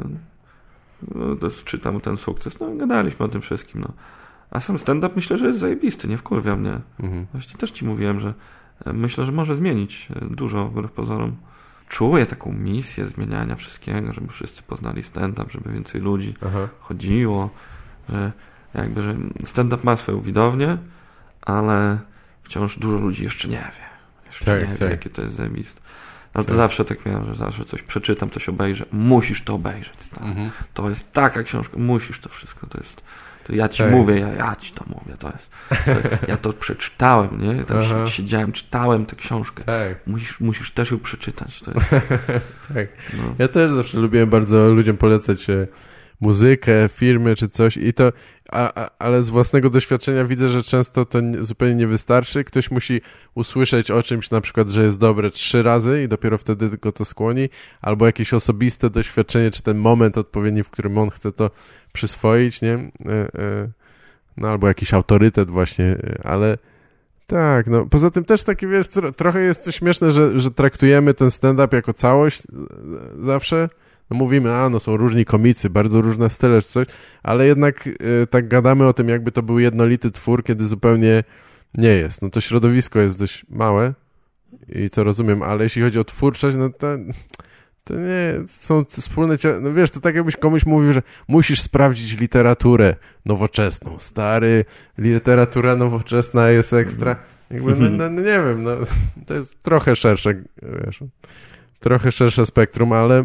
No, czytam ten sukces, no gadaliśmy o tym wszystkim, no. A sam stand-up myślę, że jest zajebisty, nie wkurwia mnie. Właśnie też ci mówiłem, że myślę, że może zmienić dużo wbrew pozorom. Czuję taką misję zmieniania wszystkiego, żeby wszyscy poznali stand-up, żeby więcej ludzi chodziło, że jakby, że stand-up ma swoją widownię, ale wciąż dużo ludzi jeszcze nie wie. Jeszcze nie wie, jakie to jest zajebiste. Ale to zawsze tak miałem, że zawsze coś przeczytam, coś obejrzę. Musisz to obejrzeć. To jest taka książka, musisz to wszystko. To ja ci mówię, ja ci to mówię. Ja to przeczytałem, nie? Ja tam siedziałem, czytałem tę książkę. Musisz też ją przeczytać. To jest, no. Ja też zawsze lubiłem bardzo ludziom polecać muzykę, filmy czy coś i to, ale z własnego doświadczenia widzę, że często to zupełnie nie wystarczy. Ktoś musi usłyszeć o czymś, na przykład, że jest dobre 3 razy i dopiero wtedy go to skłoni, albo jakieś osobiste doświadczenie, czy ten moment odpowiedni, w którym on chce to przyswoić, nie? No albo jakiś autorytet właśnie, ale tak, no poza tym też takie, wiesz, trochę jest to śmieszne, że traktujemy ten stand-up jako całość zawsze. No mówimy, no są różni komicy, bardzo różne style czy coś, ale jednak tak gadamy o tym, jakby to był jednolity twór, kiedy zupełnie nie jest. No to środowisko jest dość małe i to rozumiem, ale jeśli chodzi o twórczość, no to nie są wspólne... No wiesz, to tak jakbyś komuś mówił, że musisz sprawdzić literaturę nowoczesną. Stary, literatura nowoczesna jest ekstra. Jakby, no nie wiem, no to jest trochę szersze, wiesz, trochę szersze spektrum, ale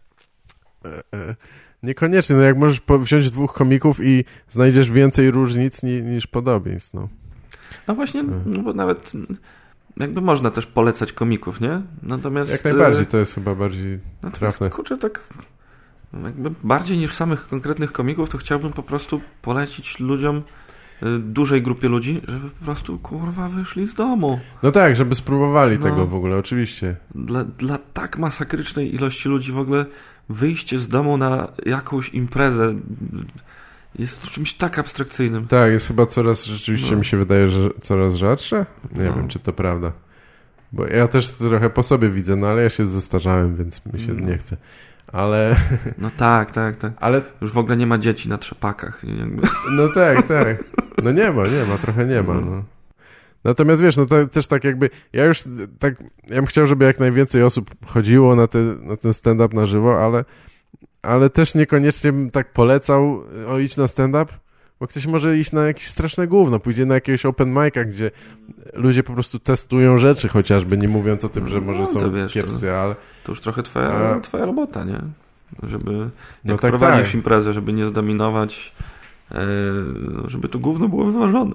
niekoniecznie, no jak możesz wziąć 2 komików i znajdziesz więcej różnic niż podobieństw, no. No właśnie, no bo nawet jakby można też polecać komików, nie? Natomiast... Jak najbardziej, to jest chyba bardziej trafne. Kurczę, tak jakby bardziej niż samych konkretnych komików, to chciałbym po prostu polecić ludziom, dużej grupie ludzi, żeby po prostu, kurwa, wyszli z domu. No tak, żeby spróbowali tego w ogóle, oczywiście. Dla tak masakrycznej ilości ludzi w ogóle wyjście z domu na jakąś imprezę jest czymś tak abstrakcyjnym. Tak, jest chyba rzeczywiście mi się wydaje, że coraz rzadsze. Nie wiem, czy to prawda. Bo ja też trochę po sobie widzę, no ale ja się zestarzałem, więc mi się nie chce. Ale... No tak. Ale już w ogóle nie ma dzieci na trzepakach. Jakby. No tak. No nie ma, trochę nie ma, no. Natomiast wiesz, no to też tak jakby, ja bym chciał, żeby jak najwięcej osób chodziło na ten stand-up na żywo, ale też niekoniecznie bym tak polecał iść na stand-up, bo ktoś może iść na jakieś straszne gówno, pójdzie na jakiegoś open mic'a, gdzie ludzie po prostu testują rzeczy chociażby, nie mówiąc o tym, że może są kiepscy, ale... To już trochę twoja robota, nie? Żeby jak prowadzisz imprezę, żeby nie zdominować, żeby to gówno było wyważone.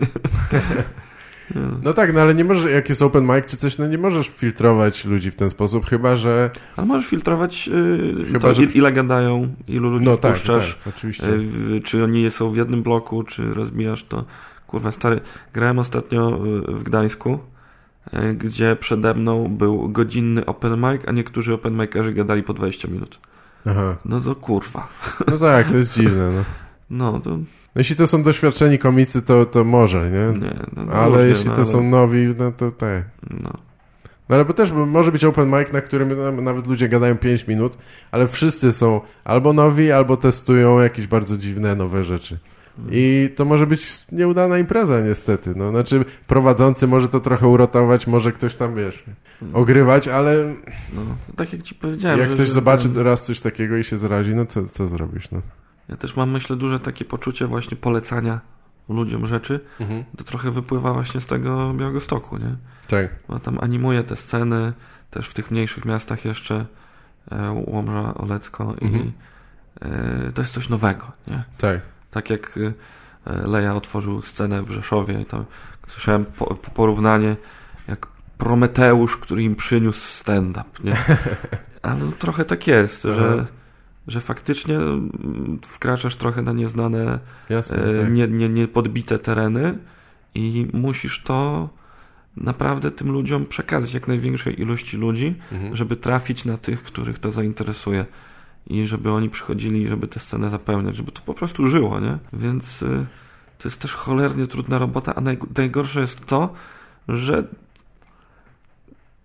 No tak, no ale nie możesz, jak jest open mic czy coś, no nie możesz filtrować ludzi w ten sposób, chyba że... Ale możesz filtrować ile gadają, ilu ludzi wpuszczasz, tak, oczywiście. Czy oni są w jednym bloku, czy rozbijasz to. Kurwa, stary, grałem ostatnio w Gdańsku, gdzie przede mną był godzinny open mic, a niektórzy open micerzy gadali po 20 minut. Aha. No to kurwa. No tak, to jest dziwne, no. No to... Jeśli to są doświadczeni komicy, to może, nie? Ale różnie, jeśli to są nowi, no to tak. No ale bo też może być open mic, na którym nawet ludzie gadają 5 minut, ale wszyscy są albo nowi, albo testują jakieś bardzo dziwne, nowe rzeczy. I to może być nieudana impreza niestety. No, znaczy prowadzący może to trochę uratować, może ktoś tam, wiesz, ogrywać, ale... No, tak jak ci powiedziałem. Jak ktoś zobaczy raz coś takiego i się zrazi, no co zrobisz, no? Ja też mam, myślę, duże takie poczucie właśnie polecania ludziom rzeczy. To trochę wypływa właśnie z tego Białegostoku, nie? Tak. Bo tam animuje te sceny, też w tych mniejszych miastach jeszcze, Łomża, Olecko i to jest coś nowego, nie? Tak. Tak jak Leja otworzył scenę w Rzeszowie i tam słyszałem porównanie jak Prometeusz, który im przyniósł stand-up, nie? Ale no, trochę tak jest, że faktycznie wkraczasz trochę na nieznane, niepodbite tereny i musisz to naprawdę tym ludziom przekazać, jak największej ilości ludzi, żeby trafić na tych, których to zainteresuje i żeby oni przychodzili, żeby tę scenę zapełniać, żeby to po prostu żyło, nie? Więc to jest też cholernie trudna robota, a najgorsze jest to, że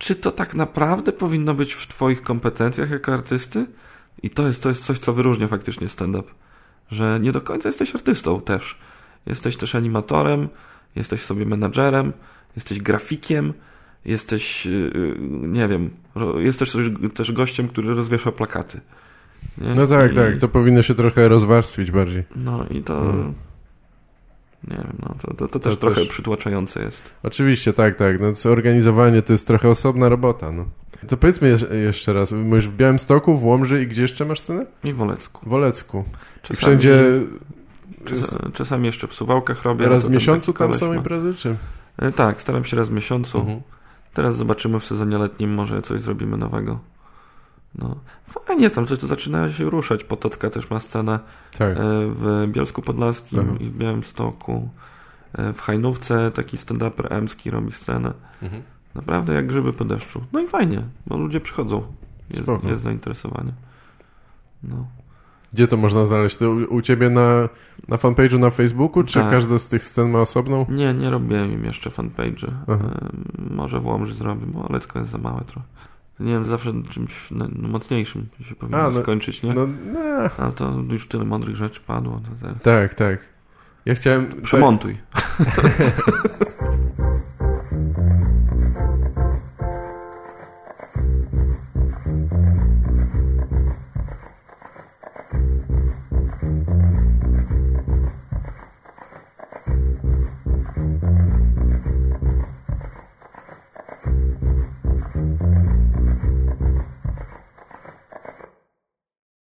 czy to tak naprawdę powinno być w twoich kompetencjach jako artysty? I to jest coś, co wyróżnia faktycznie stand-up. Że nie do końca jesteś artystą też. Jesteś też animatorem, jesteś sobie menadżerem, jesteś grafikiem, jesteś, nie wiem, jesteś też gościem, który rozwiesza plakaty. Nie? No tak, to powinno się trochę rozwarstwić bardziej. No i to... Nie wiem, to też trochę przytłaczające jest. Oczywiście, tak. No, organizowanie to jest trochę osobna robota, no. To powiedzmy jeszcze raz, mówisz w Białymstoku, w Łomży i gdzie jeszcze masz scenę? I w Wolecku. I wszędzie... Czasami jeszcze w Suwałkach robię. Raz w miesiącu tam są imprezy, czy? Tak, staram się raz w miesiącu. Teraz zobaczymy w sezonie letnim, może coś zrobimy nowego. No. Fajnie, tam coś to zaczyna się ruszać. Potocka też ma scenę w Bielsku Podlaskim i w Białymstoku. W Hajnówce taki stand-uper emski robi scenę. Naprawdę jak grzyby po deszczu. No i fajnie, bo ludzie przychodzą. Jest zainteresowanie. No. Gdzie to można znaleźć? To u ciebie na fanpage'u na Facebooku, czy każda z tych scen ma osobną? Nie robiłem im jeszcze fanpage'y. Może w Łomży zrobię, ale tylko jest za małe trochę. Nie wiem, zawsze czymś mocniejszym się powinno skończyć, nie? Ale to już tyle mądrych rzeczy padło. Tak. Ja chciałem... Przemontuj.